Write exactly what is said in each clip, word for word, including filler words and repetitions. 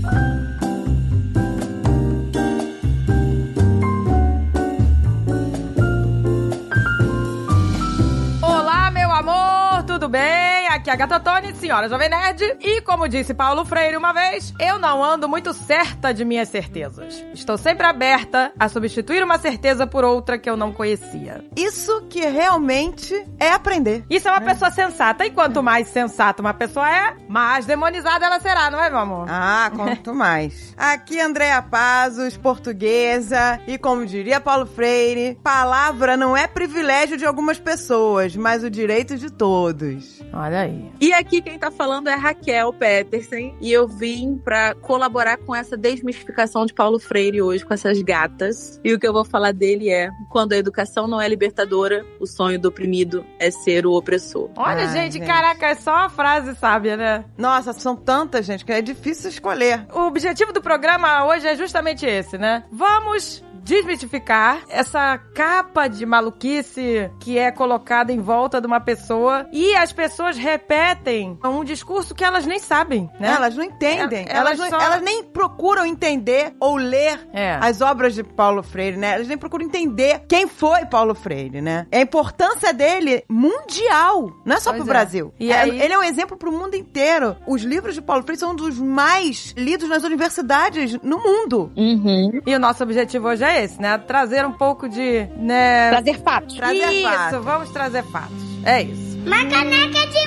Tudo bem? Aqui é a Gata Tony, senhora Jovem Nerd. E como disse Paulo Freire uma vez, eu não ando muito certa de minhas certezas. Estou sempre aberta a substituir uma certeza por outra que eu não conhecia. Isso que realmente é aprender. Isso é uma é. pessoa sensata. E quanto mais sensata uma pessoa é, mais demonizada ela será, não é, meu amor? Ah, quanto mais. Aqui Andréa Pazos, portuguesa. E como diria Paulo Freire, palavra não é privilégio de algumas pessoas, mas o direito de todos. Olha aí. E aqui quem tá falando é Raquel Petersen. E eu vim pra colaborar com essa desmistificação de Paulo Freire hoje, com essas gatas. E o que eu vou falar dele é: quando a educação não é libertadora, o sonho do oprimido é ser o opressor. Olha, Ai, gente, gente, caraca, é só uma frase sábia, né? Nossa, são tantas, gente, que é difícil escolher. O objetivo do programa hoje é justamente esse, né? Vamos desmistificar essa capa de maluquice que é colocada em volta de uma pessoa, e as pessoas repetem um discurso que elas nem sabem, né? Elas não entendem. É, elas, elas, não, só... elas nem procuram entender ou ler é. as obras de Paulo Freire, né? Elas nem procuram entender quem foi Paulo Freire, né? A importância dele mundial, não é só pois pro é. Brasil. E é, aí... Ele é um exemplo pro mundo inteiro. Os livros de Paulo Freire são um dos mais lidos nas universidades no mundo. Uhum. E o nosso objetivo hoje é esse, né? Trazer um pouco de... né? Trazer fatos. Trazer isso, fatos. Vamos trazer fatos. É isso. Uma caneca de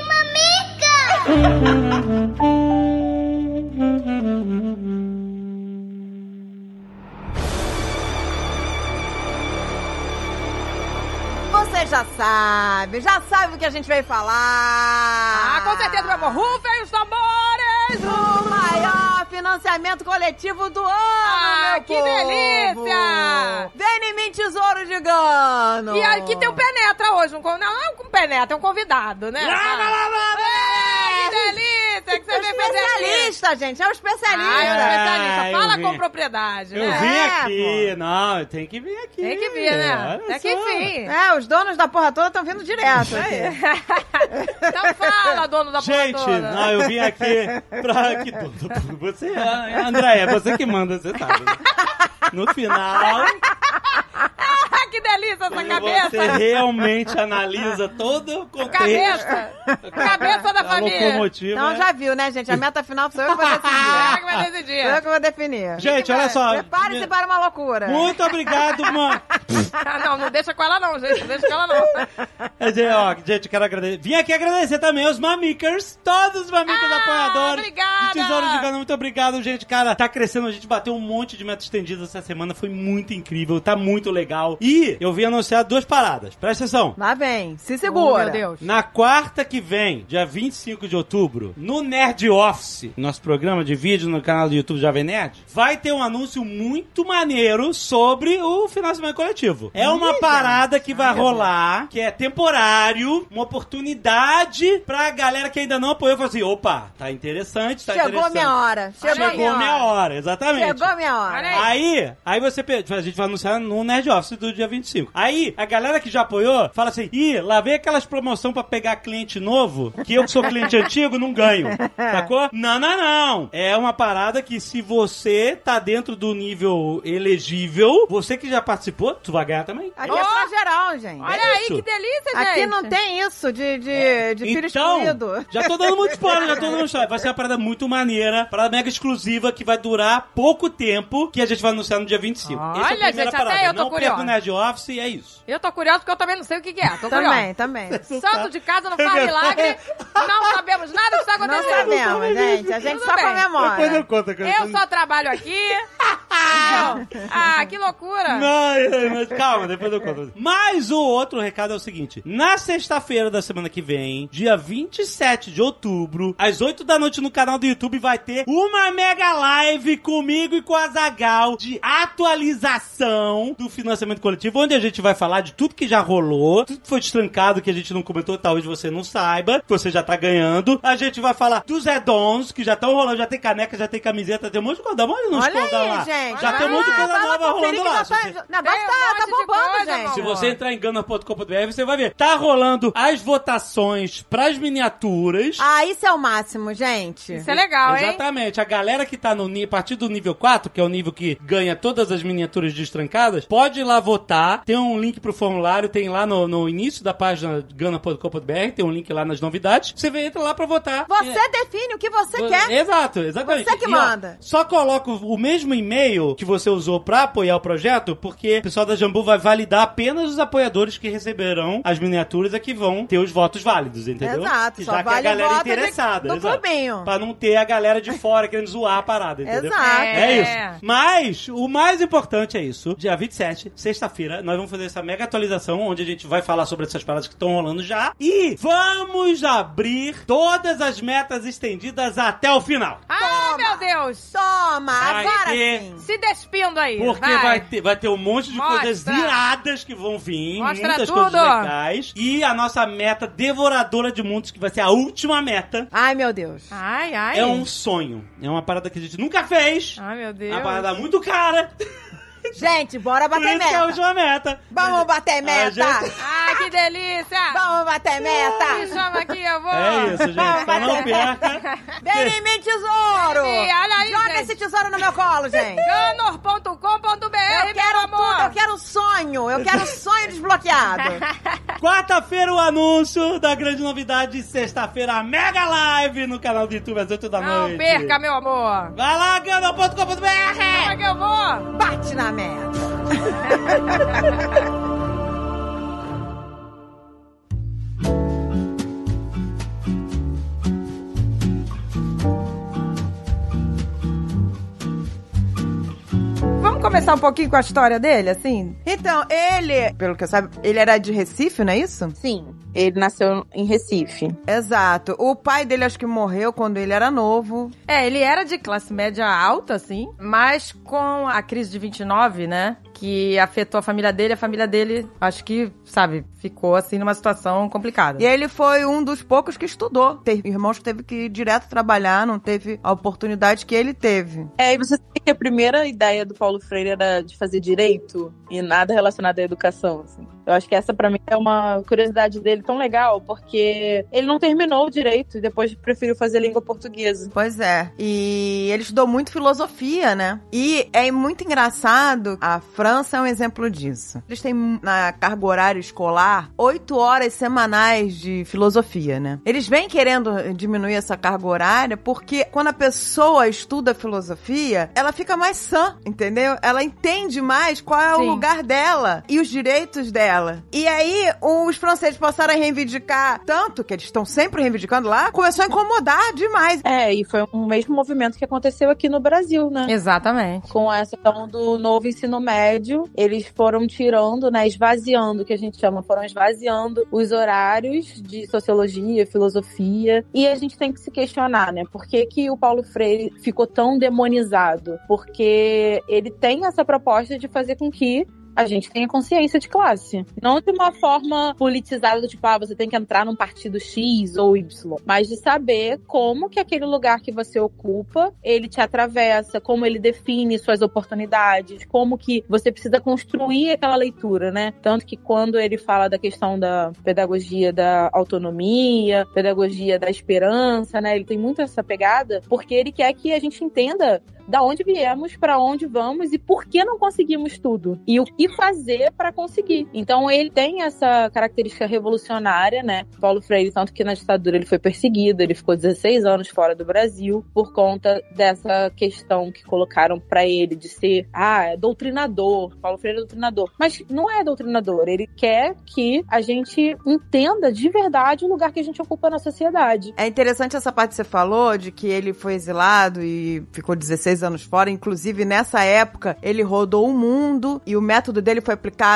mamica! Você já sabe, já sabe o que a gente veio falar. Ah, com certeza, meu amor. Rufem os tambores! O maior financiamento coletivo do ano, ah, meu que povo. delícia! Vem em mim, tesouro de Gano! E aqui tem um Penetra hoje. Um, não, não é um Penetra, é um convidado, né? Lá, lá, lá, lá, é, que delícia! Que você é o veio fazer aqui. especialista, gente, é o especialista. Ah, é o especialista. Ah, Fala vim. com propriedade, Eu né? vim É, aqui. pô. Não, eu tenho que vir aqui. Tem que vir, né? Olha Tem que só. vir. É, os donos da porra toda estão vindo direto aqui. Então fala, dono da porra Gente, toda. não, eu vim aqui pra... Que dono, você, André, é você que manda, você sabe. Né? No final... Que delícia essa cabeça! Você realmente analisa todo o contexto. Cabeça! Cabeça da a família! locomotiva. Então já viu, né, gente? A meta final sou eu que vou decidir. Será que vai decidir? Sou eu que vou definir. Gente, olha só. Prepare-se para uma loucura. Muito obrigado, mano. Ah, não, não deixa com ela não, gente. Não deixa com ela não. Gente, ó, gente, quero agradecer. Vim aqui agradecer também os mamikers, todos os mamikers Ah, apoiadores. obrigada! De Tesouro de Gano, muito obrigado, gente. Cara, tá crescendo, a gente bateu um monte de metas estendidas essa semana, foi muito incrível, tá muito legal. E eu vim anunciar duas paradas, presta atenção. Lá vem, se Oh, segura. meu Deus. Na quarta que vem, dia vinte e cinco de outubro, no Nerd Office, nosso programa de vídeo no canal do YouTube Jovem Nerd, vai ter um anúncio muito maneiro sobre o financiamento coletivo. É uma Ih, parada que vai Ai, rolar, que é temporário, uma oportunidade pra galera que ainda não apoiou, falar assim, opa, tá interessante, tá Chegou interessante. minha hora. Chegou, Chegou minha, minha hora. hora, exatamente. Chegou minha hora. Olha aí. Aí, aí você, pe- a gente vai anunciar no Nerd Office do dia vinte e cinco. Aí, a galera que já apoiou, fala assim, ih, lá vem aquelas promoção pra pegar cliente novo, que eu que sou cliente antigo não ganho, sacou? Não, não, não. É uma parada que se você tá dentro do nível elegível, você que já participou, tu vai ganhar também. Aqui Oh! é pra geral, gente. Olha É aí, isso. que delícia, gente. Aqui não tem isso de, de, de filho Então, excluído. já tô dando muito spoiler, já tô dando spoiler. Vai ser uma parada muito maneira, parada mega exclusiva, que vai durar pouco tempo, que a gente vai anunciar no dia vinte e cinco. Olha, Essa é a primeira gente, até parada. eu tô não curiosa. perca o Nerd Office e é isso. Eu tô curiosa porque eu também não sei o que, que é. Tô Também, curiosa. também. Santo de casa não faz milagre. Não sabemos nada do que está Não acontecendo. sabemos, gente. A gente Tudo só bem. comemora. Depois eu conto. Eu só trabalho aqui. Ah, ah, que loucura. Não, mas calma, depois eu conto. Mas o outro recado é o seguinte. Na sexta-feira da semana que vem, dia vinte e sete de outubro, às oito da noite no canal do YouTube, vai ter uma mega live comigo e com a Azaghal de atualização do financiamento coletivo, onde a gente vai falar de tudo que já rolou, tudo que foi destrancado que a gente não comentou, talvez você não saiba, que você já tá ganhando. A gente vai falar dos add-ons, que já estão rolando, já tem caneca, já tem camiseta, tem um monte de coisa. Dá uma olhada nos Olha contos aí, lá. gente. gente. Já tem muita coisa vai lá nova conferir rolando lá. que já Se tá, você- não, Tem vai um tá, monte tá de bombando, coisa, gente. amor. Se você entrar em gana ponto com ponto b r, você vai ver. Tá rolando as votações pras miniaturas. Ah, isso é o máximo, gente. Isso é legal, hein? Exatamente. A galera que tá no ni- a partir do nível quatro, que é o nível que ganha todas as miniaturas destrancadas, pode ir lá votar. Tem um link pro formulário, tem lá no, no início da página gana ponto com ponto b r, tem um link lá nas novidades. Você vem, entra lá pra votar. Você É, define o que você vo- quer. Exato, exatamente. Você que E, ó, manda. só coloca o o mesmo e-mail que você usou pra apoiar o projeto, porque o pessoal da Jambu vai validar apenas os apoiadores que receberão as miniaturas é que vão ter os votos válidos, entendeu? Exato, Que só já vale que a galera voto de- interessada. do exato. clubinho. Pra não ter a galera de fora querendo zoar a parada, entendeu? Exato. É É. isso. Mas o mais importante é isso. Dia vinte e sete, sexta-feira, nós vamos fazer essa mega atualização onde a gente vai falar sobre essas paradas que estão rolando já. E vamos abrir todas as metas estendidas até o final. Ai, Toma. meu Deus. Toma, Vai agora ter. sim. Se despindo aí. Porque vai. vai ter, vai ter um monte de Mostra. coisas iradas que vão vir. Mostra muitas tudo. coisas legais. E a nossa meta devoradora de mundos, que vai ser a última meta, Ai, meu Deus. Ai, ai. é um sonho. É uma parada que a gente nunca fez. Ai, meu É Deus. uma parada muito cara. Gente, bora Por bater isso que é a meta. última meta. Vamos bater A meta. gente- Ai, que delícia. Vamos bater Me meta. chama aqui, eu vou. É isso, gente. Vamos Então não bater perca. Vem em mim, tesouro. Vem em mim, olha aí, Joga gente. esse tesouro no meu colo, gente. ganor ponto com ponto b r, Eu quero meu amor. tudo, eu quero sonho. Eu quero sonho desbloqueado. Quarta-feira o anúncio da grande novidade. Sexta-feira, a mega live no canal do YouTube às oito da Não noite. perca, meu amor. Vai lá, gana ponto com ponto b r. Como é que eu vou? Bate na meta. Vamos começar um pouquinho com a história dele, assim? Então, ele, pelo que eu saiba, ele era de Recife, não é isso? Sim, ele nasceu em Recife. Exato. O pai dele acho que morreu quando ele era novo. É, ele era de classe média alta, assim, mas com a crise de vinte e nove, né, que afetou a família dele, a família dele, acho que, sabe, ficou, assim, numa situação complicada. E ele foi um dos poucos que estudou. Teve irmãos que teve que ir direto trabalhar, não teve a oportunidade que ele teve. É, e você sabe que a primeira ideia do Paulo Freire era de fazer direito e nada relacionado à educação, assim. Eu acho que essa pra mim é uma curiosidade dele tão legal, porque ele não terminou o direito e depois preferiu fazer língua portuguesa. Pois é. E ele estudou muito filosofia, né? E é muito engraçado, a França é um exemplo disso. Eles têm na carga horária escolar oito horas semanais de filosofia, né? Eles vêm querendo diminuir essa carga horária porque quando a pessoa estuda filosofia, ela fica mais sã, entendeu? Ela entende mais qual é o Sim. lugar dela e os direitos dela. E aí, os franceses passaram a reivindicar tanto, que eles estão sempre reivindicando lá, começou a incomodar demais. É, e foi o mesmo movimento que aconteceu aqui no Brasil, né? Exatamente. Com essa questão do novo ensino médio, eles foram tirando, né, esvaziando, que a gente chama, foram esvaziando os horários de sociologia, filosofia, e a gente tem que se questionar, né, por que que o Paulo Freire ficou tão demonizado? Porque ele tem essa proposta de fazer com que a gente tenha consciência de classe. Não de uma forma politizada, tipo, ah, você tem que entrar num partido X ou Y, mas de saber como que aquele lugar que você ocupa, ele te atravessa, como ele define suas oportunidades, como que você precisa construir aquela leitura, né? Tanto que quando ele fala da questão da pedagogia da autonomia, pedagogia da esperança, né? Ele tem muito essa pegada, porque ele quer que a gente entenda da onde viemos, para onde vamos e por que não conseguimos tudo. E o que fazer para conseguir. Então ele tem essa característica revolucionária, né? Paulo Freire, tanto que na ditadura ele foi perseguido, ele ficou dezesseis anos fora do Brasil por conta dessa questão que colocaram para ele de ser, ah, é doutrinador. Paulo Freire é doutrinador. Mas não é doutrinador, ele quer que a gente entenda de verdade o lugar que a gente ocupa na sociedade. É interessante essa parte que você falou, de que ele foi exilado e ficou dezesseis anos fora. Inclusive, nessa época, ele rodou o mundo e o método dele foi aplicado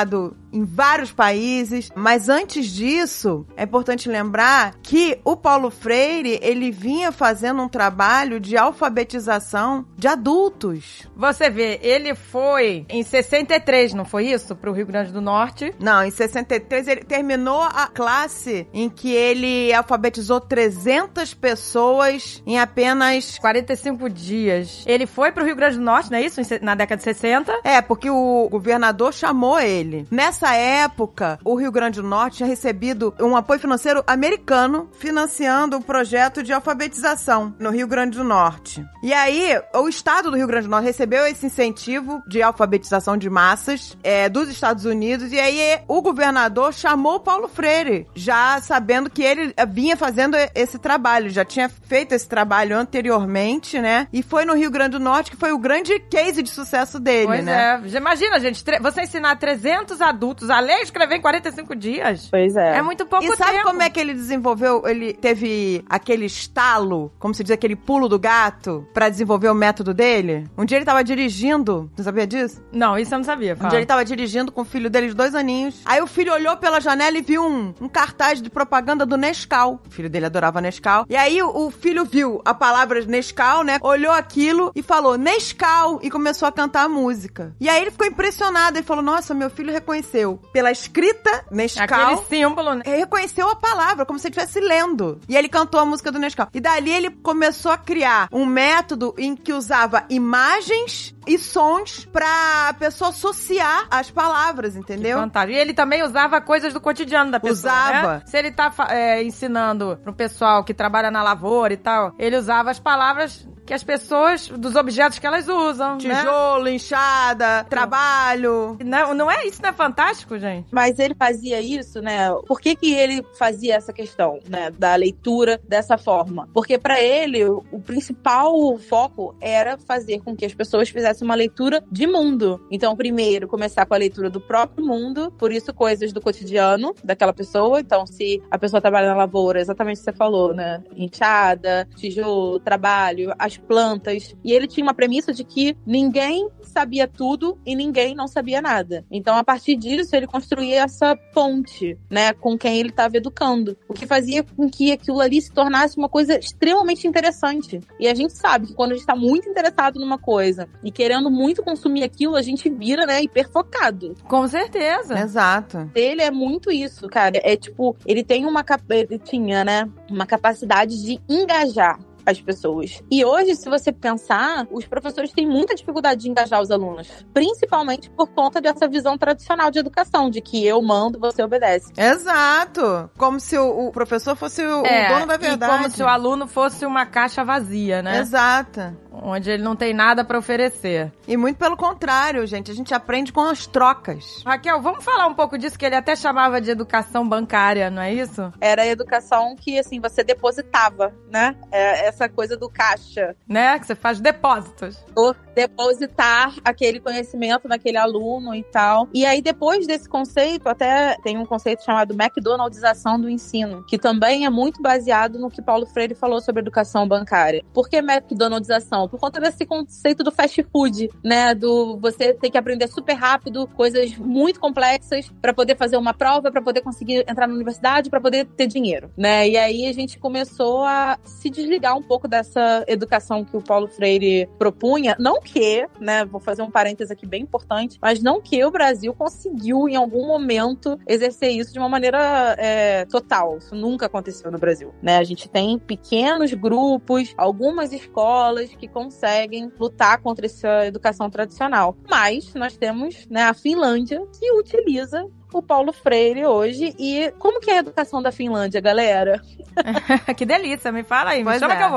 em vários países, mas antes disso, é importante lembrar que o Paulo Freire, ele vinha fazendo um trabalho de alfabetização de adultos. Você vê, ele foi em sessenta e três, não foi isso? Pro Rio Grande do Norte. Não, em sessenta e três ele terminou a classe em que ele alfabetizou trezentas pessoas em apenas quarenta e cinco dias. Ele foi pro Rio Grande do Norte, não é isso? Na década de sessenta. É, porque o governador chamou ele. Nessa época, o Rio Grande do Norte tinha recebido um apoio financeiro americano financiando o projeto de alfabetização no Rio Grande do Norte. E aí, o estado do Rio Grande do Norte recebeu esse incentivo de alfabetização de massas é, dos Estados Unidos, e aí o governador chamou o Paulo Freire, já sabendo que ele vinha fazendo esse trabalho, já tinha feito esse trabalho anteriormente, né? E foi no Rio Grande do Norte que foi o grande case de sucesso dele, pois né? Pois é. Imagina, gente, você ensinar trezentos adultos a ler e escrever em quarenta e cinco dias. Pois é. É muito pouco tempo. E sabe tempo. Como é que ele desenvolveu? Ele teve aquele estalo, como se diz, aquele pulo do gato, pra desenvolver o método dele? Um dia ele tava dirigindo, você sabia disso? Não, isso eu não sabia. Fala. Um dia ele tava dirigindo com o filho dele de dois aninhos. Aí o filho olhou pela janela e viu um, um cartaz de propaganda do Nescau. O filho dele adorava Nescau. E aí o, o filho viu a palavra Nescau, né? Olhou aquilo e falou Nescau e começou a cantar a música. E aí ele ficou impressionado e falou, nossa, meu filho reconheceu pela escrita Nescau. Aquele símbolo, né? Reconheceu a palavra, como se ele estivesse lendo. E ele cantou a música do Nescau. E dali ele começou a criar um método em que usava imagens e sons pra pessoa associar as palavras, entendeu? Fantástico. E ele também usava coisas do cotidiano da pessoa, Usava. Né? Se ele tá é, ensinando pro pessoal que trabalha na lavoura e tal, ele usava as palavras que as pessoas, dos objetos que elas usam, Tijolo, né? enxada, trabalho. Não, não é isso, não é fantástico, gente? Mas ele fazia isso, né? Por que que ele fazia essa questão, né, da leitura dessa forma? Porque pra ele, o principal foco era fazer com que as pessoas fizessem uma leitura de mundo. Então, primeiro, começar com a leitura do próprio mundo, por isso coisas do cotidiano daquela pessoa. Então, se a pessoa trabalha na lavoura, exatamente o que você falou, né? Enxada, tijolo, trabalho, as plantas. E ele tinha uma premissa de que ninguém sabia tudo e ninguém não sabia nada. Então, a partir disso, ele construía essa ponte, né, com quem ele estava educando. O que fazia com que aquilo ali se tornasse uma coisa extremamente interessante. E a gente sabe que quando a gente está muito interessado numa coisa e querendo muito consumir aquilo, a gente vira, né, hiperfocado. Com certeza. Exato. Ele é muito isso, cara. É tipo, ele tem uma... Ele tinha, né, uma capacidade de engajar as pessoas. E hoje, se você pensar, os professores têm muita dificuldade de engajar os alunos, principalmente por conta dessa visão tradicional de educação, de que eu mando, você obedece. Exato. Como se o, o professor fosse o, é, o dono da verdade. E como se o aluno fosse uma caixa vazia, né? Exato. Onde ele não tem nada pra oferecer. E muito pelo contrário, gente. A gente aprende com as trocas. Raquel, vamos falar um pouco disso, que ele até chamava de educação bancária, não é isso? Era a educação que, assim, você depositava, né? É essa coisa do caixa. Né? Que você faz depósitos. Ou depositar aquele conhecimento naquele aluno e tal. E aí, depois desse conceito, até tem um conceito chamado McDonaldização do ensino, que também é muito baseado no que Paulo Freire falou sobre educação bancária. Por que McDonaldização? Por conta desse conceito do fast food, né? Do você ter que aprender super rápido, coisas muito complexas pra poder fazer uma prova, pra poder conseguir entrar na universidade, pra poder ter dinheiro, né? E aí a gente começou a se desligar um pouco dessa educação que o Paulo Freire propunha. Não que, né? Vou fazer um parênteses aqui bem importante, mas não que o Brasil conseguiu em algum momento exercer isso de uma maneira é, total. Isso nunca aconteceu no Brasil, né? A gente tem pequenos grupos, algumas escolas que conseguem lutar contra essa educação tradicional. Mas nós temos, né, a Finlândia, que utiliza o Paulo Freire hoje. E como que é a educação da Finlândia, galera? Que delícia, me fala aí, me pois chama é. que eu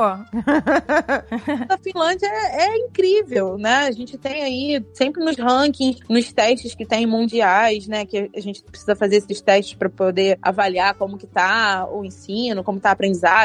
vou. A Finlândia é, é incrível, né? A gente tem aí, sempre nos rankings, nos testes que tem mundiais, né? Que a gente precisa fazer esses testes para poder avaliar como que tá o ensino, como tá a aprendizagem.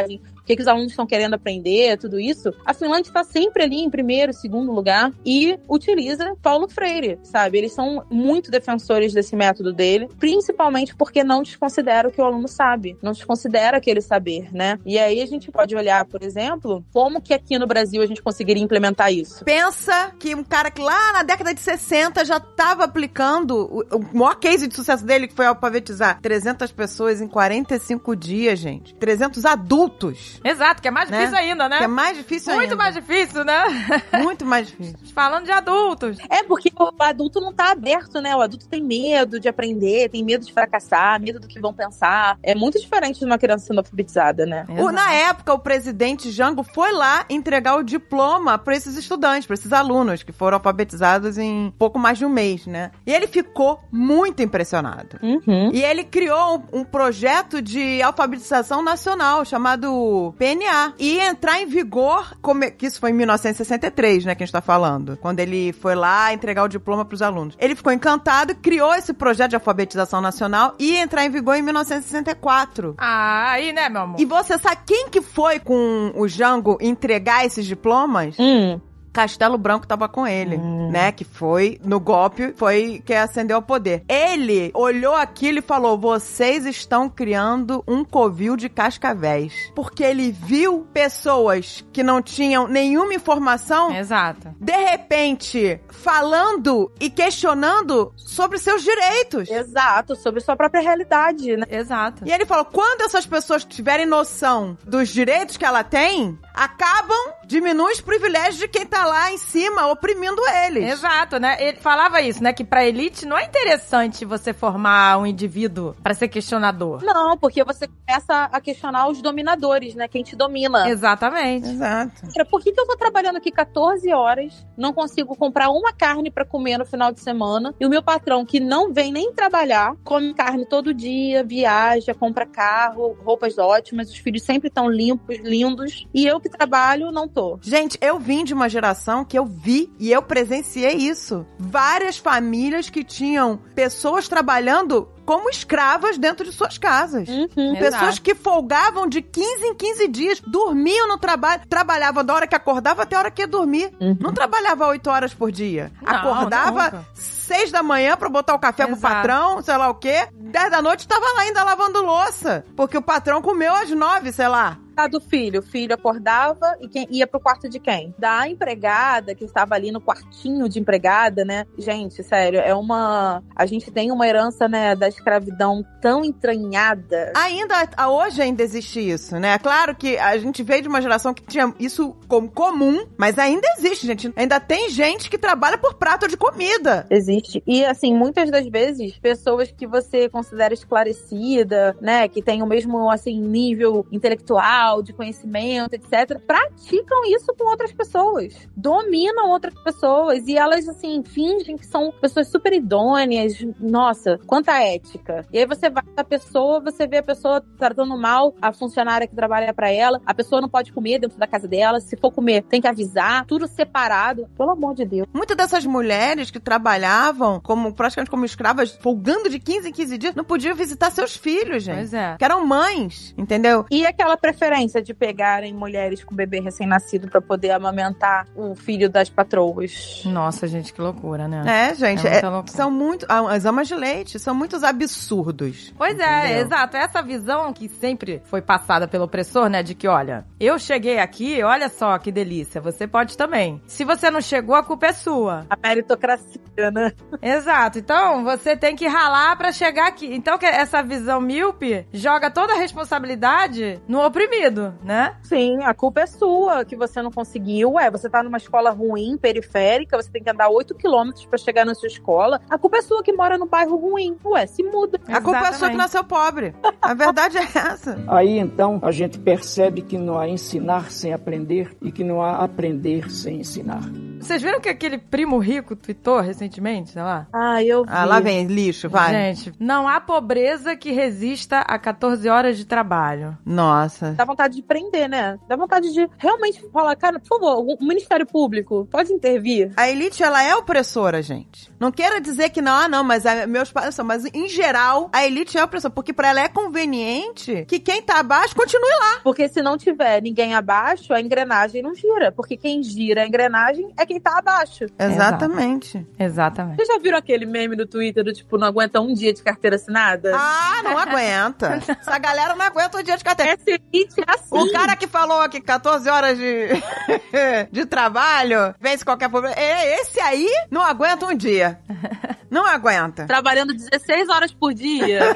que, que os alunos estão querendo aprender, tudo isso, a Finlândia está sempre ali em primeiro, segundo lugar e utiliza Paulo Freire, sabe? Eles são muito defensores desse método dele, principalmente porque não desconsidera o que o aluno sabe, não desconsidera aquele saber, né? E aí a gente pode olhar, por exemplo, como que aqui no Brasil a gente conseguiria implementar isso. Pensa que um cara que lá na década de sessenta já estava aplicando o, o maior case de sucesso dele, que foi alfabetizar trezentas pessoas em quarenta e cinco dias, gente. trezentos adultos. Exato, que é mais né? difícil ainda, né? Que é mais difícil Muito ainda. mais difícil, né? Muito mais difícil. Falando de adultos. É porque o adulto não tá aberto, né? O adulto tem medo de aprender, tem medo de fracassar, medo do que vão pensar. É muito diferente de uma criança sendo alfabetizada, né? O, na época, o presidente Jango foi lá entregar o diploma para esses estudantes, para esses alunos que foram alfabetizados em pouco mais de um mês, né? E ele ficou muito impressionado. Uhum. E ele criou um, um projeto de alfabetização nacional chamado P N A. E entrar em vigor, como, que isso foi em mil novecentos e sessenta e três, né, que a gente tá falando. Quando ele foi lá entregar o diploma pros alunos. Ele ficou encantado, criou esse projeto de alfabetização nacional e ia entrar em vigor em mil novecentos e sessenta e quatro. Ah, aí, né, meu amor? E você sabe quem que foi com o Jango entregar esses diplomas? Hum. Castelo Branco tava com ele, hum. né? Que foi, no golpe, foi que ascendeu ao poder. Ele olhou aquilo e falou, vocês estão criando um covil de cascavéis. Porque ele viu pessoas que não tinham nenhuma informação, exato, de repente, falando e questionando sobre seus direitos. Exato, sobre sua própria realidade, né? Exato. E ele falou, quando essas pessoas tiverem noção dos direitos que ela tem, acabam, diminui os privilégios de quem tá lá em cima oprimindo eles. Exato, né? Ele falava isso, né? Que pra elite não é interessante você formar um indivíduo pra ser questionador. Não, porque você começa a questionar os dominadores, né? Quem te domina. Exatamente. Exato. Por que que eu tô trabalhando aqui quatorze horas, não consigo comprar uma carne pra comer no final de semana, e o meu patrão, que não vem nem trabalhar, come carne todo dia, viaja, compra carro, roupas ótimas, os filhos sempre estão limpos, lindos, e eu que trabalho não tô. Gente, eu vim de uma geração que eu vi e eu presenciei isso. Várias famílias que tinham pessoas trabalhando como escravas dentro de suas casas. Uhum. Pessoas Exato. que folgavam de quinze em quinze dias, dormiam no trabalho, trabalhavam da hora que acordava até a hora que ia dormir. Uhum. Não trabalhava oito horas por dia. Não, Acordava nunca. seis da manhã pra botar o café Exato. pro patrão, sei lá o quê. Dez da noite tava lá ainda lavando louça. Porque o patrão comeu às nove, sei lá. Do filho. O filho acordava e quem ia pro quarto de quem? Da empregada, que estava ali no quartinho de empregada, né? Gente, sério, é uma... A gente tem uma herança, né, da escravidão tão entranhada. Ainda, hoje ainda existe isso, né? É claro que a gente veio de uma geração que tinha isso como comum, mas ainda existe, gente. Ainda tem gente que trabalha por prato de comida. Existe. E, assim, muitas das vezes, pessoas que você considera esclarecida, né, que tem o mesmo, assim, nível intelectual, de conhecimento, etcétera, praticam isso com outras pessoas. Dominam outras pessoas. E elas, assim, fingem que são pessoas super idôneas. Nossa, quanta ética. E aí você vai da pessoa, você vê a pessoa tratando mal a funcionária que trabalha pra ela. A pessoa não pode comer dentro da casa dela. Se for comer, tem que avisar. Tudo separado. Pelo amor de Deus. Muitas dessas mulheres que trabalhavam como, praticamente como escravas, folgando de quinze em quinze dias, não podiam visitar seus filhos, gente. Pois é. Que eram mães, entendeu? E aquela preferência de pegarem mulheres com bebê recém-nascido pra poder amamentar o filho das patroas. Nossa, gente, que loucura, né? É, gente, É muita é- loucura. são muito... As amas de leite são muitos absurdos. Pois é, entendeu? exato. Essa visão que sempre foi passada pelo opressor, né? De que, olha, eu cheguei aqui, olha só que delícia, você pode também. Se você não chegou, a culpa é sua. A meritocracia, né? Exato. Então, você tem que ralar pra chegar aqui. Então, que essa visão míope joga toda a responsabilidade no oprimido, né? Sim, a culpa é sua, que você não conseguiu. Ué, você tá numa escola ruim, periférica, você tem que andar oito quilômetros pra chegar na sua escola. A culpa é sua que mora no bairro ruim. Ué, se muda. A culpa é sua que Exatamente. nasceu pobre. A verdade é essa. Aí então a gente percebe que não há ensinar sem aprender e que não há aprender sem ensinar. Vocês viram que aquele primo rico tweetou recentemente, sei lá? Ah, eu vi. Ah, lá vem, lixo, vai. Gente, não há pobreza que resista a catorze horas de trabalho. Nossa. Dá vontade de prender, né? Dá vontade de realmente falar, cara, por favor, o Ministério Público pode intervir. A elite, ela é opressora, gente. Não queira dizer que não, ah, não, mas a, meus pais são. Mas, em geral, a elite é opressora. Porque pra ela é conveniente que quem tá abaixo continue lá. Porque se não tiver ninguém abaixo, a engrenagem não gira. Porque quem gira a engrenagem é quem tá abaixo. Exatamente. Exatamente. Vocês já viram aquele meme no Twitter do tipo, não aguenta um dia de carteira assinada? Ah, não aguenta. Essa galera não aguenta o dia de carteira. Essa elite é assim. O cara que falou aqui catorze horas de, de trabalho, vence qualquer problema. Esse aí não aguenta um dia. Não aguenta. Trabalhando dezesseis horas por dia.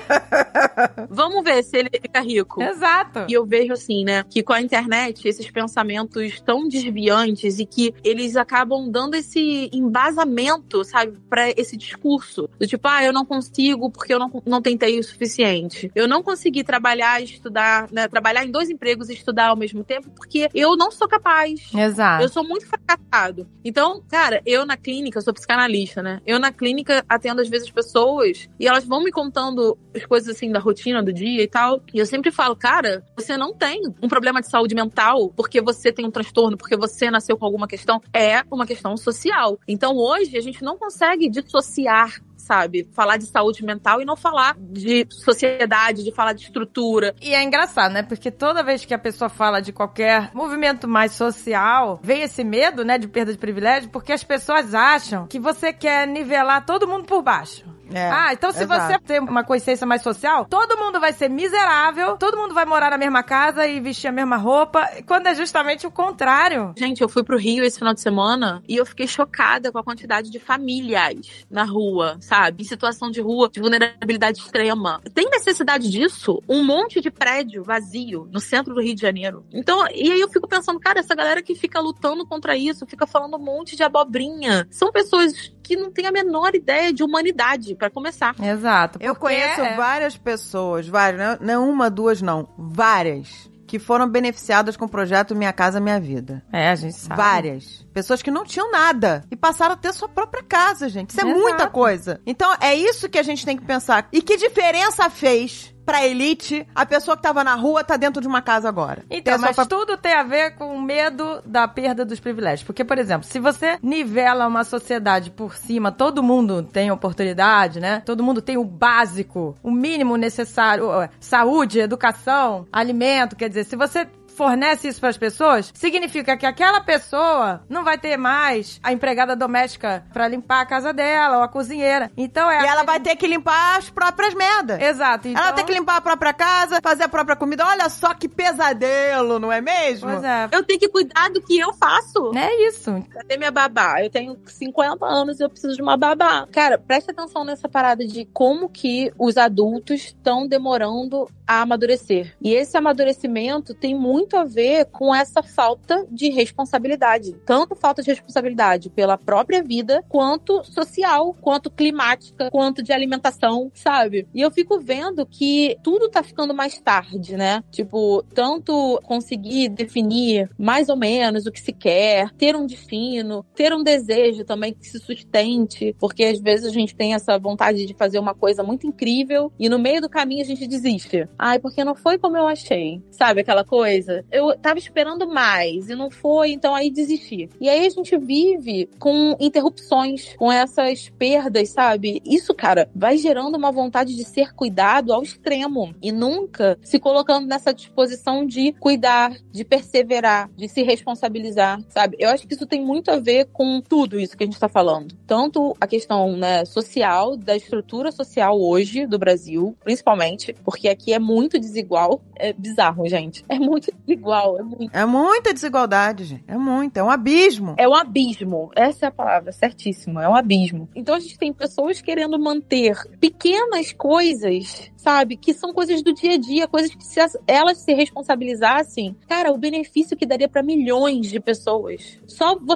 Vamos ver se ele fica rico. Exato. E eu vejo assim, né, que com a internet, esses pensamentos tão desviantes e que eles acabam dando esse embasamento, sabe, pra esse discurso. Do tipo, ah, eu não consigo porque eu não, não tentei o suficiente. Eu não consegui trabalhar e estudar, né, trabalhar em dois empregos e estudar ao mesmo tempo porque eu não sou capaz. Exato. Eu sou muito fracassado. Então, cara, eu na clínica, eu sou psicanalista, né? Eu na clínica atendo às vezes pessoas e elas vão me contando as coisas assim da rotina do dia e tal. E eu sempre falo, cara, você não tem um problema de saúde mental porque você tem um transtorno, porque você nasceu com alguma questão. É uma questão social. Então hoje a gente não consegue dissociar, sabe? Falar de saúde mental e não falar de sociedade, de falar de estrutura. E é engraçado, né? Porque toda vez que a pessoa fala de qualquer movimento mais social, vem esse medo, né, de perda de privilégio, porque as pessoas acham que você quer nivelar todo mundo por baixo. É, ah, então se exato. você tem uma consciência mais social, todo mundo vai ser miserável, todo mundo vai morar na mesma casa e vestir a mesma roupa, quando é justamente o contrário. Gente, eu fui pro Rio esse final de semana e eu fiquei chocada com a quantidade de famílias na rua, sabe? Em situação de rua, de vulnerabilidade extrema. Tem necessidade disso? Um monte de prédio vazio no centro do Rio de Janeiro. Então, e aí eu fico pensando, cara, essa galera que fica lutando contra isso, fica falando um monte de abobrinha, são pessoas que não têm a menor ideia de humanidade, pra começar. Exato. Eu porque conheço é... várias pessoas, várias, não, não uma, duas, não, várias, que foram beneficiadas com o projeto Minha Casa Minha Vida. É, a gente sabe. Várias. Pessoas que não tinham nada e passaram a ter sua própria casa, gente. Isso é Exato. muita coisa. Então, é isso que a gente tem que pensar. E que diferença fez pra elite a pessoa que tava na rua tá dentro de uma casa agora? Então, Tem mas sua... tudo tem a ver com o medo da perda dos privilégios. Porque, por exemplo, se você nivela uma sociedade por cima, todo mundo tem oportunidade, né? Todo mundo tem o básico, o mínimo necessário, saúde, educação, alimento, quer dizer, se você fornece isso para as pessoas, significa que aquela pessoa não vai ter mais a empregada doméstica para limpar a casa dela, ou a cozinheira. Então é... E ela vai ter que limpar as próprias merdas. Exato. Então... Ela tem que limpar a própria casa, fazer a própria comida. Olha só que pesadelo, não é mesmo? Pois é. Eu tenho que cuidar do que eu faço. É isso. Cadê minha babá? Eu tenho cinquenta anos e eu preciso de uma babá. Cara, preste atenção nessa parada de como que os adultos estão demorando a amadurecer. E esse amadurecimento tem muito a ver com essa falta de responsabilidade. Tanto falta de responsabilidade pela própria vida, quanto social, quanto climática, quanto de alimentação, sabe? E eu fico vendo que tudo tá ficando mais tarde, né? Tipo, tanto conseguir definir mais ou menos o que se quer, ter um destino, ter um desejo também que se sustente, porque às vezes a gente tem essa vontade de fazer uma coisa muito incrível e no meio do caminho a gente desiste. Ai, porque não foi como eu achei. Sabe aquela coisa? Eu tava esperando mais e não foi, então aí desisti. E aí a gente vive com interrupções, com essas perdas, sabe? Isso, cara, vai gerando uma vontade de ser cuidado ao extremo e nunca se colocando nessa disposição de cuidar, de perseverar, de se responsabilizar, sabe? Eu acho que isso tem muito a ver com tudo isso que a gente tá falando. Tanto a questão, né, social, da estrutura social hoje do Brasil, principalmente, porque aqui é muito desigual. É bizarro, gente. É muito desigual. É, muito... é muita desigualdade, gente. É muito. É um abismo. É um abismo. Essa é a palavra, certíssimo. É um abismo. Então a gente tem pessoas querendo manter pequenas coisas, sabe? Que são coisas do dia a dia, coisas que se elas se responsabilizassem, cara, o benefício que daria pra milhões de pessoas. Só você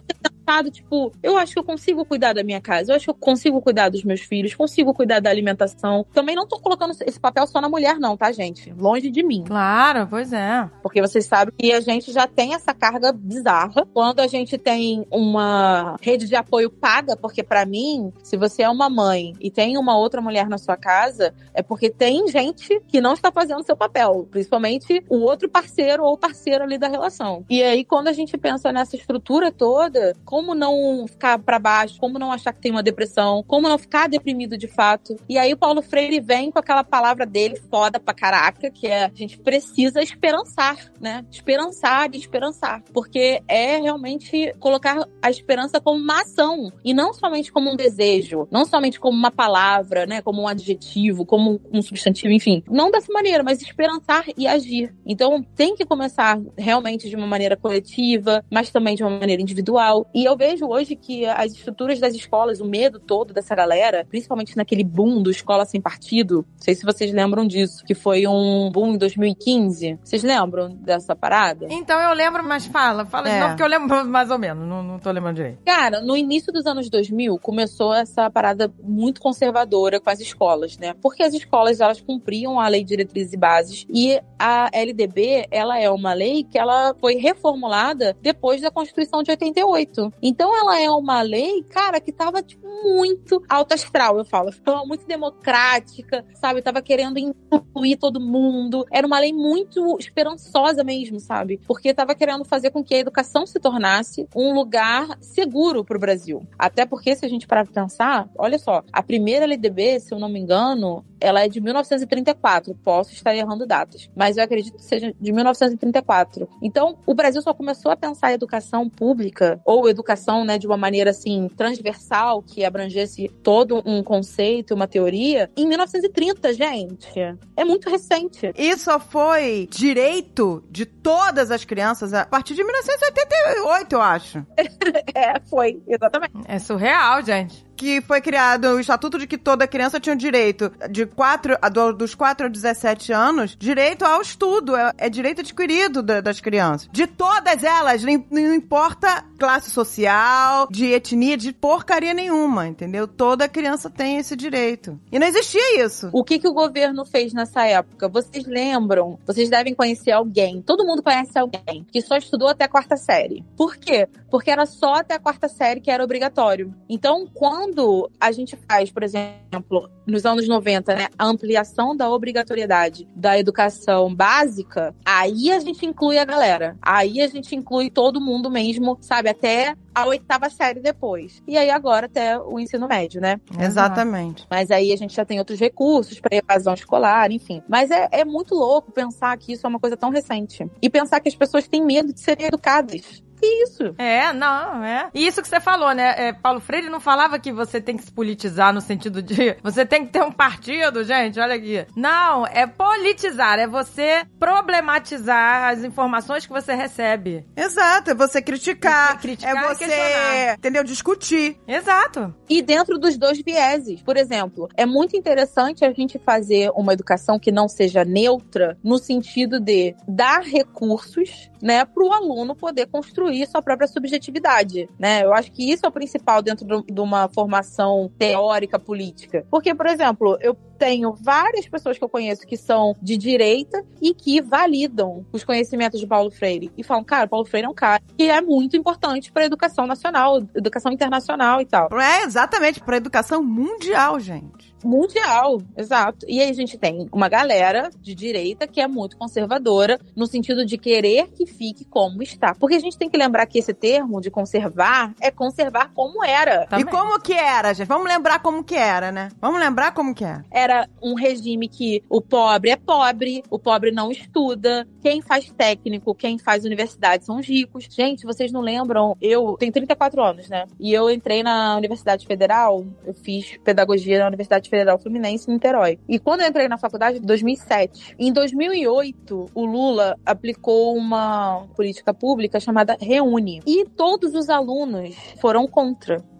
pensado, tipo, eu acho que eu consigo cuidar da minha casa, eu acho que eu consigo cuidar dos meus filhos, consigo cuidar da alimentação. Também não tô colocando esse papel só na mulher não, tá, gente? Longe de mim. Claro, pois é. Porque vocês sabem que a gente já tem essa carga bizarra. Quando a gente tem uma rede de apoio paga, porque pra mim, se você é uma mãe e tem uma outra mulher na sua casa, é porque tem gente que não está fazendo seu papel, principalmente o outro parceiro ou parceira ali da relação. E aí, quando a gente pensa nessa estrutura toda, como não ficar pra baixo, como não achar que tem uma depressão, como não ficar deprimido de fato. E aí o Paulo Freire vem com aquela palavra dele, foda pra caraca, que é, a gente precisa esperançar, né? Esperançar e esperançar. Porque é realmente colocar a esperança como uma ação, e não somente como um desejo, não somente como uma palavra, né? Como um adjetivo, como um substantivo, enfim. Não dessa maneira, mas esperançar e agir. Então, tem que começar realmente de uma maneira coletiva, mas também de uma maneira individual. E eu vejo hoje que as estruturas das escolas, o medo todo dessa galera, principalmente naquele boom do Escola Sem Partido, não sei se vocês lembram disso, que foi um boom em dois mil e quinze. Vocês lembram dessa parada? Então eu lembro, mas fala, fala É. de novo, porque eu lembro mais ou menos, não, não tô lembrando direito. Cara, no início dos anos dois mil, começou essa parada muito conservadora com as escolas, né? Porque as escolas, elas cumpriam a Lei de Diretrizes e Bases, e a L D B, ela é uma lei que ela foi reformulada depois da Constituição de oitenta e oito. Então ela é uma lei, cara, que tava, tipo, muito alto astral, eu falo. Tava muito democrática, sabe? Tava querendo incluir todo mundo. Era uma lei muito esperançosa mesmo, sabe? Porque tava querendo fazer com que a educação se tornasse um lugar seguro pro Brasil. Até porque, se a gente parar pra pensar, olha só, a primeira L D B, se eu não me engano, ela é de mil novecentos e trinta e quatro. Posso estar errando datas, mas eu acredito que seja de mil novecentos e trinta e quatro. Então, o Brasil só começou a pensar a educação pública, ou educação, né, de uma maneira, assim, transversal, que abrangesse todo um conceito, uma teoria, em mil novecentos e trinta, gente. É muito recente. Isso só foi direito de todas as crianças a partir de mil novecentos e oitenta e oito, eu acho. É, foi, exatamente. É surreal, gente. Que foi criado o estatuto de que toda criança tinha o direito de quatro, do, dos quatro a dezessete anos, direito ao estudo, é, é direito adquirido da, das crianças. De todas elas, não, não importa classe social, de etnia, de porcaria nenhuma, entendeu? Toda criança tem esse direito. E não existia isso. O que que o governo fez nessa época? Vocês lembram? Vocês devem conhecer alguém, todo mundo conhece alguém, que só estudou até a quarta série. Por quê? Porque era só até a quarta série que era obrigatório. Então, quando Quando a gente faz, por exemplo, nos anos noventa, né, a ampliação da obrigatoriedade da educação básica, aí a gente inclui a galera. Aí a gente inclui todo mundo mesmo, sabe, até a oitava série depois. E aí agora até o ensino médio, né? Exatamente. Mas aí a gente já tem outros recursos para evasão escolar, enfim. Mas é, é muito louco pensar que isso é uma coisa tão recente. E pensar que as pessoas têm medo de serem educadas. Que isso? É, não, é. E isso que você falou, né? É, Paulo Freire não falava que você tem que se politizar no sentido de você tem que ter um partido, gente, olha aqui. Não, é politizar, é você problematizar as informações que você recebe. Exato, é você criticar, Criticar é e você, questionar. entendeu, discutir. Exato. E dentro dos dois vieses. Por exemplo, é muito interessante a gente fazer uma educação que não seja neutra, no sentido de dar recursos, né, para o aluno poder construir sua própria subjetividade, né? Eu acho que isso é o principal dentro do, de uma formação teórica política. Porque, por exemplo, eu tenho várias pessoas que eu conheço que são de direita e que validam os conhecimentos de Paulo Freire. E falam, cara, Paulo Freire é um cara que é muito importante para a educação nacional, educação internacional e tal. É, exatamente, para educação mundial, gente. Mundial, exato. E aí a gente tem uma galera de direita que é muito conservadora, no sentido de querer que fique como está. Porque a gente tem que lembrar que esse termo de conservar é conservar como era. Também. E como que era, gente? Vamos lembrar como que era, né? Vamos lembrar como que era. Era um regime que o pobre é pobre, o pobre não estuda, quem faz técnico, quem faz universidade são os ricos. Gente, vocês não lembram? Eu tenho trinta e quatro anos, né? E eu entrei na Universidade Federal, eu fiz pedagogia na Universidade Federal Fluminense, em Niterói. E quando eu entrei na faculdade, em dois mil e sete, em dois mil e oito, o Lula aplicou uma política pública chamada Reúne. E todos os alunos foram contra.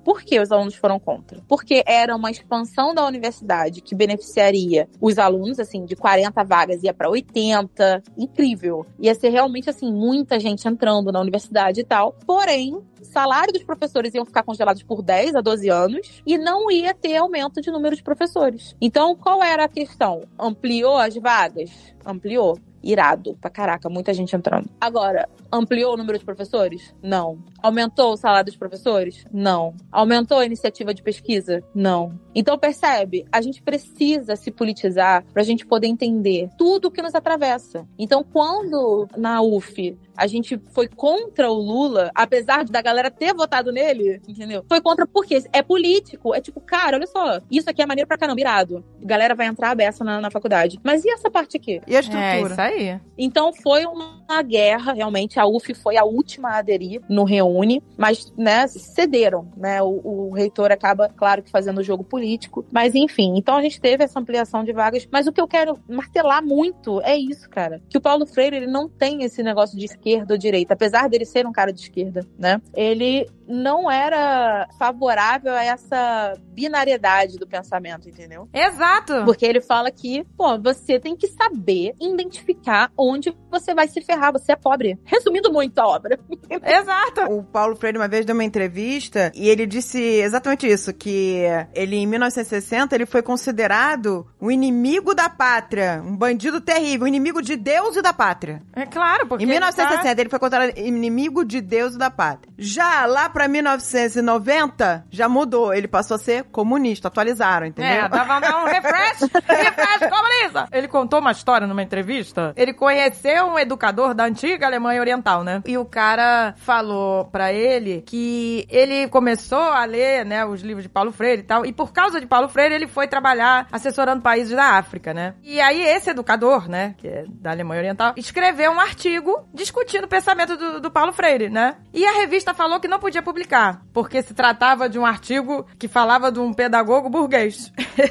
Por que os alunos foram contra? Porque era uma expansão da universidade que beneficiaria os alunos, assim, de quarenta vagas ia para oitenta. Incrível. Ia ser realmente, assim, muita gente entrando na universidade e tal. Porém, o salário dos professores iam ficar congelados por dez a doze anos e não ia ter aumento de número de professores. Então, qual era a questão? Ampliou as vagas? Ampliou. Irado pra caraca, muita gente entrando. Agora, ampliou o número de professores? Não. Aumentou o salário dos professores? Não. Aumentou a iniciativa de pesquisa? Não. Então, percebe? A gente precisa se politizar pra gente poder entender tudo o que nos atravessa. Então, quando na U F a gente foi contra o Lula, apesar da galera ter votado nele, entendeu? Foi contra porque é político. É tipo, cara, olha só, isso aqui é maneiro pra caramba, irado. A galera vai entrar a beça na, na faculdade. Mas e essa parte aqui? E a estrutura? É, isso aí. Então foi uma guerra, realmente. A U F foi a última a aderir no Reúne, mas, né, cederam, né? O, o reitor acaba, claro, que fazendo o jogo político. Mas, enfim, então a gente teve essa ampliação de vagas. Mas o que eu quero martelar muito é isso, cara. Que o Paulo Freire, ele não tem esse negócio de esquerda ou direita. Apesar dele ser um cara de esquerda, né? Ele não era favorável a essa binariedade do pensamento, entendeu? Exato! Porque ele fala que, pô, você tem que saber identificar onde você vai se ferrar, você é pobre. Resumindo muito a obra. Exato! O Paulo Freire uma vez deu uma entrevista e ele disse exatamente isso, que ele em mil novecentos e sessenta ele foi considerado o inimigo da pátria, um bandido terrível, o inimigo de Deus e da pátria. É claro, porque Em mil novecentos e sessenta ele, ele foi considerado inimigo de Deus e da pátria. Já lá pra mil novecentos e noventa, já mudou, ele passou a ser comunista, atualizaram, tá... entendeu? É, dava um refresh, refresh comunista. Ele contou uma história numa entrevista. Ele conheceu um educador da antiga Alemanha Oriental, né? E o cara falou pra ele que ele começou a ler, né, os livros de Paulo Freire e tal, e por causa de Paulo Freire ele foi trabalhar assessorando países da África, né? E aí esse educador, né, que é da Alemanha Oriental, escreveu um artigo discutindo o pensamento do, do Paulo Freire, né? E a revista falou que não podia publicar, porque se tratava de um artigo que falava de um pedagogo burguês.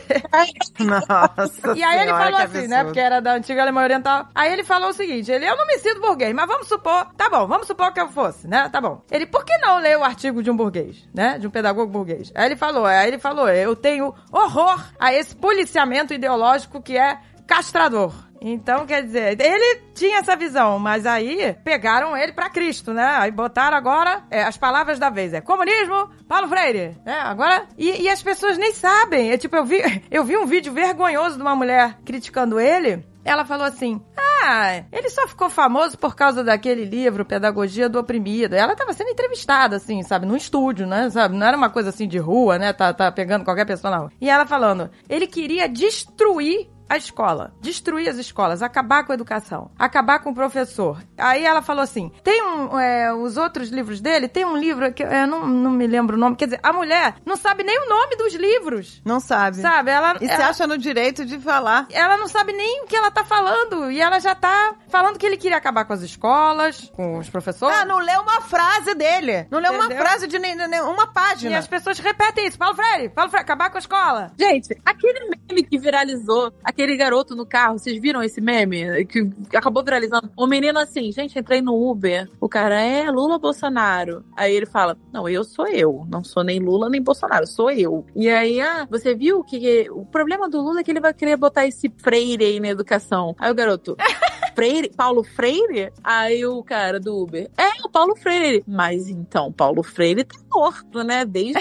Nossa E aí ele senhora, falou que assim, absurdo. né? Porque era da antiga Alemanha Oriental. Aí ele falou o seguinte, ele, eu não me sinto burguês, mas vamos supor, tá bom, vamos supor que eu fosse, né? Tá bom. Ele, por que não ler o artigo de um burguês, né? De um pedagogo burguês? Aí ele falou, aí ele falou, eu tenho horror a esse policiamento ideológico que é castrador. Então, quer dizer, ele tinha essa visão, mas aí pegaram ele pra Cristo, né? Aí botaram agora é, as palavras da vez, é comunismo, Paulo Freire, né? Agora, e, e as pessoas nem sabem. É, tipo, eu vi, eu vi um vídeo vergonhoso de uma mulher criticando ele. Ela falou assim, ah, ele só ficou famoso por causa daquele livro, Pedagogia do Oprimido. Ela tava sendo entrevistada, assim, sabe, num estúdio, né, sabe? Não era uma coisa assim de rua, né, tá, tá pegando qualquer pessoa na rua. E ela falando, ele queria destruir a escola, destruir as escolas, acabar com a educação, acabar com o professor. Aí ela falou assim, tem um, é, os outros livros dele, tem um livro que eu não, não me lembro o nome, quer dizer, a mulher não sabe nem o nome dos livros. Não sabe. Sabe, ela... E ela, se acha no direito de falar. Ela não sabe nem o que ela tá falando, e ela já tá falando que ele queria acabar com as escolas, com os professores. Ah, não leu uma frase dele. Não leu uma Entendeu? frase de nem, nem uma página. E as pessoas repetem isso, Paulo Freire, Paulo Freire, acabar com a escola. Gente, aquele meme que viralizou, aquele garoto no carro, vocês viram esse meme? Que acabou viralizando. O menino assim, gente, entrei no Uber. O cara, é Lula ou Bolsonaro? Aí ele fala, não, eu sou eu. Não sou nem Lula nem Bolsonaro, sou eu. E aí, ah, você viu que o problema do Lula é que ele vai querer botar esse Freire aí na educação. Aí o garoto... Freire? Paulo Freire? Aí o cara do Uber, é, o Paulo Freire. Mas então, Paulo Freire tá morto, né? Desde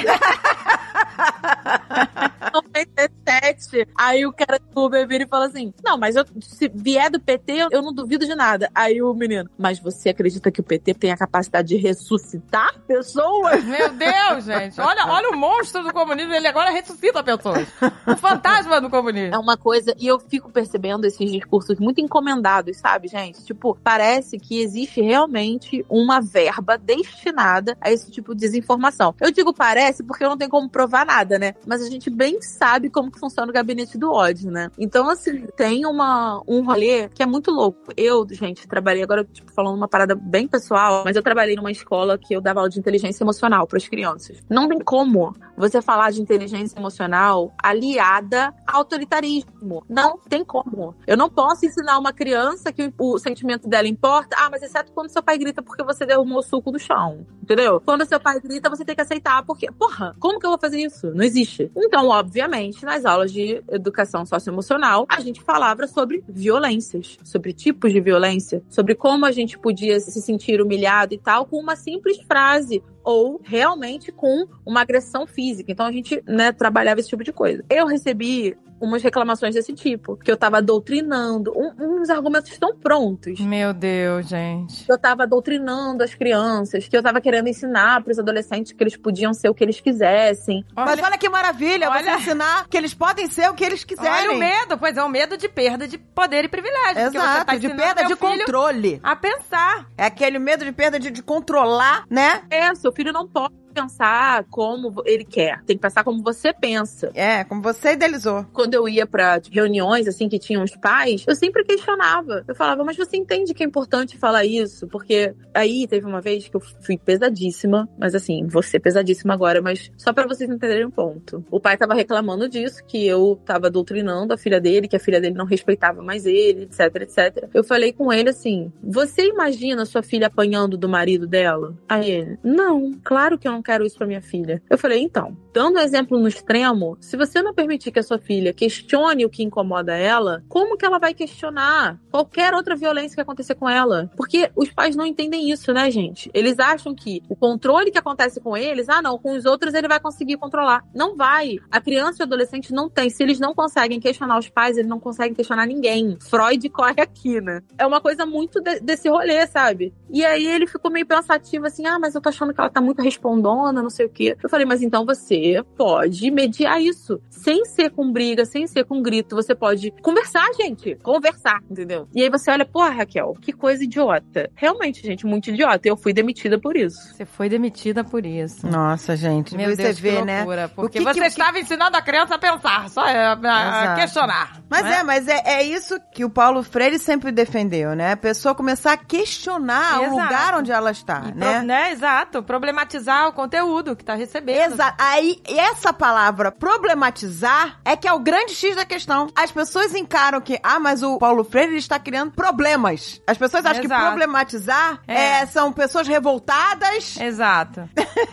noventa e sete. Aí o cara do Uber vira e fala assim, não, mas eu, se vier do P T, eu, eu não duvido de nada. Aí o menino, mas você acredita que o P T tem a capacidade de ressuscitar pessoas? Meu Deus, gente. Olha, olha o monstro do comunismo, ele agora ressuscita pessoas. O fantasma do comunismo. É uma coisa, e eu fico percebendo esses discursos muito encomendados, sabe, gente? Tipo, parece que existe realmente uma verba destinada a esse tipo de desinformação. Eu digo parece porque eu não tenho como provar nada, né? Mas a gente bem sabe como que funciona funciona o gabinete do ódio, né? Então, assim, tem uma, um rolê que é muito louco. Eu, gente, trabalhei agora, tipo, falando uma parada bem pessoal, mas eu trabalhei numa escola que eu dava aula de inteligência emocional para as crianças. Não tem como você falar de inteligência emocional aliada a autoritarismo. Não tem como. Eu não posso ensinar uma criança que o, o sentimento dela importa, ah, mas exceto quando seu pai grita porque você derrubou o suco do chão. Entendeu? Quando seu pai grita, você tem que aceitar, porque, porra, como que eu vou fazer isso? Não existe. Então, obviamente, nas aulas de educação socioemocional, a gente falava sobre violências, sobre tipos de violência, sobre como a gente podia se sentir humilhado e tal, com uma simples frase, ou realmente com uma agressão física. Então a gente, né, trabalhava esse tipo de coisa. Eu recebi umas reclamações desse tipo, que eu tava doutrinando, um, uns argumentos estão prontos. Meu Deus, gente. Eu tava doutrinando as crianças, que eu tava querendo ensinar pros adolescentes que eles podiam ser o que eles quisessem. Olha, mas olha que maravilha, olha, você ensinar que eles podem ser o que eles quiserem. Olha o medo, pois é o medo de perda de poder e privilégio. Exato, você tá de perda de controle. A pensar. É aquele medo de perda de, de controlar, né? É, seu filho não pode pensar como ele quer. Tem que pensar como você pensa. É, como você idealizou. Quando eu ia pra reuniões, assim, que tinham os pais, eu sempre questionava. Eu falava, mas você entende que é importante falar isso? Porque aí teve uma vez que eu fui pesadíssima, mas assim, vou ser pesadíssima agora, mas só pra vocês entenderem um ponto. O pai tava reclamando disso, que eu tava doutrinando a filha dele, que a filha dele não respeitava mais ele, etc, etcétera. Eu falei com ele assim, você imagina sua filha apanhando do marido dela? Aí ele, não, claro que eu não quero isso pra minha filha. Eu falei, então, dando um exemplo no extremo, se você não permitir que a sua filha questione o que incomoda ela, como que ela vai questionar qualquer outra violência que acontecer com ela? Porque os pais não entendem isso, né, gente? Eles acham que o controle que acontece com eles, ah, não, com os outros ele vai conseguir controlar. Não vai. A criança e o adolescente não tem. Se eles não conseguem questionar os pais, eles não conseguem questionar ninguém. Freud corre aqui, né? É uma coisa muito de- desse rolê, sabe? E aí ele ficou meio pensativo, assim, ah, mas eu tô achando que ela tá muito respondona, não sei o quê. Eu falei, mas então você pode mediar isso. Sem ser com briga, sem ser com grito. Você pode conversar, gente. Conversar, entendeu? E aí você olha, porra, Raquel, que coisa idiota. Realmente, gente, muito idiota. Eu fui demitida por isso. Você foi demitida por isso. Nossa, gente. Meu você Deus, vê, que né? loucura. Porque que, você que, estava que... ensinando a criança a pensar, só a, a, a questionar. Mas né? é, mas é, é isso que o Paulo Freire sempre defendeu, né? A pessoa começar a questionar Exato. o lugar onde ela está, E né? pro, né? Exato. Problematizar o conteúdo que tá recebendo. Exato. Aí, essa palavra problematizar é que é o grande X da questão. As pessoas encaram que, ah, mas o Paulo Freire ele está criando problemas. As pessoas acham Exato. que problematizar É. é, são pessoas revoltadas. Exato.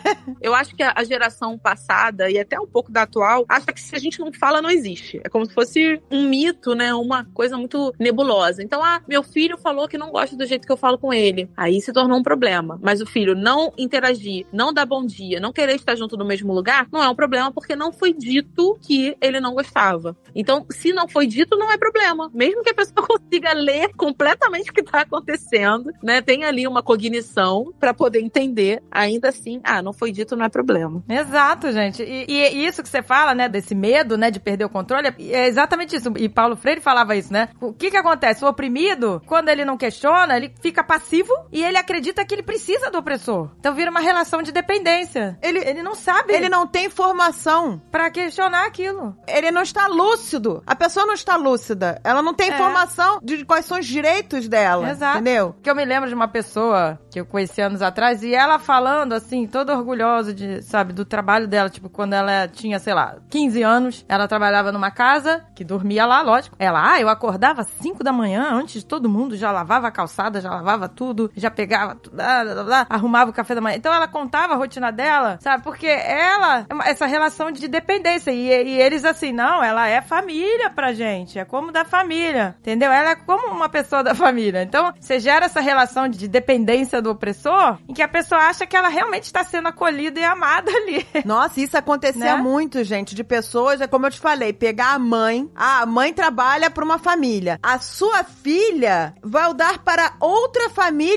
Eu acho que a geração passada, e até um pouco da atual, acha que se a gente não fala, não existe. É como se fosse um mito, né? Uma coisa muito nebulosa. Então, ah, meu filho falou que não gosta do jeito que eu falo com ele. Aí se tornou um problema. Mas o filho não interagir, não dar bom dia, não querer estar junto no mesmo lugar, não é um problema, porque não foi dito que ele não gostava. Então, se não foi dito, não é problema. Mesmo que a pessoa consiga ler completamente o que está acontecendo, né? Tem ali uma cognição para poder entender, ainda assim, ah, não foi dito, não é problema. Exato, gente. E, e isso que você fala, né, desse medo, né, de perder o controle, é exatamente isso. E Paulo Freire falava isso, né? O que que acontece? O oprimido, quando ele não questiona, ele fica passivo e ele acredita que ele precisa do opressor. Então vira uma relação de dependência. Ele, ele não sabe. Ele não tem informação pra questionar aquilo. Ele não está lúcido. A pessoa não está lúcida. Ela não tem É. informação de quais são os direitos dela. Exato. Entendeu? Que eu me lembro de uma pessoa que eu conheci anos atrás e ela falando, assim, toda orgulhosa de, sabe, do trabalho dela. Tipo, quando ela tinha, sei lá, quinze anos, ela trabalhava numa casa que dormia lá, lógico. Ela, ah, eu acordava às cinco da manhã, antes de todo mundo, já lavava a calçada, já lavava tudo, já pegava tudo, blá, blá, blá, arrumava o café da manhã. Então ela contava a rotina dela, sabe? Porque ela, essa relação de dependência. E, e eles assim, não, ela é família pra gente. É como da família. Entendeu? Ela é como uma pessoa da família. Então, você gera essa relação de dependência do opressor, em que a pessoa acha que ela realmente está sendo acolhida e amada ali. Nossa, isso acontecia Né? muito, gente, de pessoas, é como eu te falei, pegar a mãe, ah, a mãe trabalha para uma família, a sua filha vai dar para outra família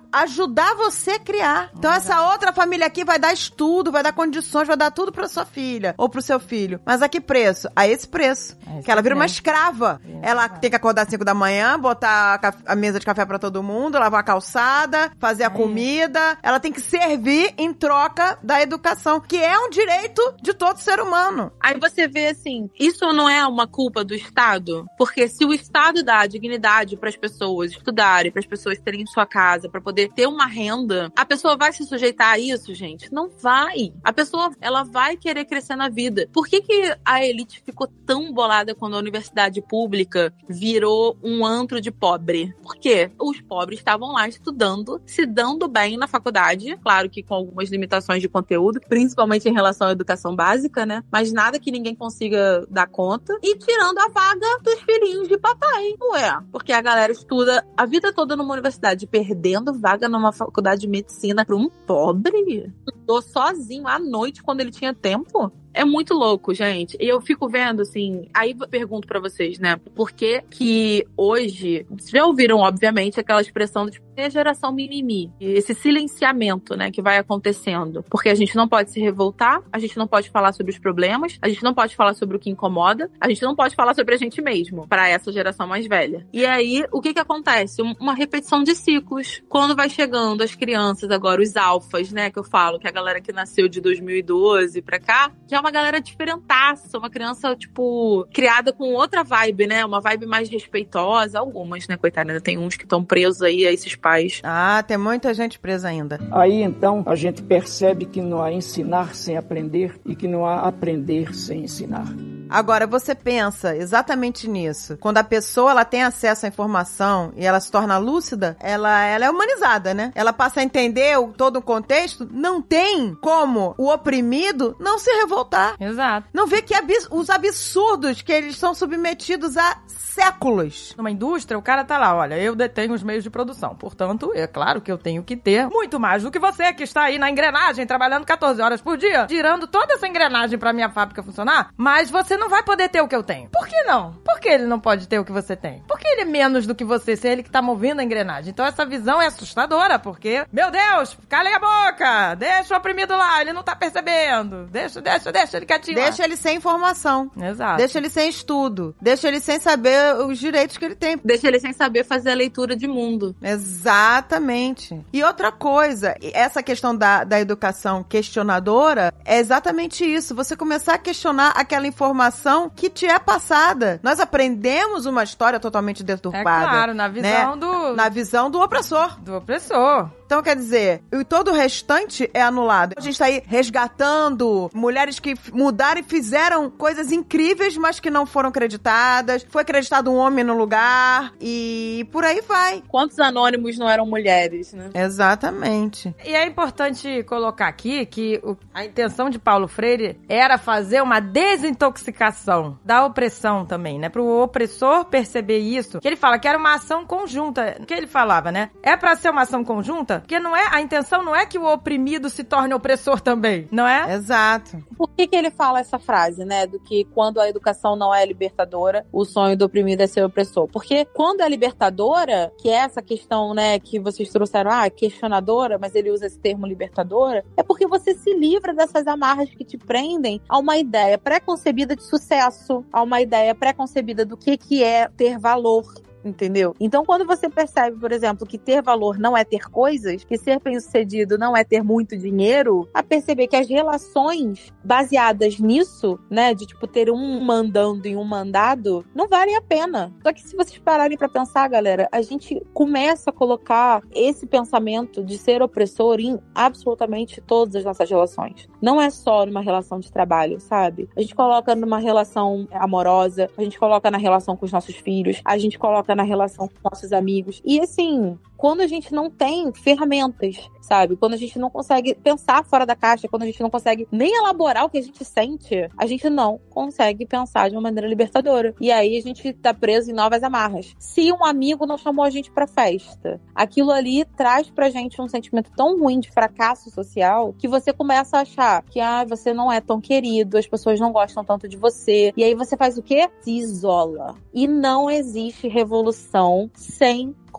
ajudar você a criar. Então essa outra família aqui vai dar estudo, vai dar condições, vai dar tudo pra sua filha ou pro seu filho. Mas a que preço? A esse preço. É que ela vira uma mesmo. escrava. É. Ela tem que acordar às cinco da manhã, botar a, ca- a mesa de café pra todo mundo, lavar a calçada, fazer a comida. Ela tem que servir em troca da educação, que é um direito de todo ser humano. Aí você vê assim, isso não é uma culpa do Estado? Porque se o Estado dá dignidade para as pessoas estudarem, para as pessoas terem sua casa, para poder ter uma renda, a pessoa vai se sujeitar a isso, gente? Não vai. A pessoa, ela vai querer crescer na vida. Por que que a elite ficou tão bolada quando a universidade pública virou um antro de pobre? Por quê? Os pobres estavam lá estudando, se dando bem na faculdade, claro que com algumas limitações de conteúdo, principalmente em relação à educação básica, né? Mas nada que ninguém consiga dar conta. E tirando a vaga dos filhinhos de papai. Ué, porque a galera estuda a vida toda numa universidade, perdendo vaga numa faculdade de medicina pra um pobre. Estudou sozinho à noite quando ele tinha tempo. É muito louco, gente. E eu fico vendo, assim... Aí eu pergunto pra vocês, né? Por que que hoje... Vocês já ouviram, obviamente, aquela expressão de tipo, é a geração mimimi. Esse silenciamento, né? Que vai acontecendo. Porque a gente não pode se revoltar. A gente não pode falar sobre os problemas. A gente não pode falar sobre o que incomoda. A gente não pode falar sobre a gente mesmo. Pra essa geração mais velha. E aí, o que que acontece? Uma repetição de ciclos. Quando vai chegando as crianças agora, os alfas, né? Que eu falo, que é a galera que nasceu de dois mil e doze pra cá... Que é uma galera diferentaça, uma criança, tipo, criada com outra vibe, né? Uma vibe mais respeitosa. Algumas, né, coitada? Ainda tem uns que estão presos aí a esses pais. Ah, tem muita gente presa ainda. Aí, então, a gente percebe que não há ensinar sem aprender e que não há aprender sem ensinar. Agora, você pensa exatamente nisso. Quando a pessoa ela tem acesso à informação e ela se torna lúcida, ela, ela é humanizada, né? Ela passa a entender o, todo o contexto. Não tem como o oprimido não se revoltar. Exato. Não vê que abs- os absurdos que eles são submetidos há séculos. Numa indústria, o cara tá lá, olha, eu detenho os meios de produção. Portanto, é claro que eu tenho que ter muito mais do que você que está aí na engrenagem, trabalhando catorze horas por dia, tirando toda essa engrenagem pra minha fábrica funcionar, mas você não vai poder ter o que eu tenho. Por que não? Por que ele não pode ter o que você tem? Por que ele é menos do que você, se é ele que tá movendo a engrenagem? Então essa visão é assustadora, porque, meu Deus, calem a boca, deixa o oprimido lá, ele não tá percebendo. Deixa, deixa, deixa ele quietinho lá. Deixa ele sem informação. Exato. Deixa ele sem estudo. Deixa ele sem saber os direitos que ele tem. Deixa ele sem saber fazer a leitura de mundo. Exatamente. E outra coisa, essa questão da, da educação questionadora é exatamente isso. Você começar a questionar aquela informação que te é passada. Nós aprendemos uma história totalmente É deturpada. claro, na visão né? do... Na visão do opressor. do opressor. Então, quer dizer, e todo o restante é anulado. A gente tá aí resgatando mulheres que f- mudaram e fizeram coisas incríveis, mas que não foram acreditadas. Foi acreditado um homem no lugar e por aí vai. Quantos anônimos não eram mulheres, né? Exatamente. E é importante colocar aqui que o- a intenção de Paulo Freire era fazer uma desintoxicação da opressão também, né? Pro opressor perceber isso. Que ele fala que era uma ação conjunta. O que ele falava, né? É pra ser uma ação conjunta? Porque não é, a intenção não é que o oprimido se torne opressor também, não é? Exato. Por que que ele fala essa frase, né? Do que quando a educação não é libertadora, o sonho do oprimido é ser opressor. Porque quando é libertadora, que é essa questão, né, que vocês trouxeram, ah, questionadora, mas ele usa esse termo libertadora, é porque você se livra dessas amarras que te prendem a uma ideia pré-concebida de sucesso, a uma ideia pré-concebida do que que é ter valor. Entendeu? Então, quando você percebe, por exemplo, que ter valor não é ter coisas, que ser bem-sucedido não é ter muito dinheiro, a perceber que as relações baseadas nisso, né, de tipo ter um mandando e um mandado, não valem a pena. Só que se vocês pararem pra pensar, galera, a gente começa a colocar esse pensamento de ser opressor em absolutamente todas as nossas relações. Não é só numa relação de trabalho, sabe? A gente coloca numa relação amorosa, a gente coloca na relação com os nossos filhos, a gente coloca na relação com nossos amigos. E assim, quando a gente não tem ferramentas, sabe? Quando a gente não consegue pensar fora da caixa, quando a gente não consegue nem elaborar o que a gente sente, a gente não consegue pensar de uma maneira libertadora. E aí a gente tá preso em novas amarras. Se um amigo não chamou a gente pra festa, aquilo ali traz pra gente um sentimento tão ruim de fracasso social que você começa a achar que ah, você não é tão querido, as pessoas não gostam tanto de você. E aí você faz o quê? Se isola. E não existe revolução sem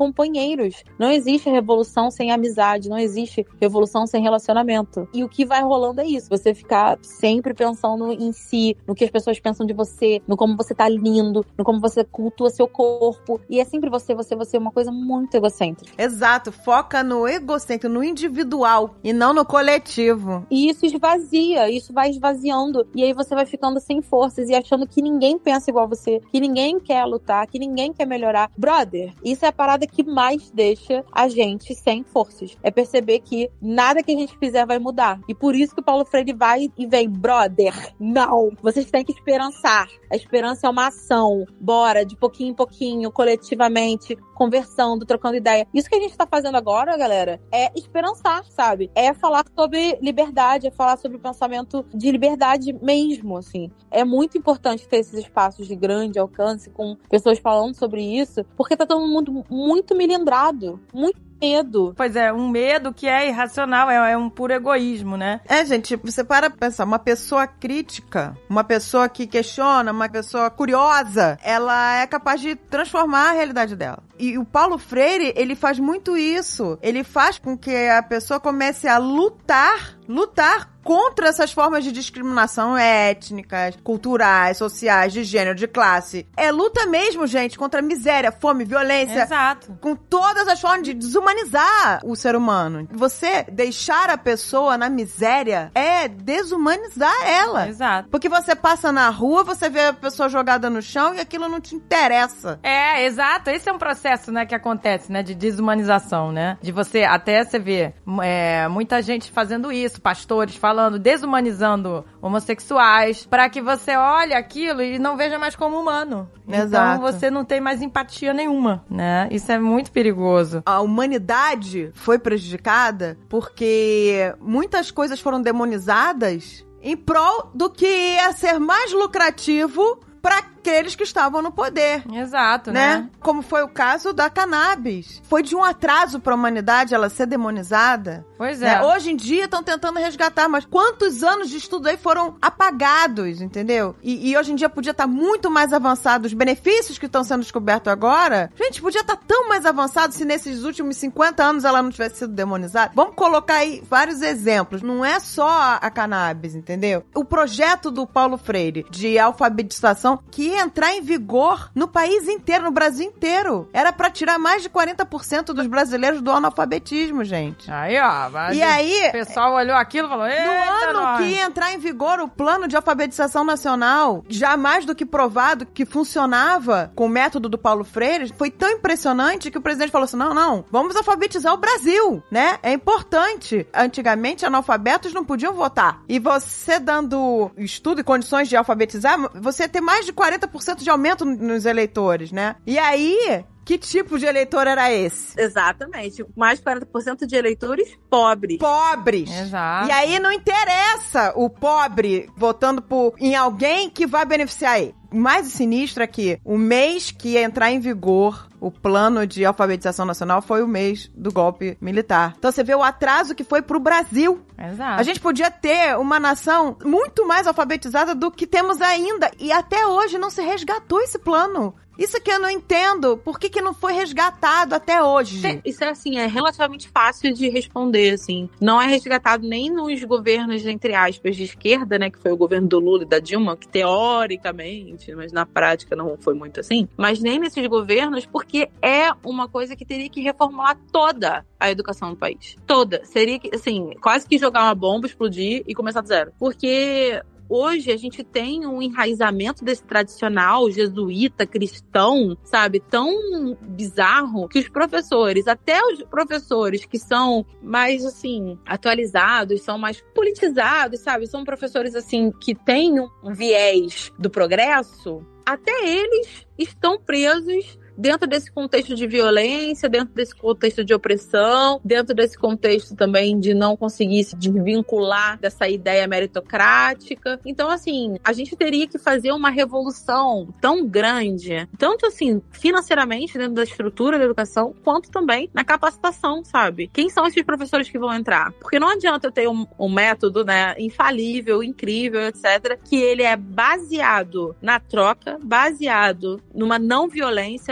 companheiros. Não existe revolução sem amizade, não existe revolução sem relacionamento. E o que vai rolando é isso, você ficar sempre pensando em si, no que as pessoas pensam de você, no como você tá lindo, no como você cultua seu corpo. E é sempre você, você, você, uma coisa muito egocêntrica. Exato, foca no egocêntrico, no individual e não no coletivo. E isso esvazia, isso vai esvaziando. E aí você vai ficando sem forças e achando que ninguém pensa igual a você, que ninguém quer lutar, que ninguém quer melhorar. Brother, isso é a parada que mais deixa a gente sem forças. É perceber que nada que a gente fizer vai mudar. E por isso que o Paulo Freire vai e vem, brother, não. Vocês têm que esperançar. A esperança é uma ação. Bora, de pouquinho em pouquinho, coletivamente, conversando, trocando ideia. Isso que a gente tá fazendo agora, galera, é esperançar, sabe? É falar sobre liberdade, é falar sobre o pensamento de liberdade mesmo, assim. É muito importante ter esses espaços de grande alcance com pessoas falando sobre isso, porque tá todo mundo muito milindrado, muito medo. Pois é, um medo que é irracional, é, é um puro egoísmo, né? É, gente, você para pra pensar, uma pessoa crítica, uma pessoa que questiona, uma pessoa curiosa, ela é capaz de transformar a realidade dela. E o Paulo Freire, ele faz muito isso. Ele faz com que a pessoa comece a lutar, lutar contra essas formas de discriminação étnicas, culturais, sociais, de gênero, de classe. É luta mesmo, gente, contra a miséria, fome, violência. Exato. Com todas as formas de desumanizar o ser humano. Você deixar a pessoa na miséria é desumanizar ela. Exato. Porque você passa na rua, você vê a pessoa jogada no chão e aquilo não te interessa. É, exato. Esse é um processo, né, que acontece, né, de desumanização, né? De você, até você ver é, muita gente fazendo isso, pastores falando falando, desumanizando homossexuais, pra que você olhe aquilo e não veja mais como humano. Exato. Então você não tem mais empatia nenhuma, né? Isso é muito perigoso. A humanidade foi prejudicada porque muitas coisas foram demonizadas em prol do que ia ser mais lucrativo para aqueles que estavam no poder. Exato, né? né? Como foi o caso da cannabis. Foi de um atraso para a humanidade ela ser demonizada. Pois é. Né? Hoje em dia estão tentando resgatar, mas quantos anos de estudo aí foram apagados, entendeu? E, e hoje em dia podia estar muito mais avançado. Os benefícios que estão sendo descobertos agora, gente, podia estar tão mais avançado se nesses últimos cinquenta anos ela não tivesse sido demonizada. Vamos colocar aí vários exemplos. Não é só a, a cannabis, entendeu? O projeto do Paulo Freire de alfabetização que ia entrar em vigor no país inteiro, no Brasil inteiro. Era pra tirar mais de quarenta por cento dos brasileiros do analfabetismo, gente. Aí, ó. Mas e aí... O pessoal olhou aquilo e falou... No ano nós. que ia entrar em vigor o plano de alfabetização nacional, já mais do que provado que funcionava com o método do Paulo Freire, foi tão impressionante que o presidente falou assim, não, não, vamos alfabetizar o Brasil, né? É importante. Antigamente, analfabetos não podiam votar. E você dando estudo e condições de alfabetizar, você ia ter mais de quarenta por cento de aumento nos eleitores, né? E aí... Que tipo de eleitor era esse? Exatamente. Mais de quarenta por cento de eleitores pobres. Pobres. Exato. E aí não interessa o pobre votando por, em alguém que vai beneficiar ele. O mais sinistro é que o mês que ia entrar em vigor o plano de alfabetização nacional foi o mês do golpe militar. Então você vê o atraso que foi pro Brasil. Exato. A gente podia ter uma nação muito mais alfabetizada do que temos ainda. E até hoje não se resgatou esse plano. Isso que eu não entendo. Por que que não foi resgatado até hoje? Isso é, assim, é relativamente fácil de responder, assim. Não é resgatado nem nos governos, entre aspas, de esquerda, né? Que foi o governo do Lula e da Dilma, que teoricamente, mas na prática não foi muito assim. Mas nem nesses governos, porque é uma coisa que teria que reformular toda a educação do país. Toda. Seria, que, assim, quase que jogar uma bomba, explodir e começar do zero. Porque... Hoje a gente tem um enraizamento desse tradicional jesuíta, cristão, sabe? Tão bizarro que os professores, até os professores que são mais, assim, atualizados, são mais politizados, sabe? São professores, assim, que têm um viés do progresso, até eles estão presos dentro desse contexto de violência, dentro desse contexto de opressão, dentro desse contexto também de não conseguir se desvincular dessa ideia meritocrática. Então, assim, a gente teria que fazer uma revolução tão grande, tanto assim, financeiramente dentro da estrutura da educação, quanto também na capacitação, sabe? Quem são esses professores que vão entrar? Porque não adianta eu ter um, um método, né, infalível, incrível, etcétera, que ele é baseado na troca, baseado numa não violência,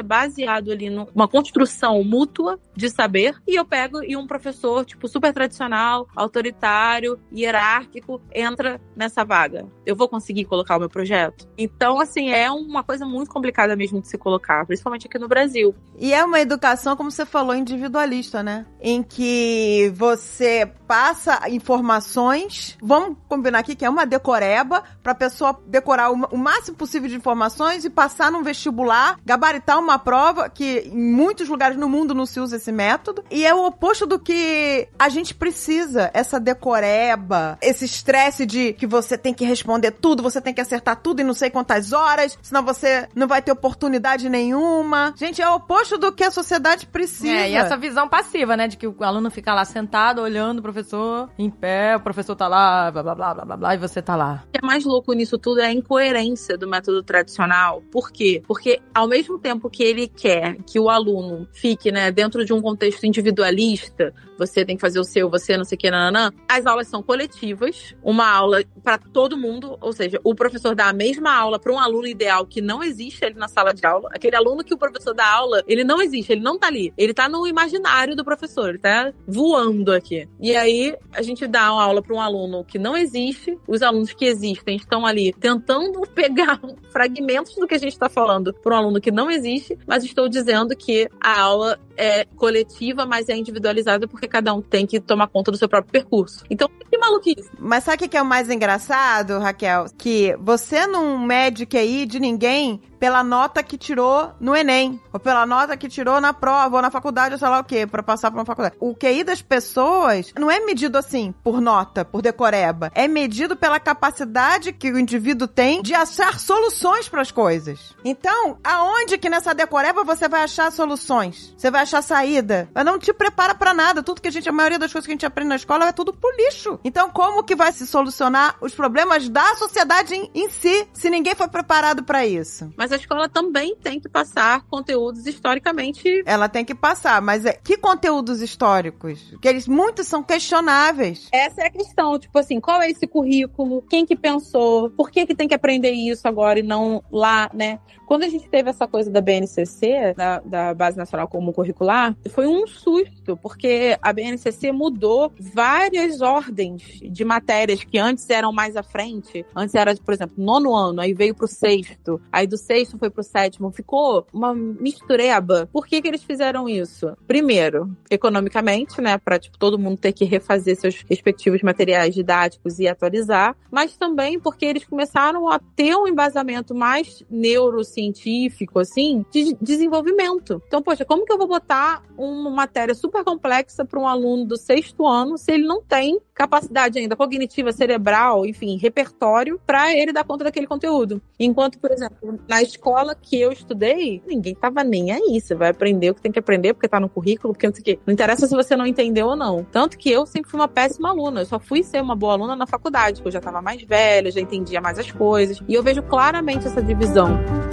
baseado ali numa construção mútua de saber, e eu pego e um professor, tipo, super tradicional, autoritário, hierárquico, entra nessa vaga. Eu vou conseguir colocar o meu projeto? Então, assim, é uma coisa muito complicada mesmo de se colocar, principalmente aqui no Brasil. E é uma educação, como você falou, individualista, né? Em que você passa informações, vamos combinar aqui que é uma decoreba, pra pessoa decorar o máximo possível de informações e passar num vestibular, gabaritar uma prova, que em muitos lugares no mundo não se usa esse método, e é o oposto do que a gente precisa, essa decoreba, esse estresse de que você tem que responder tudo, você tem que acertar tudo em não sei quantas horas, senão você não vai ter oportunidade nenhuma. Gente, é o oposto do que a sociedade precisa. É, e essa visão passiva, né, de que o aluno fica lá sentado, olhando o professor, em pé, o professor tá lá, blá, blá, blá, blá, blá, blá, e você tá lá. O que é mais louco nisso tudo é a incoerência do método tradicional. Por quê? Porque ao mesmo tempo que ele quer que o aluno fique, né, dentro de um contexto individualista, você tem que fazer o seu, você não sei o que, nananã, as aulas são coletivas, uma aula para todo mundo, ou seja, o professor dá a mesma aula para um aluno ideal que não existe ali na sala de aula. Aquele aluno que o professor dá aula, ele não existe, ele não tá ali. Ele tá no imaginário do professor, ele tá voando aqui. E aí, a gente dá uma aula para um aluno que não existe, os alunos que existem estão ali tentando pegar fragmentos do que a gente tá falando para um aluno que não existe, mas estou dizendo que a aula é coletiva, mas é individualizada porque cada um tem que tomar conta do seu próprio percurso. Então, que maluquice. Mas sabe o que é o mais engraçado, Raquel? Que você não mede Q I de ninguém pela nota que tirou no Enem, ou pela nota que tirou na prova, ou na faculdade, ou sei lá o quê, pra passar pra uma faculdade. O Q I das pessoas não é medido assim, por nota, por decoreba. É medido pela capacidade que o indivíduo tem de achar soluções pras coisas. Então, aonde que nessa decoreba você vai achar soluções? Você vai achar saída? Mas não te prepara pra nada. Tudo que a gente, a maioria das coisas que a gente aprende na escola é tudo pro lixo. Então, como que vai se solucionar os problemas da sociedade em, em si, se ninguém foi preparado pra isso? Mas a escola também tem que passar conteúdos historicamente... Ela tem que passar, mas é, que conteúdos históricos? Que eles, muitos são questionáveis. Essa é a questão, tipo assim, qual é esse currículo? Quem que pensou? Por que que tem que aprender isso agora e não lá, né? Quando a gente teve essa coisa da B N C C, da, da Base Nacional Comum Curricular, foi um susto, porque a B N C C mudou várias ordens de matérias que antes eram mais à frente. Antes era, por exemplo, nono ano, aí veio pro sexto, aí do sexto foi pro sétimo. Ficou uma mistureba. Por que que eles fizeram isso? Primeiro, economicamente, né, pra, tipo, todo mundo ter que refazer seus respectivos materiais didáticos e atualizar, mas também porque eles começaram a ter um embasamento mais neurocientífico, assim, de desenvolvimento. Então, poxa, como que eu vou botar uma matéria super complexa para um aluno do sexto ano se ele não tem capacidade ainda cognitiva, cerebral, enfim, repertório para ele dar conta daquele conteúdo? Enquanto, por exemplo, na escola que eu estudei, ninguém tava nem aí. Você vai aprender o que tem que aprender porque tá no currículo, porque não sei o quê. Não interessa se você não entendeu ou não. Tanto que eu sempre fui uma péssima aluna. Eu só fui ser uma boa aluna na faculdade, porque eu já tava mais velha, já entendia mais as coisas. E eu vejo claramente essa divisão.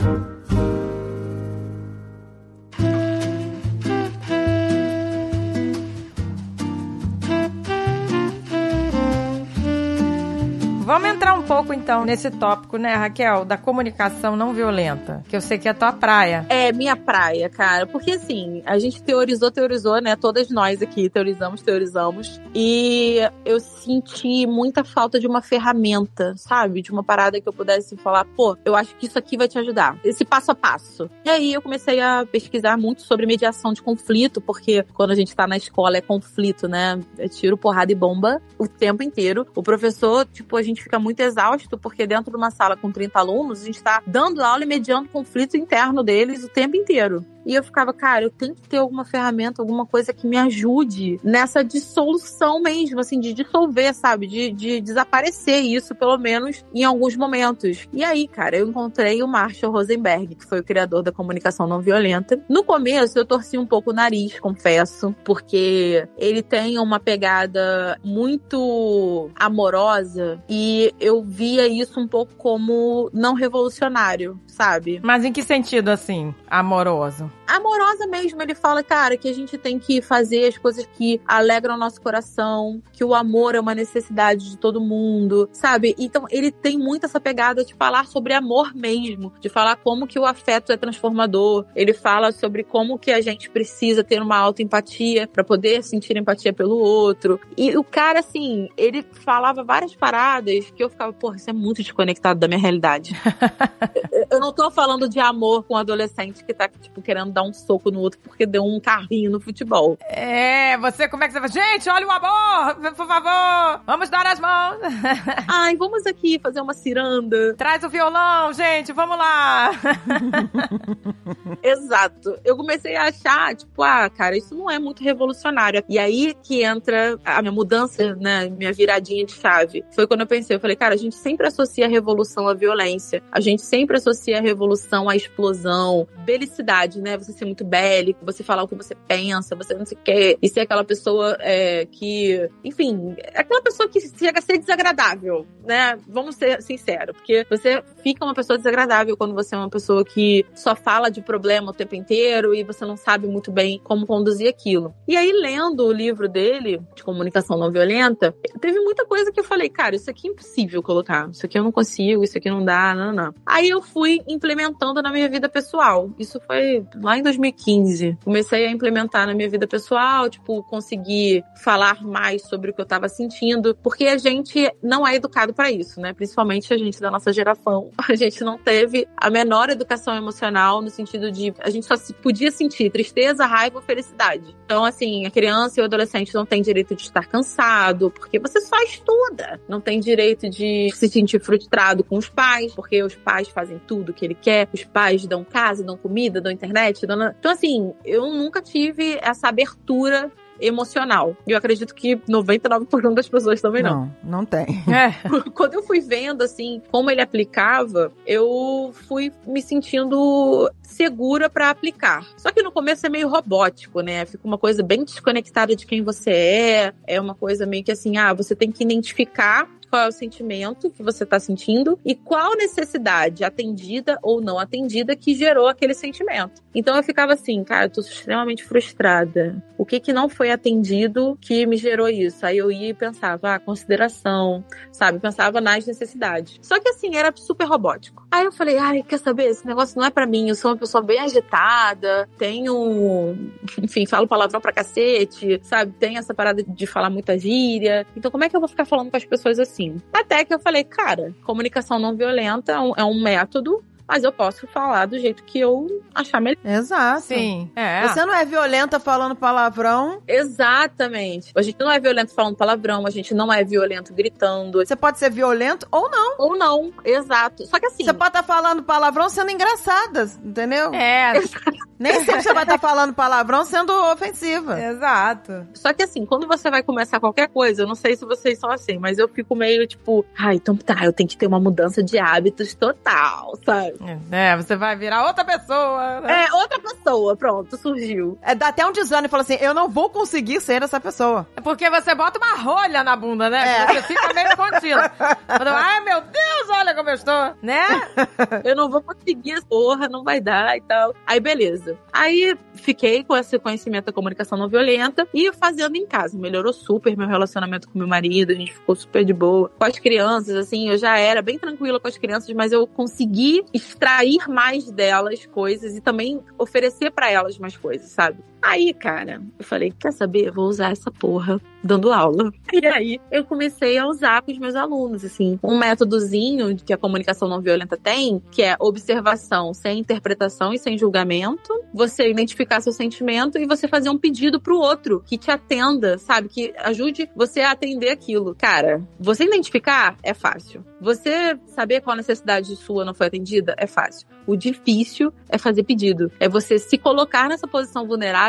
Vamos entrar um pouco, então, nesse tópico, né, Raquel, da comunicação não violenta, que eu sei que é a tua praia. É minha praia, cara, porque assim, a gente teorizou, teorizou, né, todas nós aqui teorizamos, teorizamos, e eu senti muita falta de uma ferramenta, sabe, de uma parada que eu pudesse falar, pô, eu acho que isso aqui vai te ajudar, esse passo a passo. E aí eu comecei a pesquisar muito sobre mediação de conflito, porque quando a gente tá na escola é conflito, né, é tiro, porrada e bomba o tempo inteiro. O professor, tipo, a gente fica muito exausto, porque dentro de uma sala com trinta alunos, a gente tá dando aula e mediando conflito interno deles o tempo inteiro. E eu ficava, cara, eu tenho que ter alguma ferramenta, alguma coisa que me ajude nessa dissolução mesmo, assim, de dissolver, sabe? De, de desaparecer isso, pelo menos, em alguns momentos. E aí, cara, eu encontrei o Marshall Rosenberg, que foi o criador da comunicação não violenta. No começo, eu torci um pouco o nariz, confesso, porque ele tem uma pegada muito amorosa e eu via isso um pouco como não revolucionário, sabe? Mas em que sentido, assim, amoroso? amorosa mesmo. Ele fala, cara, que a gente tem que fazer as coisas que alegram o nosso coração, que o amor é uma necessidade de todo mundo, sabe? Então, ele tem muito essa pegada de falar sobre amor mesmo, de falar como que o afeto é transformador. Ele fala sobre como que a gente precisa ter uma autoempatia pra poder sentir empatia pelo outro. E o cara, assim, ele falava várias paradas que eu ficava, porra, isso é muito desconectado da minha realidade. Eu não tô falando de amor com um adolescente que tá, tipo, querendo dar um soco no outro porque deu um carrinho no futebol. É, você, como é que você fala? Gente, olha o amor, por favor, vamos dar as mãos. Ai, vamos aqui fazer uma ciranda. Traz o violão, gente, vamos lá. Exato. Eu comecei a achar, tipo, ah, cara, isso não é muito revolucionário. E aí que entra a minha mudança, né, minha viradinha de chave. Foi quando eu pensei, eu falei, cara, a gente sempre associa a revolução à violência. A gente sempre associa a revolução à explosão, belicidade, né? Você ser muito bélico, você falar o que você pensa, você não sei o quê, e ser aquela pessoa é, que, enfim, aquela pessoa que chega a ser desagradável, né? Vamos ser sinceros, porque você fica uma pessoa desagradável quando você é uma pessoa que só fala de problema o tempo inteiro e você não sabe muito bem como conduzir aquilo. E aí, lendo o livro dele, de comunicação não violenta, teve muita coisa que eu falei, cara, isso aqui é impossível colocar, isso aqui eu não consigo, isso aqui não dá, não, não. Aí eu fui implementando na minha vida pessoal. Isso foi lá em dois mil e quinze. Comecei a implementar na minha vida pessoal, tipo, conseguir falar mais sobre o que eu tava sentindo, porque a gente não é educado pra isso, né? Principalmente a gente da nossa geração. A gente não teve a menor educação emocional no sentido de a gente só podia sentir tristeza, raiva ou felicidade. Então, assim, a criança e o adolescente não tem direito de estar cansado, porque você só estuda. Não tem direito de se sentir frustrado com os pais, porque os pais fazem tudo que ele quer, os pais dão casa, dão comida, dão internet, dão... Então, assim, eu nunca tive essa abertura emocional. E eu acredito que noventa e nove por cento das pessoas também não. Não, não tem. É. Quando eu fui vendo, assim, como ele aplicava, eu fui me sentindo segura pra aplicar. Só que no começo é meio robótico, né? Fica uma coisa bem desconectada de quem você é. É uma coisa meio que assim, ah, você tem que identificar qual é o sentimento que você tá sentindo e qual necessidade atendida ou não atendida que gerou aquele sentimento. Então eu ficava assim, cara, eu tô extremamente frustrada. O que que não foi atendido que me gerou isso? Aí eu ia e pensava, ah, consideração, sabe? Pensava nas necessidades. Só que assim, era super robótico. Aí eu falei, ai, quer saber? Esse negócio não é pra mim. Eu sou uma pessoa bem agitada, tenho, enfim, falo palavrão pra cacete, sabe? Tenho essa parada de falar muita gíria. Então como é que eu vou ficar falando com as pessoas assim? Até que eu falei, cara, comunicação não violenta é um, é um método, mas eu posso falar do jeito que eu achar melhor. Exato. Sim, é. Você não é violenta falando palavrão. Exatamente. A gente não é violento falando palavrão, a gente não é violento gritando. Você pode ser violento ou não. Ou não, exato. Só que assim... Você pode estar falando palavrão sendo engraçada, entendeu? É. Nem sempre você vai estar falando palavrão sendo ofensiva. Exato. Só que assim, quando você vai começar qualquer coisa, eu não sei se vocês são assim, mas eu fico meio tipo, ah, então tá, eu tenho que ter uma mudança de hábitos total, sabe? É, você vai virar outra pessoa. Né? É, outra pessoa, pronto, surgiu. É, dá até um desânimo e fala assim, eu não vou conseguir ser essa pessoa. É porque você bota uma rolha na bunda, né? É. Você fica meio contínua. Ai, meu Deus, olha como eu estou, né? Eu não vou conseguir essa porra, não vai dar e tal. Aí, beleza. Aí, fiquei com esse conhecimento da comunicação não violenta e fazendo em casa. Melhorou super meu relacionamento com meu marido, a gente ficou super de boa. Com as crianças, assim, eu já era bem tranquila com as crianças, mas eu consegui extrair mais delas coisas e também oferecer pra elas mais coisas, sabe? Aí, cara, eu falei, quer saber? Eu vou usar essa porra dando aula. E aí, eu comecei a usar com os meus alunos, assim, um métodozinho que a comunicação não violenta tem, que é observação sem interpretação e sem julgamento, você identificar seu sentimento e você fazer um pedido pro outro que te atenda, sabe? Que ajude você a atender aquilo. Cara, você identificar é fácil. Você saber qual necessidade sua não foi atendida é fácil. O difícil é fazer pedido. É você se colocar nessa posição vulnerável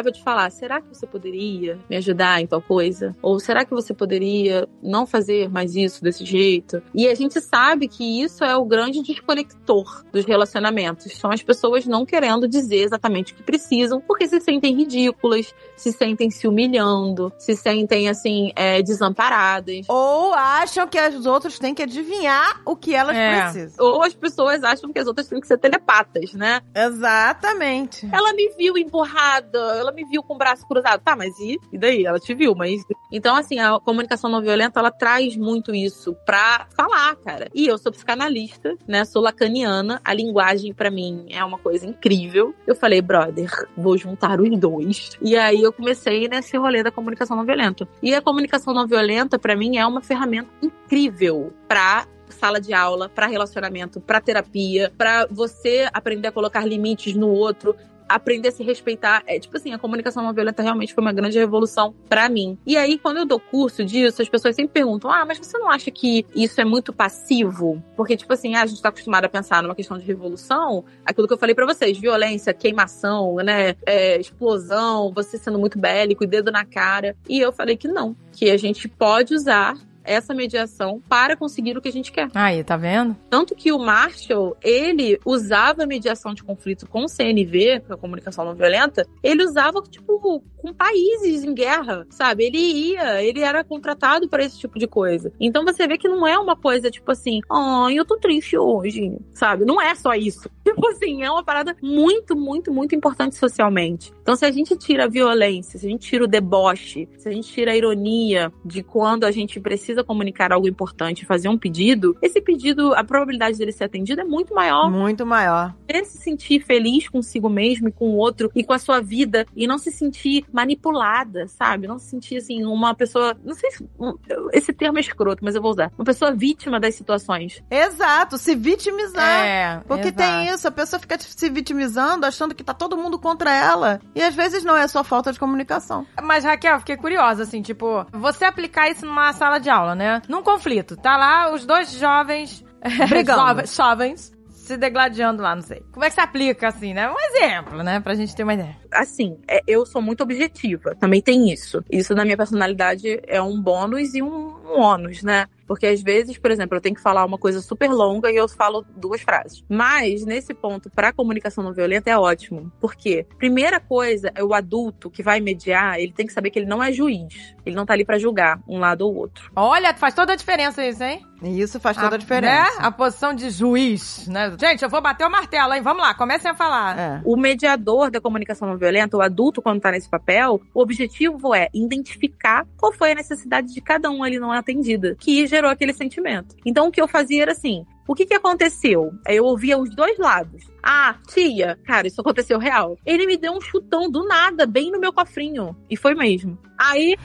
parava de falar, será que você poderia me ajudar em tal coisa? Ou será que você poderia não fazer mais isso desse jeito? E a gente sabe que isso é o grande desconector dos relacionamentos. São as pessoas não querendo dizer exatamente o que precisam, porque se sentem ridículas, se sentem se humilhando, se sentem, assim, é, desamparadas. Ou acham que os outros têm que adivinhar o que elas É. precisam. Ou as pessoas acham que as outras têm que ser telepatas, né? Exatamente. Ela me viu empurrada, ela me viu com o braço cruzado. Tá, mas e, e daí? Ela te viu, mas... Então, assim, a comunicação não violenta, ela traz muito isso pra falar, cara. E eu sou psicanalista, né? Sou lacaniana. A linguagem, pra mim, é uma coisa incrível. Eu falei, brother, vou juntar os dois. E aí eu comecei nesse rolê da comunicação não violenta. E a comunicação não violenta, pra mim, é uma ferramenta incrível pra sala de aula, pra relacionamento, pra terapia, pra você aprender a colocar limites no outro, aprender a se respeitar. É tipo assim, a comunicação não violenta realmente foi uma grande revolução pra mim. E aí, quando eu dou curso disso, as pessoas sempre perguntam, ah, mas você não acha que isso é muito passivo? Porque, tipo assim, ah, a gente tá acostumado a pensar numa questão de revolução, aquilo que eu falei pra vocês, violência, queimação, né, é, explosão, você sendo muito bélico e dedo na cara. E eu falei que não, que a gente pode usar essa mediação para conseguir o que a gente quer. Aí, tá vendo? Tanto que o Marshall, ele usava a mediação de conflito com o C N V, com a comunicação não violenta, ele usava, tipo, com países em guerra, sabe? Ele ia, ele era contratado para esse tipo de coisa. Então você vê que não é uma coisa, tipo assim, ai, eu tô triste hoje, sabe? Não é só isso. Tipo assim, é uma parada muito, muito, muito importante socialmente. Então se a gente tira a violência, se a gente tira o deboche, se a gente tira a ironia de quando a gente precisa comunicar algo importante, fazer um pedido, esse pedido, a probabilidade dele ser atendido é muito maior. Muito maior. Ele se sentir feliz consigo mesmo e com o outro e com a sua vida e não se sentir manipulada, sabe? Não se sentir, assim, uma pessoa, não sei se esse termo é escroto, mas eu vou usar, uma pessoa vítima das situações. Exato, se vitimizar. É, Porque exato. tem isso, a pessoa fica se vitimizando, achando que tá todo mundo contra ela. E às vezes não, é só falta de comunicação. Mas, Raquel, fiquei curiosa, assim, tipo, você aplicar isso numa sala de aula, né? Num conflito. Tá lá os dois jovens... Brigando. jovens, jovens se degladiando lá, não sei. Como é que você aplica, assim, né? Um exemplo, né? Pra gente ter uma ideia. Assim, é, eu sou muito objetiva. Também tem isso. Isso na minha personalidade é um bônus e um, um ônus, né? Porque às vezes, por exemplo, eu tenho que falar uma coisa super longa e eu falo duas frases. Mas, nesse ponto, pra comunicação não violenta é ótimo. Por quê? Primeira coisa, é o adulto que vai mediar, ele tem que saber que ele não é juiz. Ele não tá ali pra julgar um lado ou outro. Olha, faz toda a diferença isso, hein? E isso faz toda a, Né? diferença. A posição de juiz, né? Gente, eu vou bater o martelo, hein? Vamos lá, comecem a falar. É. O mediador da comunicação não violenta, o adulto, quando tá nesse papel, o objetivo é identificar qual foi a necessidade de cada um ali não atendida, que gerou aquele sentimento. Então, o que eu fazia era assim, o que que aconteceu? Eu ouvia os dois lados. Ah, tia, cara, isso aconteceu real. Ele me deu um chutão do nada, bem no meu cofrinho. E foi mesmo. Aí...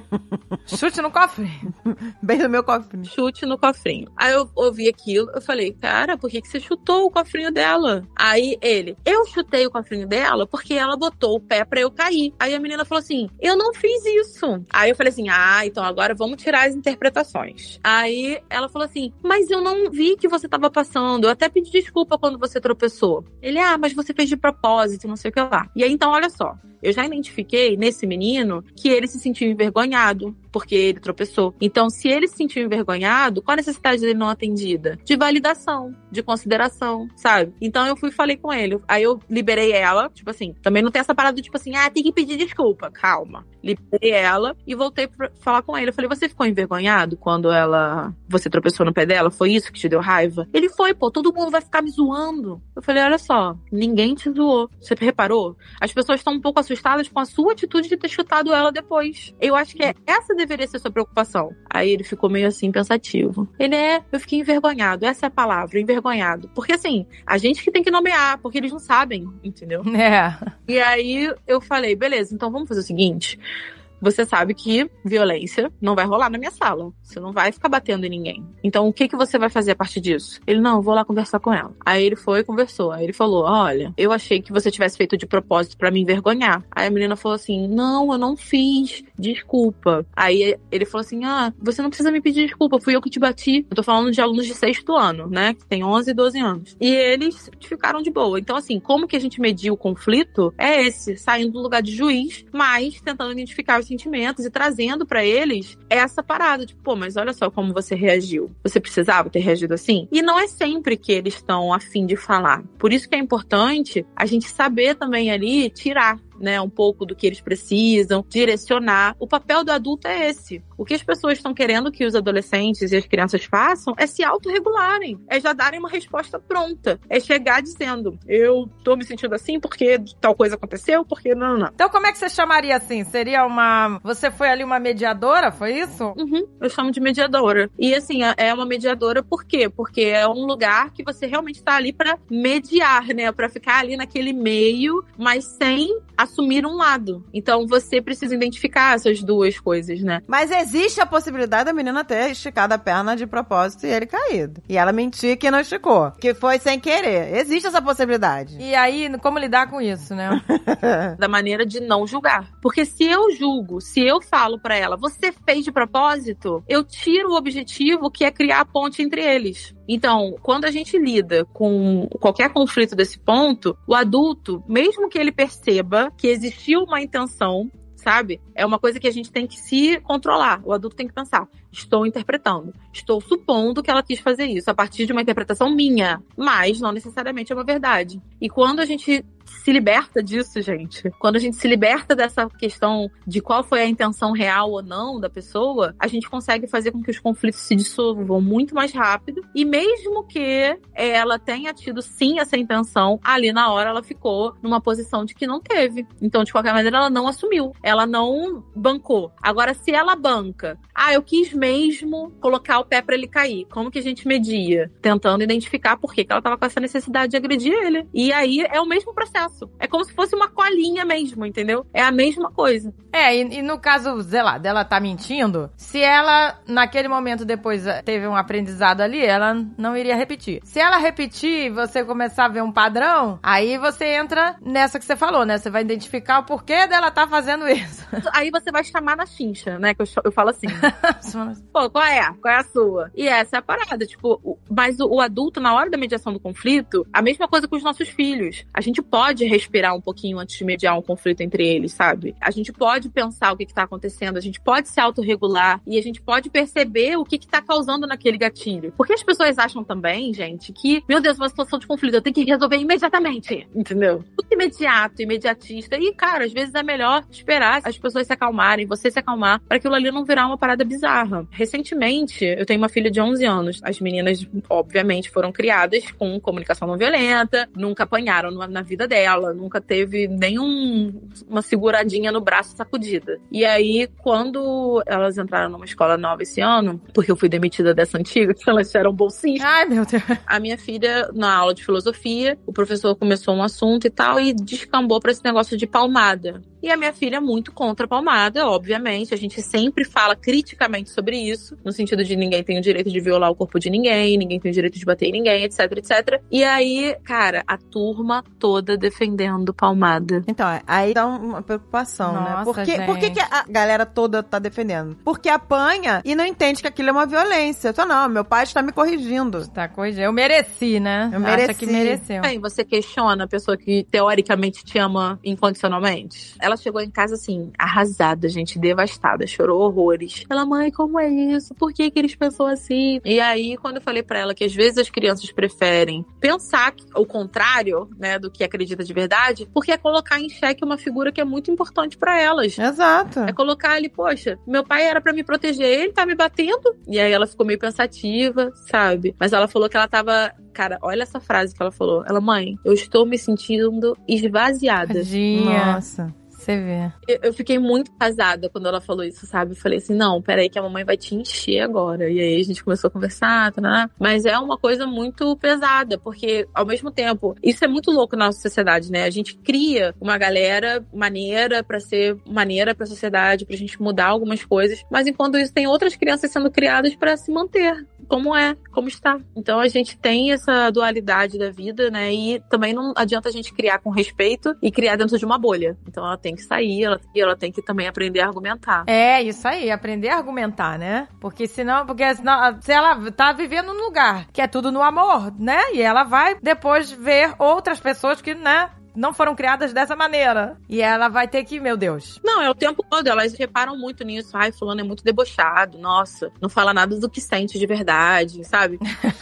Chute no cofre. Bem no meu cofrinho. Chute no cofrinho. Aí eu ouvi aquilo, eu falei, cara, por que que você chutou o cofrinho dela? Aí ele, eu chutei o cofrinho dela porque ela botou o pé pra eu cair. Aí a menina falou assim, eu não fiz isso. Aí eu falei assim, ah, então agora vamos tirar as interpretações. Aí ela falou assim, mas eu não vi que você tava passando, eu até pedi desculpa quando você tropeçou. Ele, ah, mas você fez de propósito, não sei o que lá. E aí então, olha só, eu já identifiquei nesse menino que ele se sentiu envergonhado porque ele tropeçou. Então, se ele se sentiu envergonhado, qual a necessidade dele não atendida? De validação, de consideração, sabe? Então, eu fui e falei com ele. Aí eu liberei ela, tipo assim, também não tem essa parada do tipo assim, ah, tem que pedir desculpa. Calma. Liberei ela e voltei pra falar com ele. Eu falei, você ficou envergonhado quando ela... você tropeçou no pé dela? Foi isso que te deu raiva? Ele foi, pô, todo mundo vai ficar me zoando. Eu falei, olha só, ninguém te zoou. Você reparou? As pessoas estão um pouco assustadas com a sua atitude de ter chutado ela depois. Eu acho que é essa deveria ser sua preocupação. Aí ele ficou meio assim, pensativo. Ele é, eu fiquei envergonhado. Essa é a palavra, envergonhado. Porque assim, a gente que tem que nomear, porque eles não sabem, entendeu? É. E aí eu falei, beleza, então vamos fazer o seguinte... você sabe que violência não vai rolar na minha sala. Você não vai ficar batendo em ninguém. Então, o que, que você vai fazer a partir disso? Ele, não, eu vou lá conversar com ela. Aí ele foi e conversou. Aí ele falou, olha, eu achei que você tivesse feito de propósito pra me envergonhar. Aí a menina falou assim, não, eu não fiz, desculpa. Aí ele falou assim, ah, você não precisa me pedir desculpa, fui eu que te bati. Eu tô falando de alunos de sexto ano, né, que tem onze e doze anos. E eles ficaram de boa. Então, assim, como que a gente media o conflito? É esse, saindo do lugar de juiz, mas tentando identificar os sentimentos e trazendo pra eles essa parada, tipo, pô, mas olha só como você reagiu. Você precisava ter reagido assim? E não é sempre que eles estão a fim de falar. Por isso que é importante a gente saber também ali tirar, né, um pouco do que eles precisam, direcionar. O papel do adulto é esse. O que as pessoas estão querendo que os adolescentes e as crianças façam é se autorregularem, é já darem uma resposta pronta, é chegar dizendo, eu tô me sentindo assim porque tal coisa aconteceu, porque não, não, não. Então como é que você chamaria assim? Seria uma... Você foi ali uma mediadora, foi isso? Uhum, eu chamo de mediadora. E assim, é uma mediadora por quê? Porque é um lugar que você realmente tá ali pra mediar, né, pra ficar ali naquele meio, mas sem assumir um lado. Então você precisa identificar essas duas coisas, né? Mas existe a possibilidade da menina ter esticado a perna de propósito e ele caído. E ela mentir que não esticou. Que foi sem querer. Existe essa possibilidade. E aí, como lidar com isso, né? Da maneira de não julgar. Porque se eu julgo, se eu falo pra ela, você fez de propósito, eu tiro o objetivo que é criar a ponte entre eles. Então, quando a gente lida com qualquer conflito desse ponto, o adulto, mesmo que ele perceba que existiu uma intenção, sabe? É uma coisa que a gente tem que se controlar. O adulto tem que pensar, estou interpretando, estou supondo que ela quis fazer isso a partir de uma interpretação minha, mas não necessariamente é uma verdade. E quando a gente se liberta disso, gente, quando a gente se liberta dessa questão de qual foi a intenção real ou não da pessoa, a gente consegue fazer com que os conflitos se dissolvam muito mais rápido, e mesmo que ela tenha tido sim essa intenção, ali na hora ela ficou numa posição de que não teve. Então, de qualquer maneira, ela não assumiu, ela não bancou. Agora, se ela banca, ah, eu quis mesmo colocar o pé pra ele cair, como que a gente media? Tentando identificar por que que ela tava com essa necessidade de agredir ele. E aí é o mesmo processo. É como se fosse uma colinha mesmo, entendeu? É a mesma coisa. É, e, e no caso, sei lá, dela tá mentindo, se ela, naquele momento depois, teve um aprendizado ali, ela não iria repetir. Se ela repetir e você começar a ver um padrão, aí você entra nessa que você falou, né? Você vai identificar o porquê dela tá fazendo isso. Aí você vai chamar na chincha, né? Que eu, eu falo assim. Pô, qual é? Qual é a sua? E essa é a parada, tipo, o, mas o, o adulto, na hora da mediação do conflito, a mesma coisa com os nossos filhos. A gente pode respirar um pouquinho antes de mediar um conflito entre eles, sabe? A gente pode pensar o que que tá acontecendo, a gente pode se autorregular e a gente pode perceber o que que tá causando naquele gatilho. Porque as pessoas acham também, gente, que, meu Deus, uma situação de conflito, eu tenho que resolver imediatamente, entendeu? Tudo imediato, imediatista. E, cara, às vezes é melhor esperar as pessoas se acalmarem, você se acalmar, para aquilo ali não virar uma parada bizarra. Recentemente, eu tenho uma filha de onze anos. As meninas, obviamente, foram criadas com comunicação não violenta, nunca apanharam na vida dela, nunca teve nenhum uma seguradinha no braço sacudida. E aí, quando elas entraram numa escola nova esse ano, porque eu fui demitida dessa antiga, que elas eram bolsistas. Ai, meu Deus. A minha filha, na aula de filosofia, o professor começou um assunto e tal, e descambou pra esse negócio de palmada. E a minha filha é muito contra a palmada, obviamente. A gente sempre fala criticamente sobre isso, no sentido de ninguém tem o direito de violar o corpo de ninguém, ninguém tem o direito de bater em ninguém, etc, etcétera. E aí, cara, a turma toda defendendo palmada. Então, aí dá uma preocupação, Nossa, né? Por que, gente. por que, que a galera toda tá defendendo? Porque apanha e não entende que aquilo é uma violência. Então, não, meu pai está me corrigindo. Tá corrigindo. Eu mereci, né? Eu mereci. Acha que mereceu. Bem, você questiona a pessoa que teoricamente te ama incondicionalmente? Ela chegou em casa assim, arrasada, gente, devastada, chorou horrores. Ela, mãe, como é isso? Por que que eles pensam assim? E aí, quando eu falei pra ela que às vezes as crianças preferem pensar o contrário, né, do que acredita de verdade, porque é colocar em xeque uma figura que é muito importante pra elas. Exato. É colocar ali, poxa, meu pai era pra me proteger, ele tá me batendo. E aí ela ficou meio pensativa, sabe? Mas ela falou que ela tava... Cara, olha essa frase que ela falou. Ela, mãe, eu estou me sentindo esvaziada. Tadinha. Nossa. Você vê. Eu, eu fiquei muito casada quando ela falou isso, sabe? Eu falei assim, não, peraí que a mamãe vai te encher agora. E aí a gente começou a conversar, tá, né? Mas é uma coisa muito pesada, porque ao mesmo tempo, isso é muito louco na nossa sociedade, né? A gente cria uma galera maneira pra ser maneira pra sociedade, pra gente mudar algumas coisas, mas enquanto isso tem outras crianças sendo criadas pra se manter como é, como está. Então a gente tem essa dualidade da vida, né? E também não adianta a gente criar com respeito e criar dentro de uma bolha. Então ela tem que sair, ela, e ela tem que também aprender a argumentar. É, isso aí, aprender a argumentar, né? Porque senão, porque senão, se ela tá vivendo num lugar que é tudo no amor, né? E ela vai depois ver outras pessoas que, né, não foram criadas dessa maneira. E ela vai ter que, meu Deus. Não, é o tempo todo. Elas reparam muito nisso. Ai, fulano é muito debochado. Nossa, não fala nada do que sente de verdade, sabe?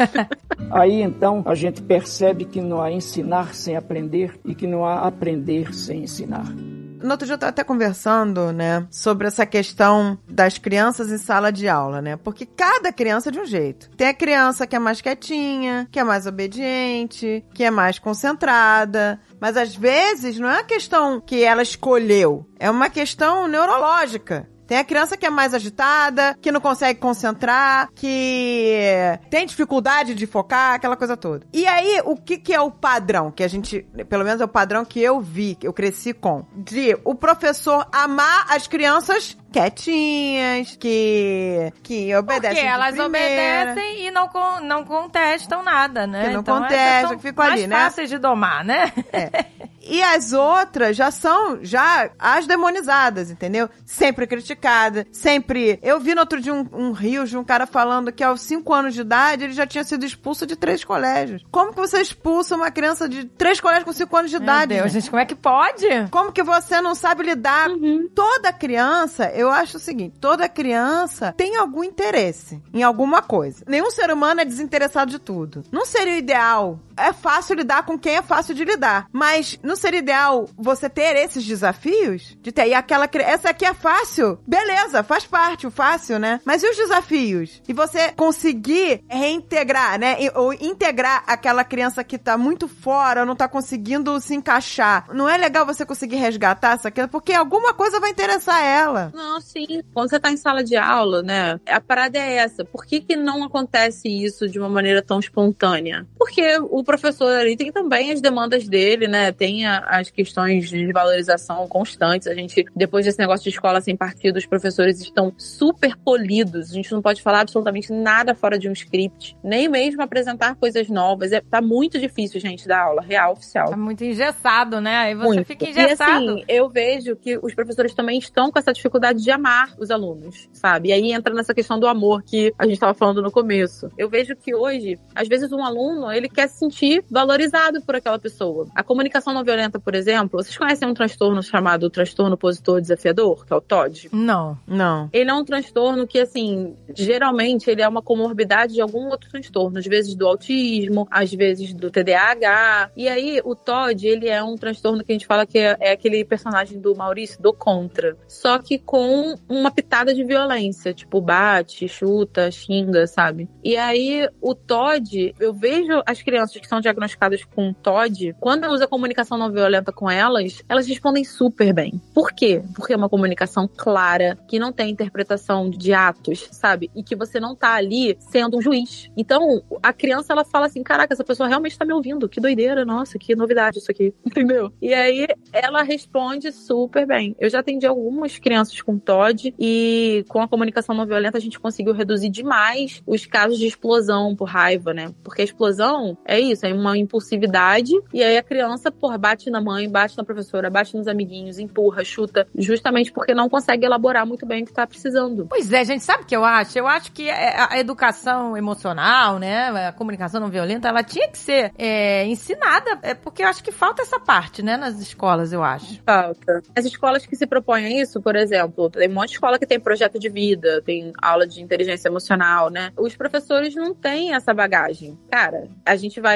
Aí, então, a gente percebe que não há ensinar sem aprender e que não há aprender sem ensinar. No outro dia eu estava até conversando, né, sobre essa questão das crianças em sala de aula, né? Porque cada criança é de um jeito. Tem a criança que é mais quietinha, que é mais obediente, que é mais concentrada. Mas às vezes não é uma questão que ela escolheu, é uma questão neurológica. Tem a criança que é mais agitada, que não consegue concentrar, que tem dificuldade de focar, aquela coisa toda. E aí, o que, que é o padrão? Que a gente, pelo menos é o padrão que eu vi, que eu cresci com. De o professor amar as crianças quietinhas, que, que obedecem Porque de elas primeira. obedecem e não, con- não contestam nada, né? Que não então, contestam, essas são que ficam ali, mais né? fáceis de domar, né? É. E as outras já são já as demonizadas, entendeu? Sempre criticada, sempre... Eu vi no outro dia um, um rio de um cara falando que aos cinco anos de idade ele já tinha sido expulso de três colégios. Como que você expulsa uma criança de três colégios com cinco anos de Meu idade? Deus, gente? gente, como é que pode? Como que você não sabe lidar? Uhum. Toda criança, eu acho o seguinte, toda criança tem algum interesse em alguma coisa. Nenhum ser humano é desinteressado de tudo. Não seria o ideal. É fácil lidar com quem é fácil de lidar. Mas não seria ideal você ter esses desafios? De ter, e aquela criança, essa aqui é fácil? Beleza, faz parte, o fácil, né? Mas e os desafios? E você conseguir reintegrar, né? E- Ou integrar aquela criança que tá muito fora, não tá conseguindo se encaixar. Não é legal você conseguir resgatar essa criança? Porque alguma coisa vai interessar ela. Não, sim. Quando você tá em sala de aula, né? A parada é essa. Por que que não acontece isso de uma maneira tão espontânea? Porque o professor ali tem também as demandas dele, né? Tem a, as questões de valorização constantes. A gente, depois desse negócio de escola sem partido, os professores estão super polidos. A gente não pode falar absolutamente nada fora de um script. Nem mesmo apresentar coisas novas. É, tá muito difícil, gente, dar aula real, oficial. Tá muito engessado, né? Aí você Muito. fica engessado. E assim, eu vejo que os professores também estão com essa dificuldade de amar os alunos, sabe? E aí entra nessa questão do amor que a gente estava falando no começo. Eu vejo que hoje, às vezes um aluno, ele quer se sentir valorizado por aquela pessoa. A comunicação não violenta, por exemplo, vocês conhecem um transtorno chamado transtorno opositor desafiador, que é o T O D? Não. Não. Ele é um transtorno que, assim, geralmente ele é uma comorbidade de algum outro transtorno. Às vezes do autismo, às vezes do T D A H. E aí, o T O D, ele é um transtorno que a gente fala que é, é aquele personagem do Maurício, do Contra. Só que com uma pitada de violência. Tipo, bate, chuta, xinga, sabe? E aí, o T O D, eu vejo as crianças que são diagnosticadas com T O D, quando eu uso a comunicação não violenta com elas, elas respondem super bem. Por quê? Porque é uma comunicação clara, que não tem interpretação de atos, sabe? E que você não tá ali sendo um juiz. Então, a criança, ela fala assim, caraca, essa pessoa realmente tá me ouvindo, que doideira, nossa, que novidade isso aqui, entendeu? E aí, ela responde super bem. Eu já atendi algumas crianças com T O D e com a comunicação não violenta a gente conseguiu reduzir demais os casos de explosão por raiva, né? Porque a explosão é isso, é uma impulsividade e aí a criança, porra, bate na mãe, bate na professora, bate nos amiguinhos, empurra, chuta, justamente porque não consegue elaborar muito bem o que tá precisando. Pois é, gente, sabe o que eu acho? Eu acho que a educação emocional, né, a comunicação não violenta, ela tinha que ser é, ensinada, é, porque eu acho que falta essa parte, né, nas escolas, eu acho. Falta. As escolas que se propõem a isso, por exemplo, tem um monte de escola que tem projeto de vida, tem aula de inteligência emocional, né? Os professores não têm essa bagagem. Cara, a gente vai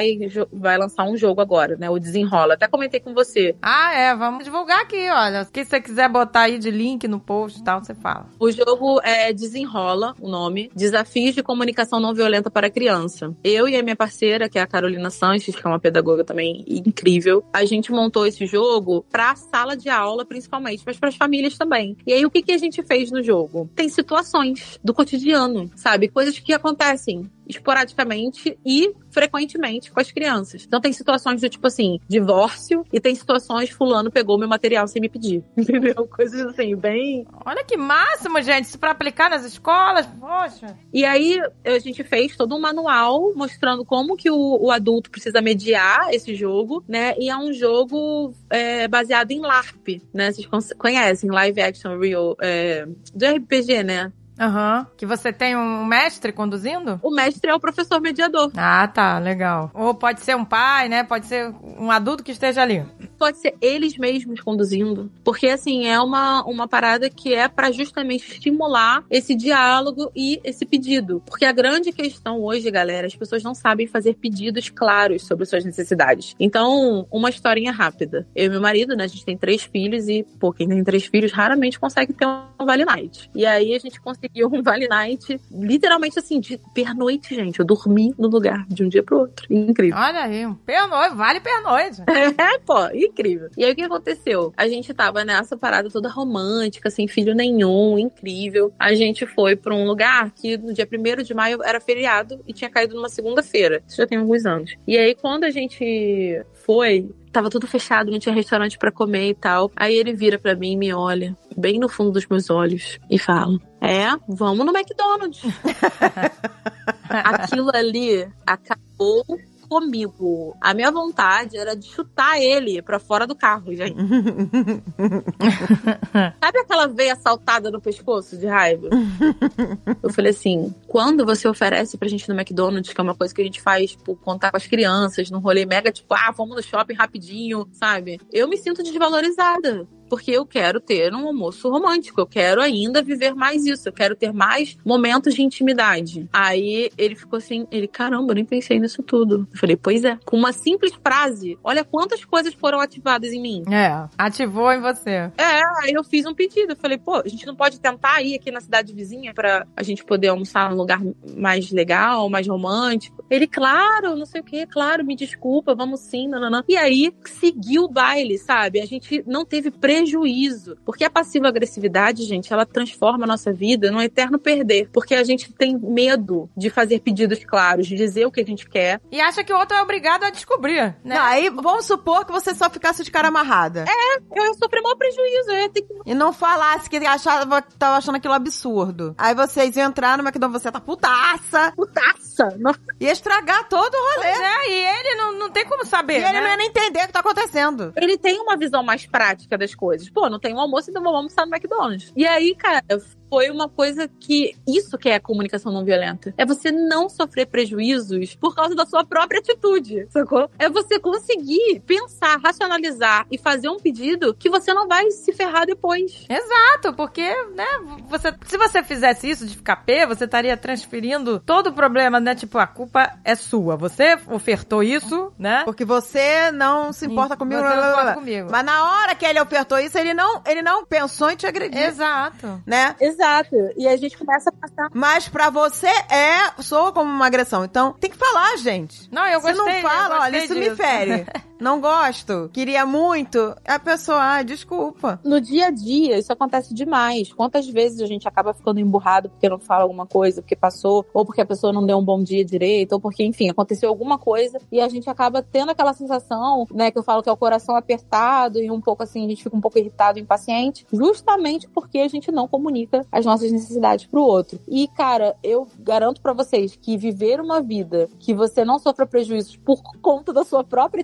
vai, vai lançar um jogo agora, né? O Desenrola. Até comentei com você. Ah, é. Vamos divulgar aqui, olha. Se você quiser botar aí de link no post e tal, você fala. O jogo é Desenrola, o nome. Desafios de Comunicação Não Violenta para Criança. Eu e a minha parceira, que é a Carolina Sanches, que é uma pedagoga também incrível, a gente montou esse jogo pra sala de aula, principalmente, mas para as famílias também. E aí, o que, que a gente fez no jogo? Tem situações do cotidiano, sabe? Coisas que acontecem esporadicamente e frequentemente com as crianças. Então tem situações do tipo assim, divórcio, e tem situações fulano pegou meu material sem me pedir. Entendeu? Coisas assim, bem... Olha que máximo, gente, isso pra aplicar nas escolas, poxa. E aí a gente fez todo um manual mostrando como que o, o adulto precisa mediar esse jogo, né? E é um jogo é, baseado em LARP, né? Vocês conhecem, Live Action Real, é, do R P G, né? Aham. Uhum. Que você tem um mestre conduzindo? O mestre é o professor mediador. Ah, tá. Legal. Ou pode ser um pai, né? Pode ser um adulto que esteja ali. Pode ser eles mesmos conduzindo. Porque, assim, é uma, uma parada que é pra justamente estimular esse diálogo e esse pedido. Porque a grande questão hoje, galera, as pessoas não sabem fazer pedidos claros sobre suas necessidades. Então, uma historinha rápida. Eu e meu marido, né? A gente tem três filhos e, pô, quem tem três filhos raramente consegue ter um Vale Night. E aí a gente conseguiu um Vale Night, literalmente assim, de pernoite, gente. Eu dormi no lugar de um dia pro outro. Incrível. Olha aí, um pernoite, vale pernoite. É, pô, incrível. E aí o que aconteceu? A gente tava nessa parada toda romântica, sem filho nenhum, incrível. A gente foi pra um lugar que no dia primeiro de maio era feriado e tinha caído numa segunda-feira. Isso já tem alguns anos. E aí quando a gente foi, tava tudo fechado, não tinha restaurante pra comer e tal. Aí ele vira pra mim e me olha bem no fundo dos meus olhos e fala: é, vamos no McDonald's. Aquilo ali acabou comigo. A minha vontade era de chutar ele pra fora do carro, gente. Sabe aquela veia saltada no pescoço de raiva? Eu falei assim, quando você oferece pra gente ir no McDonald's, que é uma coisa que a gente faz por contar com as crianças, num rolê mega tipo, ah, vamos no shopping rapidinho, sabe? Eu me sinto desvalorizada. Porque eu quero ter um almoço romântico, eu quero ainda viver mais isso, eu quero ter mais momentos de intimidade. Aí ele ficou assim, ele, caramba, eu nem pensei nisso tudo. Eu falei, pois é. Com uma simples frase, olha quantas coisas foram ativadas em mim. É, ativou em você. É, aí eu fiz um pedido, eu falei, pô, a gente não pode tentar ir aqui na cidade vizinha pra a gente poder almoçar num lugar mais legal, mais romântico? Ele, claro, não sei o que, claro, me desculpa, vamos sim, nananã. E aí, seguiu o baile, sabe? A gente não teve preço prejuízo. Porque a passiva-agressividade, gente, ela transforma a nossa vida num eterno perder. Porque a gente tem medo de fazer pedidos claros, de dizer o que a gente quer. E acha que o outro é obrigado a descobrir, né? Não, aí vamos supor que você só ficasse de cara amarrada. É, eu ia sofrer maior prejuízo. Eu ia ter que... E não falasse que achava, tava achando aquilo absurdo. Aí vocês iam entrar no McDonald's, você tá putaça. Putaça. Nossa. Ia estragar todo o rolê. Pois é, e ele não, não tem como saber, E ele né? não ia nem entender o que tá acontecendo. Ele tem uma visão mais prática das coisas. Pô, não tem um almoço, então vamos almoçar no McDonald's. E aí, cara, foi uma coisa que... Isso que é a comunicação não violenta. É você não sofrer prejuízos por causa da sua própria atitude, sacou? É você conseguir pensar, racionalizar e fazer um pedido que você não vai se ferrar depois. Exato, porque, né, você, se você fizesse isso de ficar pé, você estaria transferindo todo o problema, né? Tipo, a culpa é sua. Você ofertou isso, né? Porque você não se importa Sim, comigo. você não se importa comigo. Mas na hora que ele ofertou isso, ele não, ele não pensou em te agredir. Exato. Né? Exato. E a gente começa a passar... Mas pra você é, soa como uma agressão. Então, tem que falar, gente. Não, eu Você gostei. não fala, eu olha, gostei isso disso. me fere. Não gosto. Queria muito. A pessoa, ah, desculpa. No dia a dia, isso acontece demais. Quantas vezes a gente acaba ficando emburrado porque não fala alguma coisa, porque passou, ou porque a pessoa não deu um bom dia direito, ou porque, enfim, aconteceu alguma coisa e a gente acaba tendo aquela sensação, né, que eu falo que é o coração apertado e um pouco assim, a gente fica um pouco irritado, impaciente, justamente porque a gente não comunica as nossas necessidades pro outro. E, cara, eu garanto pra vocês que viver uma vida que você não sofra prejuízos por conta da sua própria atitude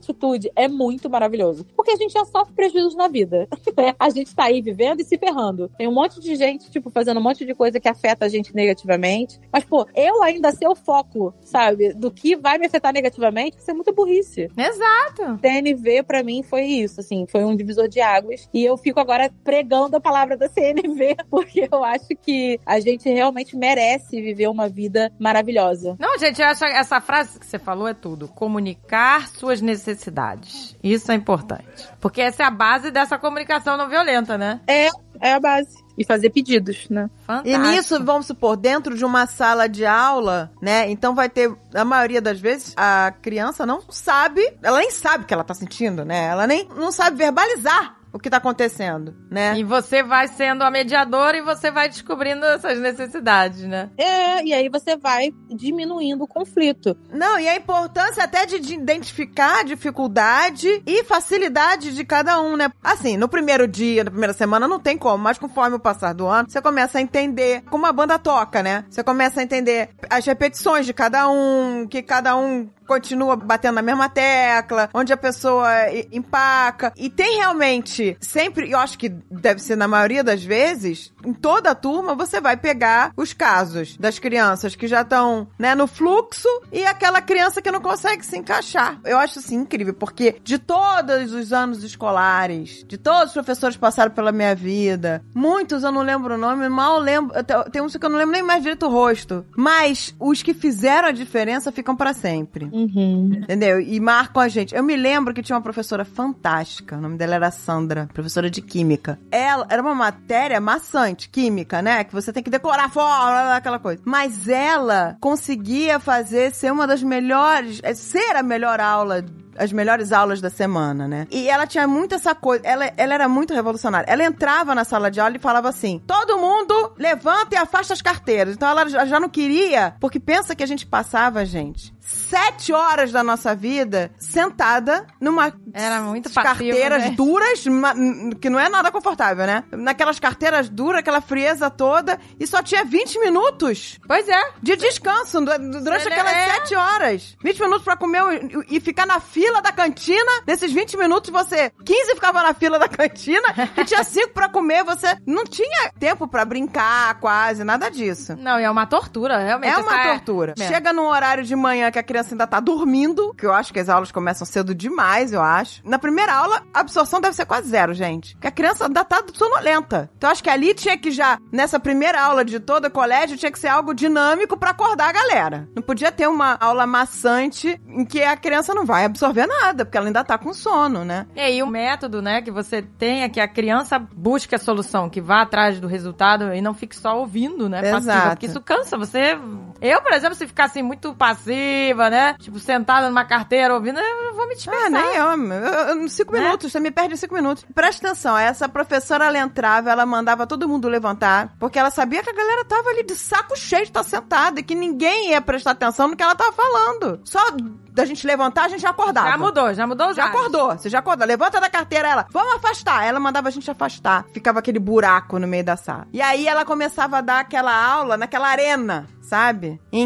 Covid é muito maravilhoso. Porque a gente já sofre prejuízos na vida. A gente tá aí vivendo e se ferrando. Tem um monte de gente, tipo, fazendo um monte de coisa que afeta a gente negativamente. Mas, pô, eu ainda ser o foco, sabe, do que vai me afetar negativamente, isso é muita burrice. Exato. C N V, pra mim, foi isso, assim, foi um divisor de águas. E eu fico agora pregando a palavra da C N V, porque eu acho que a gente realmente merece viver uma vida maravilhosa. Não, gente, essa, essa frase que você falou é tudo. Comunicar suas necessidades. Isso é importante. Porque essa é a base dessa comunicação não violenta, né? É, é a base. E fazer pedidos, né? Fantástico. E nisso, vamos supor, dentro de uma sala de aula, né? Então vai ter, a maioria das vezes, a criança não sabe, ela nem sabe o que ela tá sentindo, né? Ela nem não sabe verbalizar o que tá acontecendo, né? E você vai sendo a mediadora e você vai descobrindo essas necessidades, né? É, e aí você vai diminuindo o conflito. Não, e a importância até de, de identificar a dificuldade e facilidade de cada um, né? Assim, no primeiro dia, na primeira semana, não tem como, mas conforme o passar do ano, você começa a entender como a banda toca, né? Você começa a entender as repetições de cada um, que cada um continua batendo na mesma tecla, onde a pessoa empaca. E tem realmente, sempre, eu acho que deve ser na maioria das vezes, em toda a turma, você vai pegar os casos das crianças que já estão, né, no fluxo e aquela criança que não consegue se encaixar. Eu acho, assim, incrível, porque de todos os anos escolares, de todos os professores que passaram pela minha vida, muitos eu não lembro o nome, mal lembro, tem uns que eu não lembro nem mais direito o rosto, mas os que fizeram a diferença ficam pra sempre. Uhum. Entendeu? E marcam a gente. Eu me lembro que tinha uma professora fantástica, o nome dela era Sandra, professora de química. Ela era uma matéria maçante, química, né? Que você tem que decorar a fórmula, aquela coisa. Mas ela conseguia fazer ser uma das melhores, ser a melhor aula, as melhores aulas da semana, né? E ela tinha muito essa coisa, ela, ela era muito revolucionária. Ela entrava na sala de aula e falava assim, todo mundo levanta e afasta as carteiras. Então ela já não queria, porque pensa que a gente passava, gente, sete horas da nossa vida sentada numa Era muito passivo, carteiras né? duras, ma- que não é nada confortável, né? Naquelas carteiras duras, aquela frieza toda, e só tinha vinte minutos Pois é. de descanso du- du- durante Ele aquelas é- sete horas. vinte minutos pra comer e, e ficar na fila da cantina. Nesses vinte minutos, você... quinze ficava na fila da cantina e tinha cinco pra comer. Você não tinha tempo pra brincar, quase, nada disso. Não, e é uma tortura, realmente. É uma essa tortura. É. Chega num horário de manhã que a criança ainda tá dormindo, que eu acho que as aulas começam cedo demais, eu acho. Na primeira aula, a absorção deve ser quase zero, gente. Porque a criança ainda tá sonolenta. Então, eu acho que ali tinha que já, nessa primeira aula de todo o colégio, tinha que ser algo dinâmico pra acordar a galera. Não podia ter uma aula maçante em que a criança não vai absorver nada, porque ela ainda tá com sono, né? E aí, o método, né, que você tem é que a criança busque a solução, que vá atrás do resultado e não fique só ouvindo, né, passiva, Exato. porque isso cansa. Você... Eu, por exemplo, se ficar assim muito passiva, né, tipo, sentada numa carteira ouvindo, eu vou me dispersar. Ah, nem eu. eu, eu cinco Né? minutos, você me perde em cinco minutos. Presta atenção, essa professora, ela entrava, ela mandava todo mundo levantar, porque ela sabia que a galera tava ali de saco cheio de estar sentada e que ninguém ia prestar atenção no que ela tava falando. Só da gente levantar, a gente já acordava. Já mudou, já mudou os Já hábitos. acordou, você já acordou. Levanta da carteira, ela, vamos afastar. Ela mandava a gente afastar. Ficava aquele buraco no meio da sala. E aí ela começava a dar aquela aula naquela arena, sabe? Em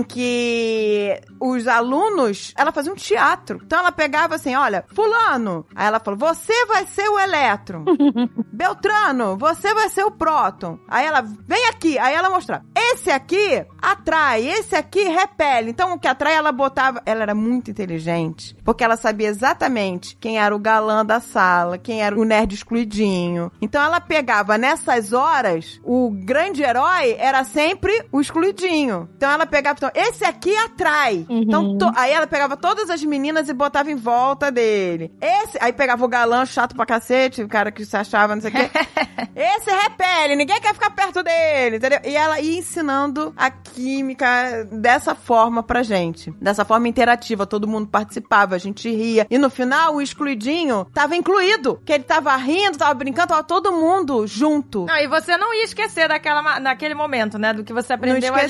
que os alunos, ela fazia um teatro. Então ela pegava assim, olha, fulano. Aí ela falou, você vai ser o elétron. Beltrano, você vai ser o próton. Aí ela, vem aqui. Aí ela mostrava, esse aqui atrai, esse aqui repele. Então o que atrai, ela botava... Ela era muito inteligente, porque ela sabia exatamente quem era o galã da sala, quem era o nerd excluidinho. Então ela pegava nessas horas, o grande herói era sempre o excluidinho. Então ela pegava, então, esse aqui atrai. Uhum. Então, to- aí ela pegava todas as meninas e botava em volta dele. Esse, aí pegava o galã chato pra cacete, o cara que se achava, não sei o quê. Esse repele, ninguém quer ficar perto dele, entendeu? E ela ia ensinando a química dessa forma pra gente. Dessa forma interativa, todo mundo participava, a gente ria. E no final, o excluidinho tava incluído, que ele tava rindo, tava brincando, tava todo mundo junto. Não, e você não ia esquecer daquela, ma- naquele momento, né? Do que você aprendeu Não ali, esquecia.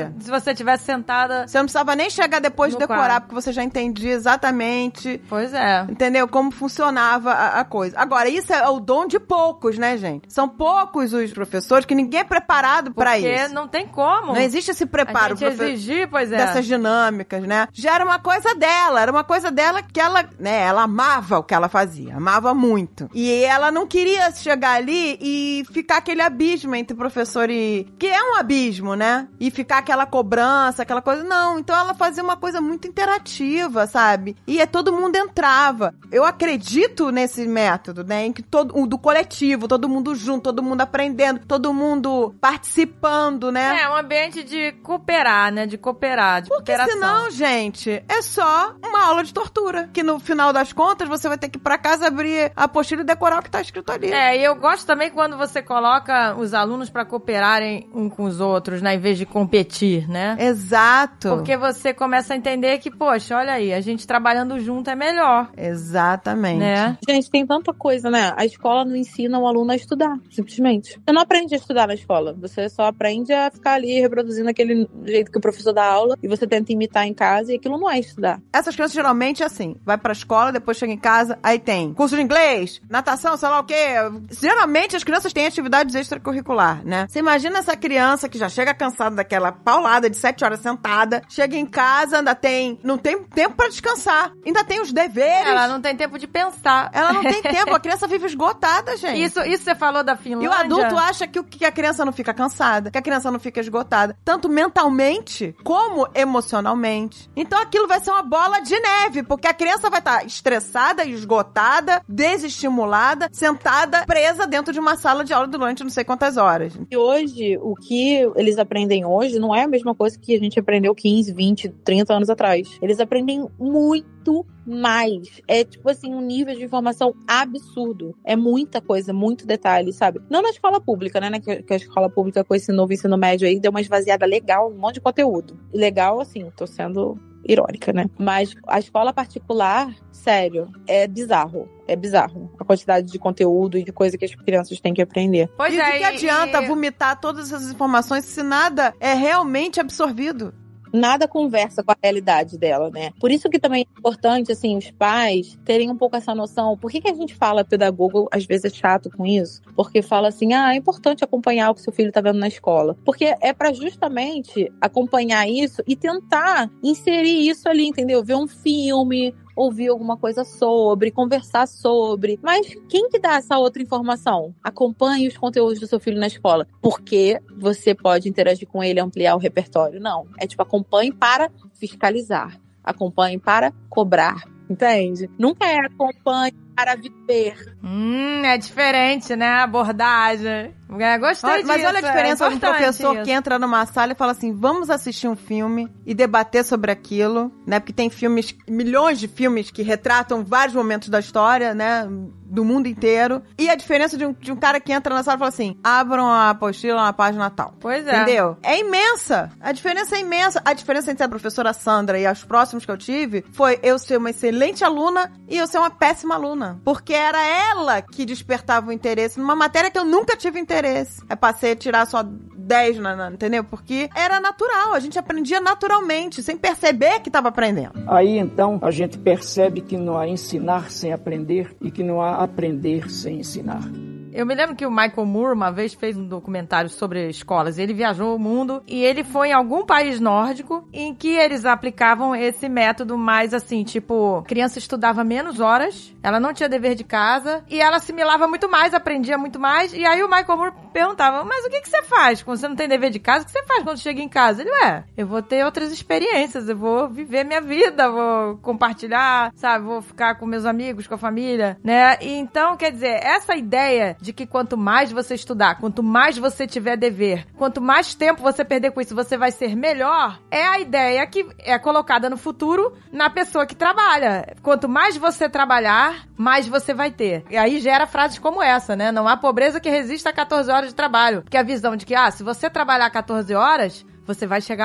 se você tivesse sentada... Você não precisava nem chegar depois de decorar, quadro. porque você já entendia exatamente... Pois é. Entendeu? Como funcionava a, a coisa. Agora, isso é o dom de poucos, né, gente? São poucos os professores que ninguém é preparado pra isso. Porque não tem como. Não existe esse preparo. A gente exigir, pois é. Dessas dinâmicas, né? Já era uma coisa dela, era uma coisa dela que ela, né, ela amava o que ela fazia, amava muito. E ela não queria chegar ali e ficar aquele abismo entre professor e... que é um abismo, né? E ficar aquela cobrança, aquela coisa... Não, então ela fazia uma coisa muito interativa, sabe? E é, todo mundo entrava. Eu acredito nesse método, né? Em que todo... o do coletivo, todo mundo junto, todo mundo aprendendo, todo mundo participando, né? É, um ambiente de cooperar, né? De cooperar, de Porque cooperação. senão, gente, é só uma aula de tortura. Que no final das contas, você vai ter que ir pra casa, abrir a apostila e decorar o que tá escrito ali. É, e eu gosto também quando você coloca os alunos pra cooperarem um com os outros, né? Em vez de competir, né? Exato. Porque você começa a entender que, poxa, olha aí, a gente trabalhando junto é melhor. Exatamente. Né? Gente, tem tanta coisa, né? A escola não ensina o aluno a estudar, simplesmente. Você não aprende a estudar na escola. Você só aprende a ficar ali reproduzindo aquele jeito que o professor dá aula e você tenta imitar em casa e aquilo não é estudar. Essas crianças geralmente é assim, vai pra escola, depois chega em casa, aí tem curso de inglês, natação, sei lá o quê. Geralmente as crianças têm atividades extracurricular, né? Você imagina essa criança que já chega cansada daquela paulada de sete horas sentada, chega em casa, ainda tem, não tem tempo pra descansar, ainda tem os deveres. Ela não tem tempo de pensar. Ela não tem tempo, a criança vive esgotada, gente. Isso, isso você falou da E Finlândia. o adulto acha que, o- que a criança não fica cansada, que a criança não fica esgotada, tanto mentalmente como emocionalmente. Então aquilo vai ser uma bola de neve, porque a criança vai estar estressada, esgotada, desestimulada, sentada, presa dentro de uma sala de aula durante não sei quantas horas. E hoje, o que eles aprendem hoje não é a mesma coisa que a gente aprendeu quinze, vinte, trinta anos atrás. Eles aprendem muito mais. É, tipo assim, um nível de informação absurdo. É muita coisa, muito detalhe, sabe? Não na escola pública, né? Que que a escola pública, com esse novo ensino médio aí, deu uma esvaziada legal, um monte de conteúdo. E legal, assim, tô sendo irônica, né? Mas a escola particular, sério, é bizarro. É bizarro. A quantidade de conteúdo e de coisa que as crianças têm que aprender. Pois e é, de que adianta e... vomitar todas essas informações se nada é realmente absorvido? Nada conversa com a realidade dela, né? Por isso que também é importante, assim, os pais terem um pouco essa noção. Por que que a gente fala, pedagogo, às vezes é chato com isso? Porque fala assim, ah, é importante acompanhar o que seu filho tá vendo na escola. Porque é pra justamente acompanhar isso e tentar inserir isso ali, entendeu? Ver um filme, ouvir alguma coisa sobre, conversar sobre. Mas quem que dá essa outra informação? Acompanhe os conteúdos do seu filho na escola. Porque você pode interagir com ele, ampliar o repertório. Não. É tipo, acompanhe para fiscalizar. Acompanhe para cobrar. Entende? Nunca é acompanhe para viver. Hum, é diferente, né? A abordagem. É, gostei Olha, disso. mas olha a diferença é de um professor isso. que entra numa sala e fala assim, vamos assistir um filme e debater sobre aquilo, né? Porque tem filmes, milhões de filmes que retratam vários momentos da história, né? Do mundo inteiro. E a diferença de um, de um cara que entra na sala e fala assim, abram a apostila na página tal. Pois é. Entendeu? É imensa. A diferença é imensa. A diferença entre a professora Sandra e os próximos que eu tive foi eu ser uma excelente aluna e eu ser uma péssima aluna. Porque era ela que despertava o interesse numa matéria que eu nunca tive interesse. Eu passei a tirar só dez, na, na, entendeu? Porque era natural. A gente aprendia naturalmente, sem perceber que estava aprendendo. Aí então a gente percebe que não há ensinar sem aprender e que não há aprender sem ensinar. Eu me lembro que o Michael Moore uma vez fez um documentário sobre escolas. Ele viajou o mundo e ele foi em algum país nórdico em que eles aplicavam esse método mais assim, tipo, a criança estudava menos horas, ela não tinha dever de casa e ela assimilava muito mais, aprendia muito mais. E aí o Michael Moore perguntava, mas o que, que você faz quando você não tem dever de casa? O que você faz quando chega em casa? Ele, ué, eu vou ter outras experiências, eu vou viver minha vida, vou compartilhar, sabe, vou ficar com meus amigos, com a família, né? E então, quer dizer, essa ideia de que quanto mais você estudar, quanto mais você tiver dever, quanto mais tempo você perder com isso, você vai ser melhor, é a ideia que é colocada no futuro na pessoa que trabalha. Quanto mais você trabalhar, mais você vai ter. E aí gera frases como essa, né? Não há pobreza que resista a catorze horas de trabalho. Porque a visão de que, ah, se você trabalhar catorze horas, você vai chegar lá.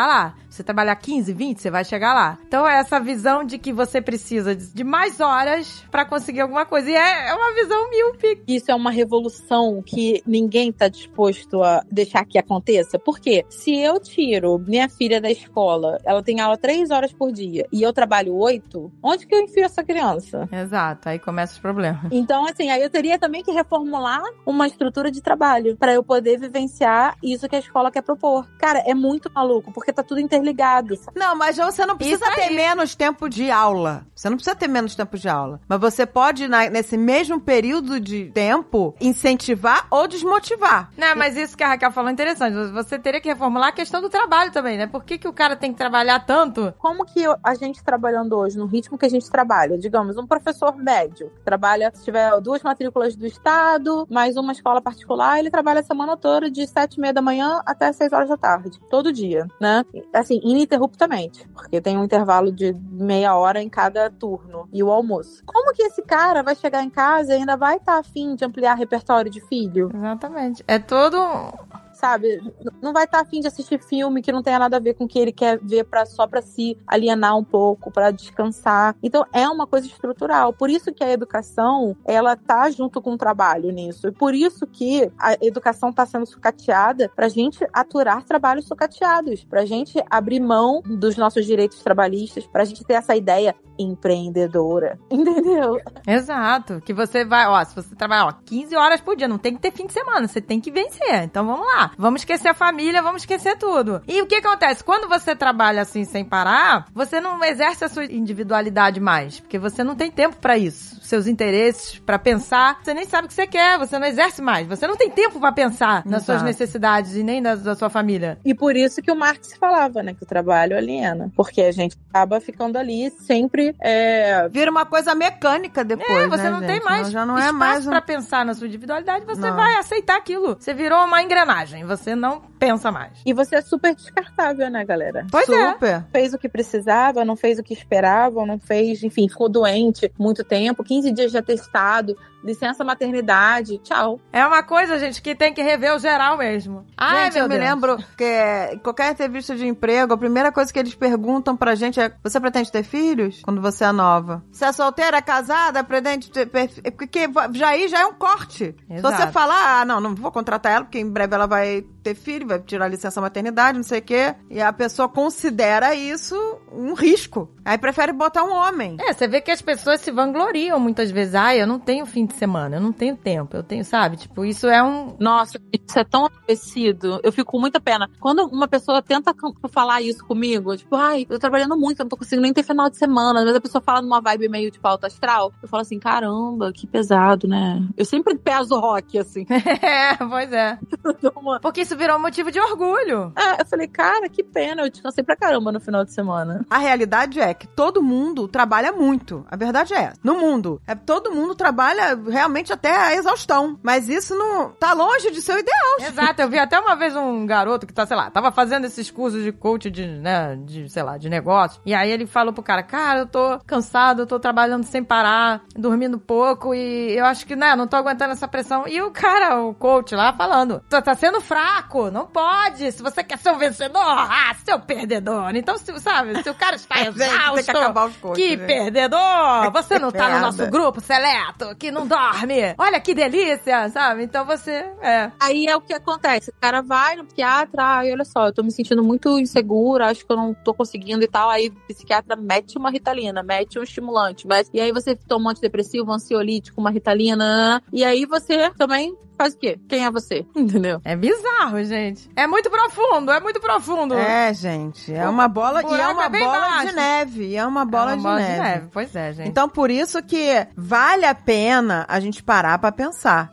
Você trabalhar quinze, vinte, você vai chegar lá. Então é essa visão de que você precisa de mais horas pra conseguir alguma coisa. E é, é uma visão míope. Isso é uma revolução que ninguém tá disposto a deixar que aconteça. Por quê? Se eu tiro minha filha da escola, ela tem aula três horas por dia, e eu trabalho oito, onde que eu enfio essa criança? Exato, aí começa os problemas. Então, assim, aí eu teria também que reformular uma estrutura de trabalho pra eu poder vivenciar isso que a escola quer propor. Cara, é muito maluco, porque tá tudo interligado. Não, mas você não precisa Isso ter aí. menos tempo de aula. Você não precisa ter menos tempo de aula. Mas você pode, na- nesse mesmo período de tempo, incentivar ou desmotivar. Não, mas isso que a Raquel falou é interessante. Você teria que reformular a questão do trabalho também, né? Por que, que o cara tem que trabalhar tanto? Como que eu- a gente trabalhando hoje, no ritmo que a gente trabalha, digamos, um professor médio, que trabalha, se tiver duas matrículas do estado, mais uma escola particular, ele trabalha a semana toda de sete e meia da manhã até seis horas da tarde. Todo dia, né? Assim, ininterruptamente. Porque tem um intervalo de meia hora em cada turno. E o almoço. Como que esse cara vai chegar em casa e ainda vai estar afim de ampliar repertório de filho? Exatamente. É todo... Sabe? N- Não vai estar afim de assistir filme que não tenha nada a ver com o que ele quer ver pra, só pra se alienar um pouco, pra descansar. Então, é uma coisa estrutural. Por isso que a educação, ela tá junto com o trabalho nisso. E por isso que a educação tá sendo sucateada pra gente aturar trabalhos sucateados. Pra gente abrir mão dos nossos direitos trabalhistas. Pra gente ter essa ideia empreendedora. Entendeu? Exato. Que você vai, ó, se você trabalhar, ó, quinze horas por dia, não tem que ter fim de semana, você tem que vencer. Então vamos lá. Vamos esquecer a família, vamos esquecer tudo. E o que acontece? Quando você trabalha assim sem parar, você não exerce a sua individualidade mais, porque você não tem tempo pra isso. Seus interesses, pra pensar, você nem sabe o que você quer, você não exerce mais. Você não tem tempo pra pensar nas suas Exato. necessidades e nem das da sua família. E por isso que o Marx falava, né? Que o trabalho aliena. Porque a gente acaba ficando ali sempre... É... Vira uma coisa mecânica depois, É, você né, não gente? tem mais Não, já não espaço é mais um... pra pensar na sua individualidade, você Não. vai aceitar aquilo. Você virou uma engrenagem, você não pensa mais. E você é super descartável, né, galera? Pois é. Super. Fez o que precisava, não fez o que esperava, não fez, enfim, ficou doente muito tempo, quinze dias de atestado, licença maternidade, tchau. É uma coisa, gente, que tem que rever o geral mesmo. Ai, Gente, meu eu me Deus. lembro que em qualquer entrevista de emprego, a primeira coisa que eles perguntam pra gente é: você pretende ter filhos? Quando você é nova. Você é solteira, é casada, pretende ter... per- Porque já aí já é um corte. Exato. Se você falar, ah, não, não vou contratar ela, porque em breve ela vai ter filho, vai tirar licença maternidade, não sei o quê. E a pessoa considera isso um risco. Aí prefere botar um homem. É, você vê que as pessoas se vangloriam muitas vezes. Ai, eu não tenho fim de semana, eu não tenho tempo, eu tenho, sabe? Tipo, isso é um... Nossa, isso é tão adoecido. Eu fico com muita pena. Quando uma pessoa tenta c- falar isso comigo, tipo, ai, eu tô trabalhando muito, eu não tô conseguindo nem ter final de semana. Às vezes a pessoa fala numa vibe meio, tipo, alto astral. Eu falo assim, caramba, que pesado, né? Eu sempre peso rock, assim. é, pois é. Dou uma- Porque isso virou um motivo de orgulho. É, eu falei, cara, que pena, eu descansei pra caramba no final de semana. A realidade é que todo mundo trabalha muito. A verdade é essa. No mundo. É, todo mundo trabalha realmente até a exaustão. Mas isso não tá longe de ser o ideal. Exato, eu vi até uma vez um garoto que tá, sei lá, tava fazendo esses cursos de coach de, né, de, sei lá, de negócio. E aí ele falou pro cara, cara, eu tô cansado, eu tô trabalhando sem parar, dormindo pouco e eu acho que, né, não tô aguentando essa pressão. E o cara, o coach lá falando, tu tá sendo fraco, não pode, se você quer ser um vencedor, ah, seu perdedor. Então, se, sabe, se o cara está Gente, tem que exausto, acabar os coaches, que né? perdedor, você não tá no Merda. nosso grupo seleto, que não dorme, olha que delícia, sabe? Então você, é... Aí é o que acontece, o cara vai no psiquiatra, ai, olha só, eu tô me sentindo muito insegura, acho que eu não tô conseguindo e tal, aí o psiquiatra mete uma Ritalina, mete um estimulante, mete... e aí você toma um antidepressivo, um ansiolítico, uma Ritalina, e aí você também faz o quê? Quem é você? Entendeu? É bizarro, gente. É muito profundo, é muito profundo. É, gente. É uma bola. O E é buraco uma é bem bola baixo. de neve. E é uma bola, É uma de, bola neve. Pois é, gente. Então, por isso que vale a pena a gente parar pra pensar.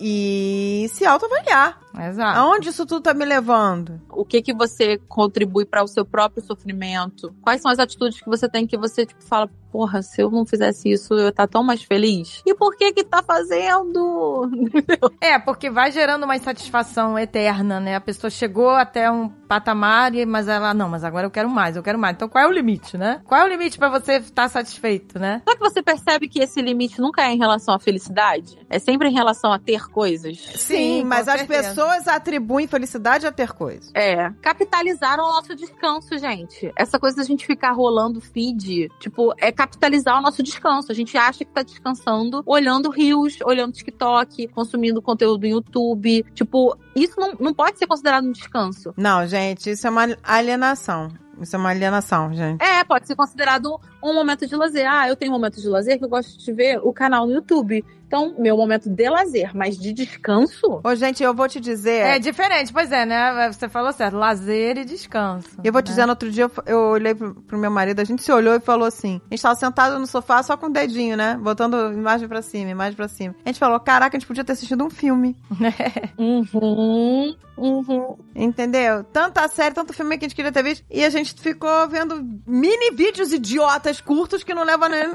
E se autoavaliar. Exato. Aonde isso tudo tá me levando? O que que você contribui para o seu próprio sofrimento? Quais são as atitudes que você tem que você, tipo, fala, porra, se eu não fizesse isso, eu ia estar tão mais feliz? E por que que tá fazendo? Entendeu? É, porque vai gerando uma insatisfação eterna, né? A pessoa chegou até um patamar, e- mas ela, não, mas agora eu quero mais, eu quero mais. Então qual é o limite, né? Qual é o limite pra você estar satisfeito, né? Será que você percebe que esse limite nunca é em relação à felicidade? É sempre em relação a ter coisas? Sim, Sim, mas com as certeza. pessoas atribuem felicidade a ter coisas. É, capitalizaram o nosso descanso, gente. Essa coisa da gente ficar rolando feed, tipo, é capitalizar o nosso descanso. A gente acha que tá descansando olhando Reels, olhando TikTok, consumindo conteúdo no YouTube. Tipo, isso não, não pode ser considerado um descanso. Não, gente, isso é uma alienação. Isso é uma alienação, gente. É, pode ser considerado um momento de lazer. Ah, eu tenho um momento de lazer que eu gosto de ver o canal no YouTube. Então, meu momento de lazer, mas de descanso... Ô, gente, eu vou te dizer... É diferente, pois é, né? Você falou certo, lazer e descanso. Eu vou te né? dizer, no outro dia, eu, eu olhei pro, pro meu marido, a gente se olhou e falou assim, a gente tava sentado no sofá só com o dedinho, né? Botando imagem pra cima, imagem pra cima. A gente falou, caraca, a gente podia ter assistido um filme. Uhum, uhum. Entendeu? Tanta série, tanto filme que a gente queria ter visto, e a gente ficou vendo mini vídeos idiotas curtos que não levam nem...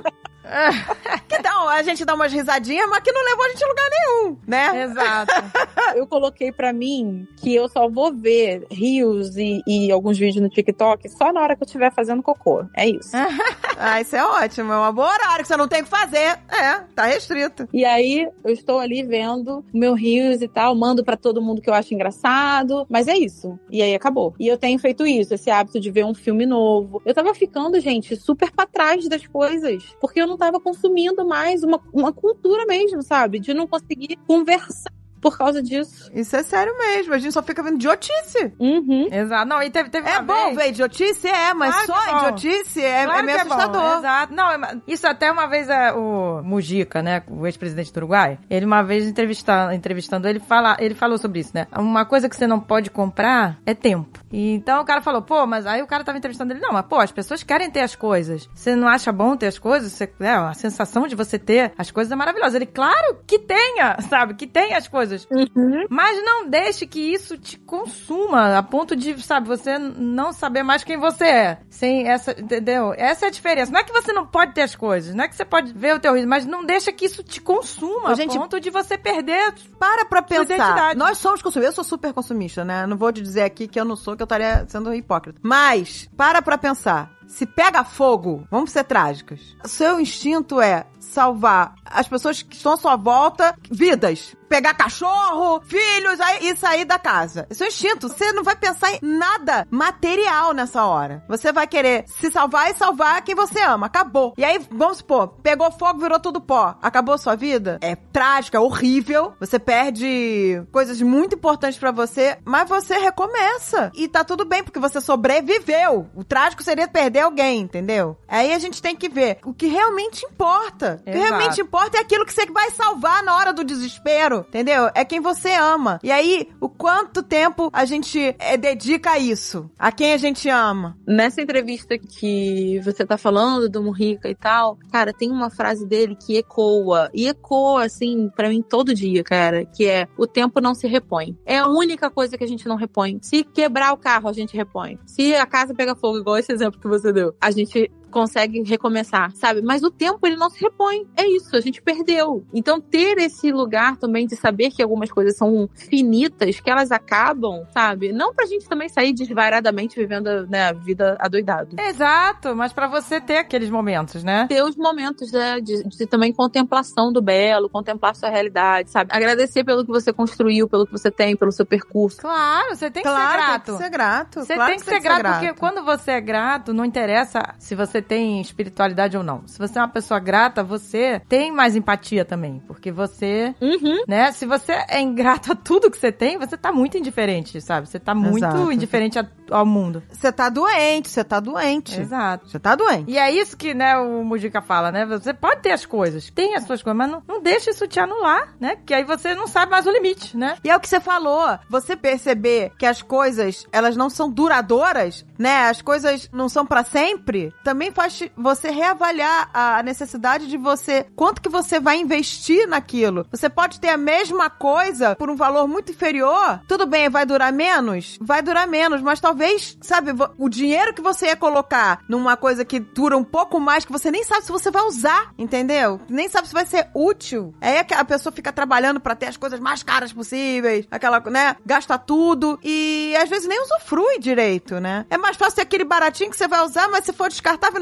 que dão, a gente dá umas risadinhas, mas que não levou a gente a lugar nenhum, né? Exato. Eu coloquei pra mim que eu só vou ver Reels e, e alguns vídeos no TikTok só na hora que eu estiver fazendo cocô. É isso. Ah, isso é ótimo. É uma boa horário que você não tem o que fazer. É, tá restrito. E aí, eu estou ali vendo o meu Reels e tal, mando pra todo mundo que eu acho engraçado, mas é isso. E aí acabou. E eu tenho feito isso, esse hábito de ver um filme novo. Eu tava ficando, gente, super pra trás das coisas, porque eu não tava consumindo mais uma, uma cultura mesmo, sabe? De não conseguir conversar por causa disso. Isso é sério mesmo. A gente só fica vendo idiotice. Uhum. Exato. Não, e teve, teve É uma bom vez... ver idiotice? É, mas Claro só que é bom. idiotice é, Claro é meio que é bom, assustador. Exato. Não, é- isso até uma vez é, o Mujica, né, o ex-presidente do Uruguai, ele uma vez entrevistando, entrevistando ele, fala, ele falou sobre isso, né? Uma coisa que você não pode comprar é tempo. E então o cara falou, pô, mas aí o cara tava entrevistando ele, não, mas pô, as pessoas querem ter as coisas. Você não acha bom ter as coisas? Você, é, a sensação de você ter as coisas é maravilhosa. Ele, claro que tenha, sabe? Que tenha as coisas. Uhum. Mas não deixe que isso te consuma a ponto de, sabe, você não saber mais quem você é. Sem essa, entendeu? Essa é a diferença. Não é que você não pode ter as coisas, não é que você pode ver o teu riso, mas não deixa que isso te consuma Ô, a gente, ponto de você perder. Para pra pensar. identidade. Nós somos consumidores. Eu sou super consumista, né? Não vou te dizer aqui que eu não sou, que eu estaria sendo hipócrita. Mas, para pra pensar. Se pega fogo, vamos ser trágicas. Seu instinto é salvar as pessoas que estão à sua volta, vidas. Pegar cachorro, filhos, aí, e sair da casa. Isso é instinto. Você não vai pensar em nada material nessa hora. Você vai querer se salvar e salvar quem você ama. Acabou. E aí, vamos supor, pegou fogo, virou tudo pó. Acabou sua vida? É trágico, é horrível. Você perde coisas muito importantes pra você, mas você recomeça. E tá tudo bem, porque você sobreviveu. O trágico seria perder alguém, entendeu? Aí a gente tem que ver o que realmente importa. O que Exato. realmente importa é aquilo que você vai salvar na hora do desespero. Entendeu? É quem você ama. E aí, o quanto tempo a gente é, dedica a isso? A quem a gente ama? Nessa entrevista que você tá falando do Mujica e tal, cara, tem uma frase dele que ecoa. E ecoa, assim, pra mim todo dia, cara. Que é, o tempo não se repõe. É a única coisa que a gente não repõe. Se quebrar o carro, a gente repõe. Se a casa pega fogo, igual esse exemplo que você deu, a gente consegue recomeçar, sabe? Mas o tempo, ele não se repõe. É isso, a gente perdeu. Então, ter esse lugar também de saber que algumas coisas são finitas, que elas acabam, sabe? Não pra gente também sair desvairadamente vivendo, né, a vida adoidado. Exato, mas pra você ter aqueles momentos, né? Ter os momentos, né, de, de também contemplação do belo, contemplar sua realidade, sabe? Agradecer pelo que você construiu, pelo que você tem, pelo seu percurso. Claro, você tem que Claro, ser tem grato. que ser grato. Você Claro tem que, ser, grato, porque quando você é grato, não interessa se você tem espiritualidade ou não. Se você é uma pessoa grata, você tem mais empatia também, porque você, Uhum. né, se você é ingrato a tudo que você tem, você tá muito indiferente, sabe? Você tá muito Exato. indiferente a- ao mundo. Você tá doente, você tá doente. Exato. Você tá doente. E é isso que, né, o Mujica fala, né? Você pode ter as coisas, tem as suas coisas, mas não, não deixa isso te anular, né? Que aí você não sabe mais o limite, né? E é o que você falou, você perceber que as coisas, elas não são duradouras, né? As coisas não são pra sempre, também faz te- você reavaliar a necessidade de você, quanto que você vai investir naquilo. Você pode ter a mesma coisa por um valor muito inferior, tudo bem, vai durar menos? Vai durar menos, mas talvez, sabe, vo- o dinheiro que você ia colocar numa coisa que dura um pouco mais, que você nem sabe se você vai usar, entendeu? Nem sabe se vai ser útil. Aí a a pessoa fica trabalhando pra ter as coisas mais caras possíveis, aquela, né, gasta tudo e às vezes nem usufrui direito, né? É mais fácil ter aquele baratinho que você vai usar, mas se for descartável,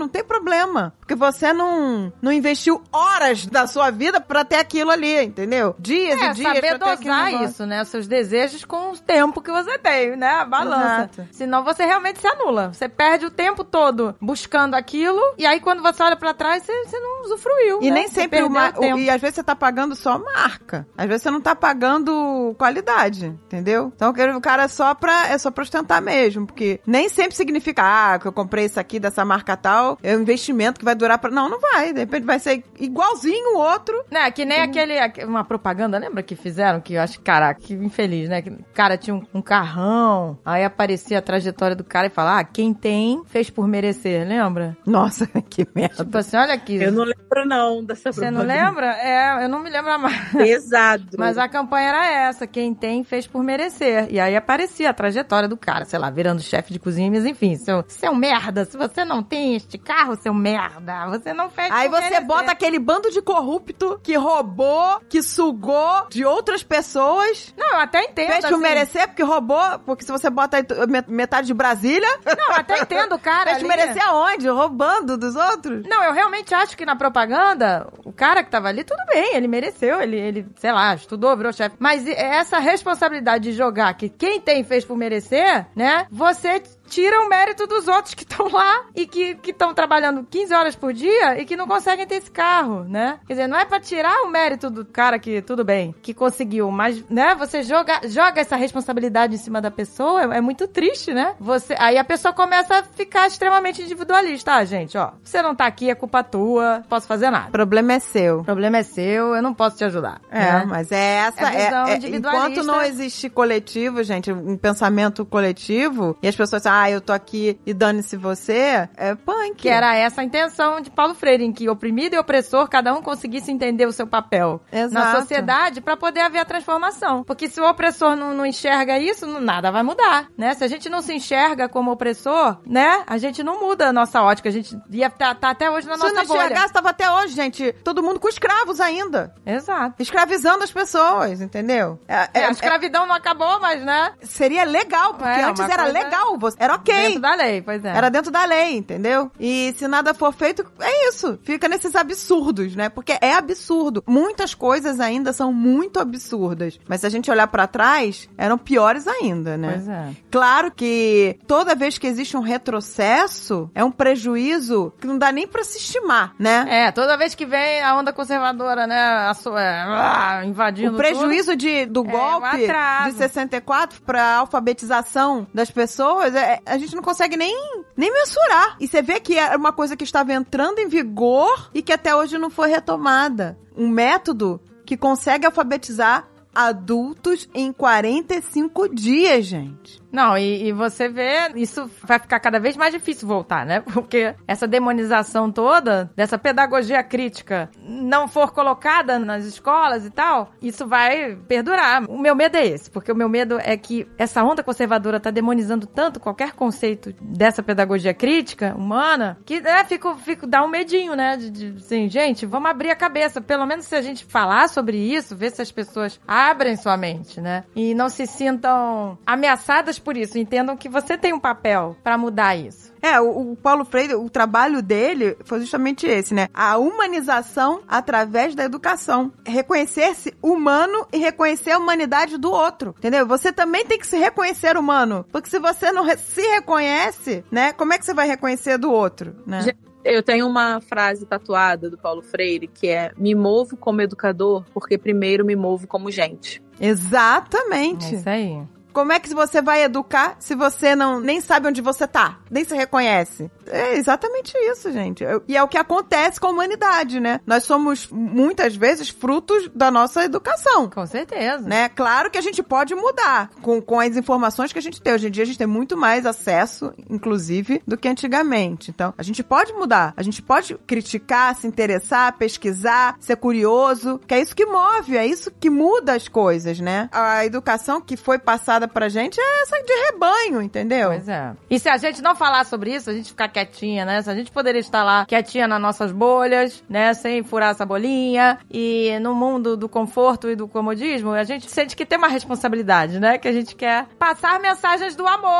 não tem problema. Porque você não, não investiu horas da sua vida pra ter aquilo ali, entendeu? Dias É, e dias saber pra ter aquele dosar negócio. isso, né? Seus desejos com o tempo que você tem, né? A balança. Exato. Senão você realmente se anula. Você perde o tempo todo buscando aquilo e aí quando você olha pra trás, você, você não usufruiu, E né? nem Você sempre o, perdeu ma- o tempo. o- E às vezes você tá pagando só marca. Às vezes você não tá pagando qualidade, entendeu? Então o cara é só pra, é só pra ostentar mesmo. Porque nem sempre significa, ah, que eu comprei isso aqui dessa marca tal, é um investimento que vai durar pra... Não, não vai. De repente vai ser igualzinho o outro. Né, que nem aquele, aque- uma propaganda, lembra que fizeram? Que eu acho, caraca, que infeliz, né? Que o cara tinha um, um carrão, aí aparecia a trajetória do cara e falava, ah, quem tem, fez por merecer, lembra? Nossa, que merda. Tipo assim, olha aqui. Eu não lembro, não, dessa Você não propaganda. lembra? É, eu não me lembro mais. Pesado. Mas a campanha era essa, quem tem fez por merecer. E aí aparecia a trajetória do cara, sei lá, virando chefe de cozinha, mas enfim, seu, seu merda, se você não tem este carro, seu merda, você não fez Aí por você merecer. bota aquele bando de corrupto que roubou, que sugou de outras pessoas. Não, eu até entendo, Fez por assim. merecer, porque roubou, porque se você bota aí tu- met- metade de Brasília, Não, eu até entendo o cara fez por ali. merecer aonde? Roubando dos outros? Não, eu realmente acho que na propaganda, o cara que tava ali, tudo bem, ele mereceu, ele, ele sei lá, estudou, virou chefe. Mas essa responsabilidade de jogar que quem tem fez por merecer, né? Você tira o mérito dos outros que estão lá e que estão trabalhando quinze horas por dia e que não conseguem ter esse carro, né? Quer dizer, não é pra tirar o mérito do cara que, tudo bem, que conseguiu, mas, né, você joga, joga essa responsabilidade em cima da pessoa, é, é muito triste, né? Você, aí a pessoa começa a ficar extremamente individualista. Ah, gente, ó, você não tá aqui, é culpa tua, não posso fazer nada. O problema é seu. O problema é seu, eu não posso te ajudar. É, né? mas é essa. É visão É, é, individualista. enquanto não existe coletivo, gente, um pensamento coletivo, e as pessoas falam, ah, eu tô aqui e dane-se você, é punk. Que era essa a intenção de Paulo Freire, em que oprimido e opressor, cada um conseguisse entender o seu papel Exato. na sociedade pra poder haver a transformação. Porque se o opressor não, não enxerga isso, não- nada vai mudar, né? Se a gente não se enxerga como opressor, né? A gente não muda a nossa ótica, a gente ia estar até hoje na Se não nossa bolha. enxergasse, tava até hoje, gente, todo mundo com escravos ainda. Exato. Escravizando as pessoas, entendeu? É- É, é- a escravidão não acabou, mas, né? é- seria legal, porque É, antes uma era coisa legal, você- era ok. Dentro da lei, pois é. Era dentro da lei, entendeu? E se nada for feito, é isso. Fica nesses absurdos, né? Porque é absurdo. Muitas coisas ainda são muito absurdas. Mas se a gente olhar pra trás, eram piores ainda, né? Pois é. Claro que toda vez que existe um retrocesso, é um prejuízo que não dá nem pra se estimar, né? É, toda vez que vem a onda conservadora, né, a sua, é, ah, invadindo O prejuízo de, do É, um golpe atraso. de sessenta e quatro pra alfabetização das pessoas, é, a gente não consegue nem, nem mensurar. E você vê que é uma coisa que estava entrando em vigor e que até hoje não foi retomada. Um método que consegue alfabetizar adultos em quarenta e cinco dias, gente. Não, e, e você vê, isso vai ficar cada vez mais difícil voltar, né? Porque essa demonização toda, dessa pedagogia crítica, não for colocada nas escolas e tal, isso vai perdurar. O meu medo é esse, porque o meu medo é que essa onda conservadora tá demonizando tanto qualquer conceito dessa pedagogia crítica humana, que, né, fico, fico, dá um medinho, né? De, de, assim, gente, vamos abrir a cabeça. Pelo menos se a gente falar sobre isso, ver se as pessoas abrem sua mente, né? E não se sintam ameaçadas por isso. Entendam que você tem um papel pra mudar isso. É, o, o Paulo Freire, o trabalho dele foi justamente esse, né? A humanização através da educação. Reconhecer-se humano e reconhecer a humanidade do outro, entendeu? Você também tem que se reconhecer humano, porque se você não re- se reconhece, né? Como é que você vai reconhecer do outro, né? Já- Eu tenho uma frase tatuada do Paulo Freire que é: me movo como educador porque primeiro me movo como gente. Exatamente. É isso aí. Como é que você vai educar se você não nem sabe onde você tá, nem se reconhece? É exatamente isso, gente. E é o que acontece com a humanidade, né? Nós somos, muitas vezes, frutos da nossa educação. Com certeza. Né? Claro que a gente pode mudar com, com as informações que a gente tem. Hoje em dia a gente tem muito mais acesso, inclusive, do que antigamente. Então, a gente pode mudar. A gente pode criticar, se interessar, pesquisar, ser curioso, que é isso que move, é isso que muda as coisas, né? A educação que foi passada pra gente é essa de rebanho, entendeu? Pois é. E se a gente não falar sobre isso, a gente ficar quietinha, né? Se a gente poderia estar lá quietinha nas nossas bolhas, né? Sem furar essa bolinha. E no mundo do conforto e do comodismo, a gente sente que tem uma responsabilidade, né? Que a gente quer passar mensagens do amor.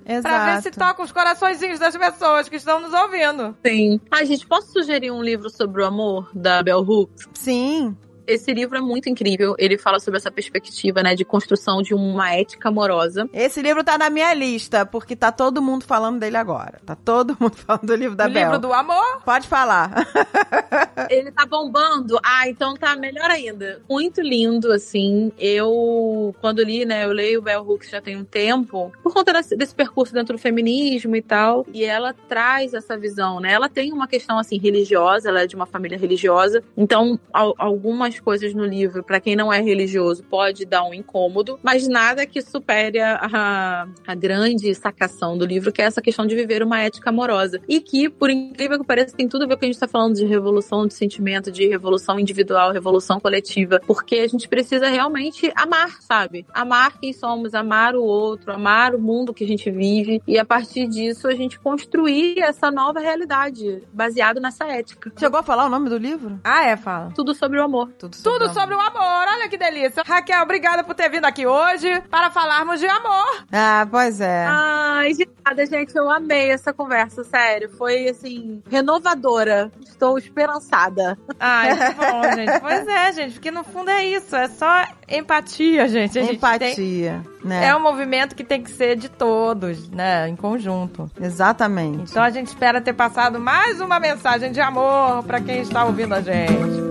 Exato. Pra ver se toca os coraçõezinhos das pessoas que estão nos ouvindo. Sim. Ah, gente, posso sugerir um livro sobre o amor, da Bell Hooks? Sim. Esse livro é muito incrível. Ele fala sobre essa perspectiva, né, de construção de uma ética amorosa. Esse livro tá na minha lista, porque tá todo mundo falando dele agora. Tá todo mundo falando do livro da O Bel. livro do amor? Pode falar. Ele tá bombando. Ah, então tá melhor ainda. Muito lindo, assim. Eu, quando li, né, eu leio Bell Hooks já tem um tempo, por conta desse, desse percurso dentro do feminismo e tal. E ela traz essa visão, né? Ela tem uma questão, assim, religiosa. Ela é de uma família religiosa. Então, al- algumas coisas no livro, pra quem não é religioso, pode dar um incômodo, mas nada que supere a, a grande sacação do livro, que é essa questão de viver uma ética amorosa. E que, por incrível que pareça, tem tudo a ver com o que a gente tá falando de revolução de sentimento, de revolução individual, revolução coletiva, porque a gente precisa realmente amar, sabe? Amar quem somos, amar o outro, amar o mundo que a gente vive, e a partir disso a gente construir essa nova realidade, baseado nessa ética. Chegou a falar o nome do livro? Ah, é, fala. Tudo sobre o amor. Tudo sobre, Tudo sobre o amor, olha que delícia. Raquel, obrigada por ter vindo aqui hoje para falarmos de amor. Ah, pois é. Ai, de nada, gente, eu amei essa conversa, sério. Foi, assim, renovadora. Estou esperançada. Ai, que bom, gente. Pois é, gente, porque no fundo é isso, é só empatia, gente. A gente tem- Empatia, né? É um movimento que tem que ser de todos, né, em conjunto. Exatamente. Então a gente espera ter passado mais uma mensagem de amor para quem está ouvindo a gente.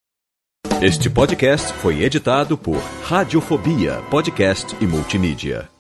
Este podcast foi editado por Radiofobia, podcast e multimídia.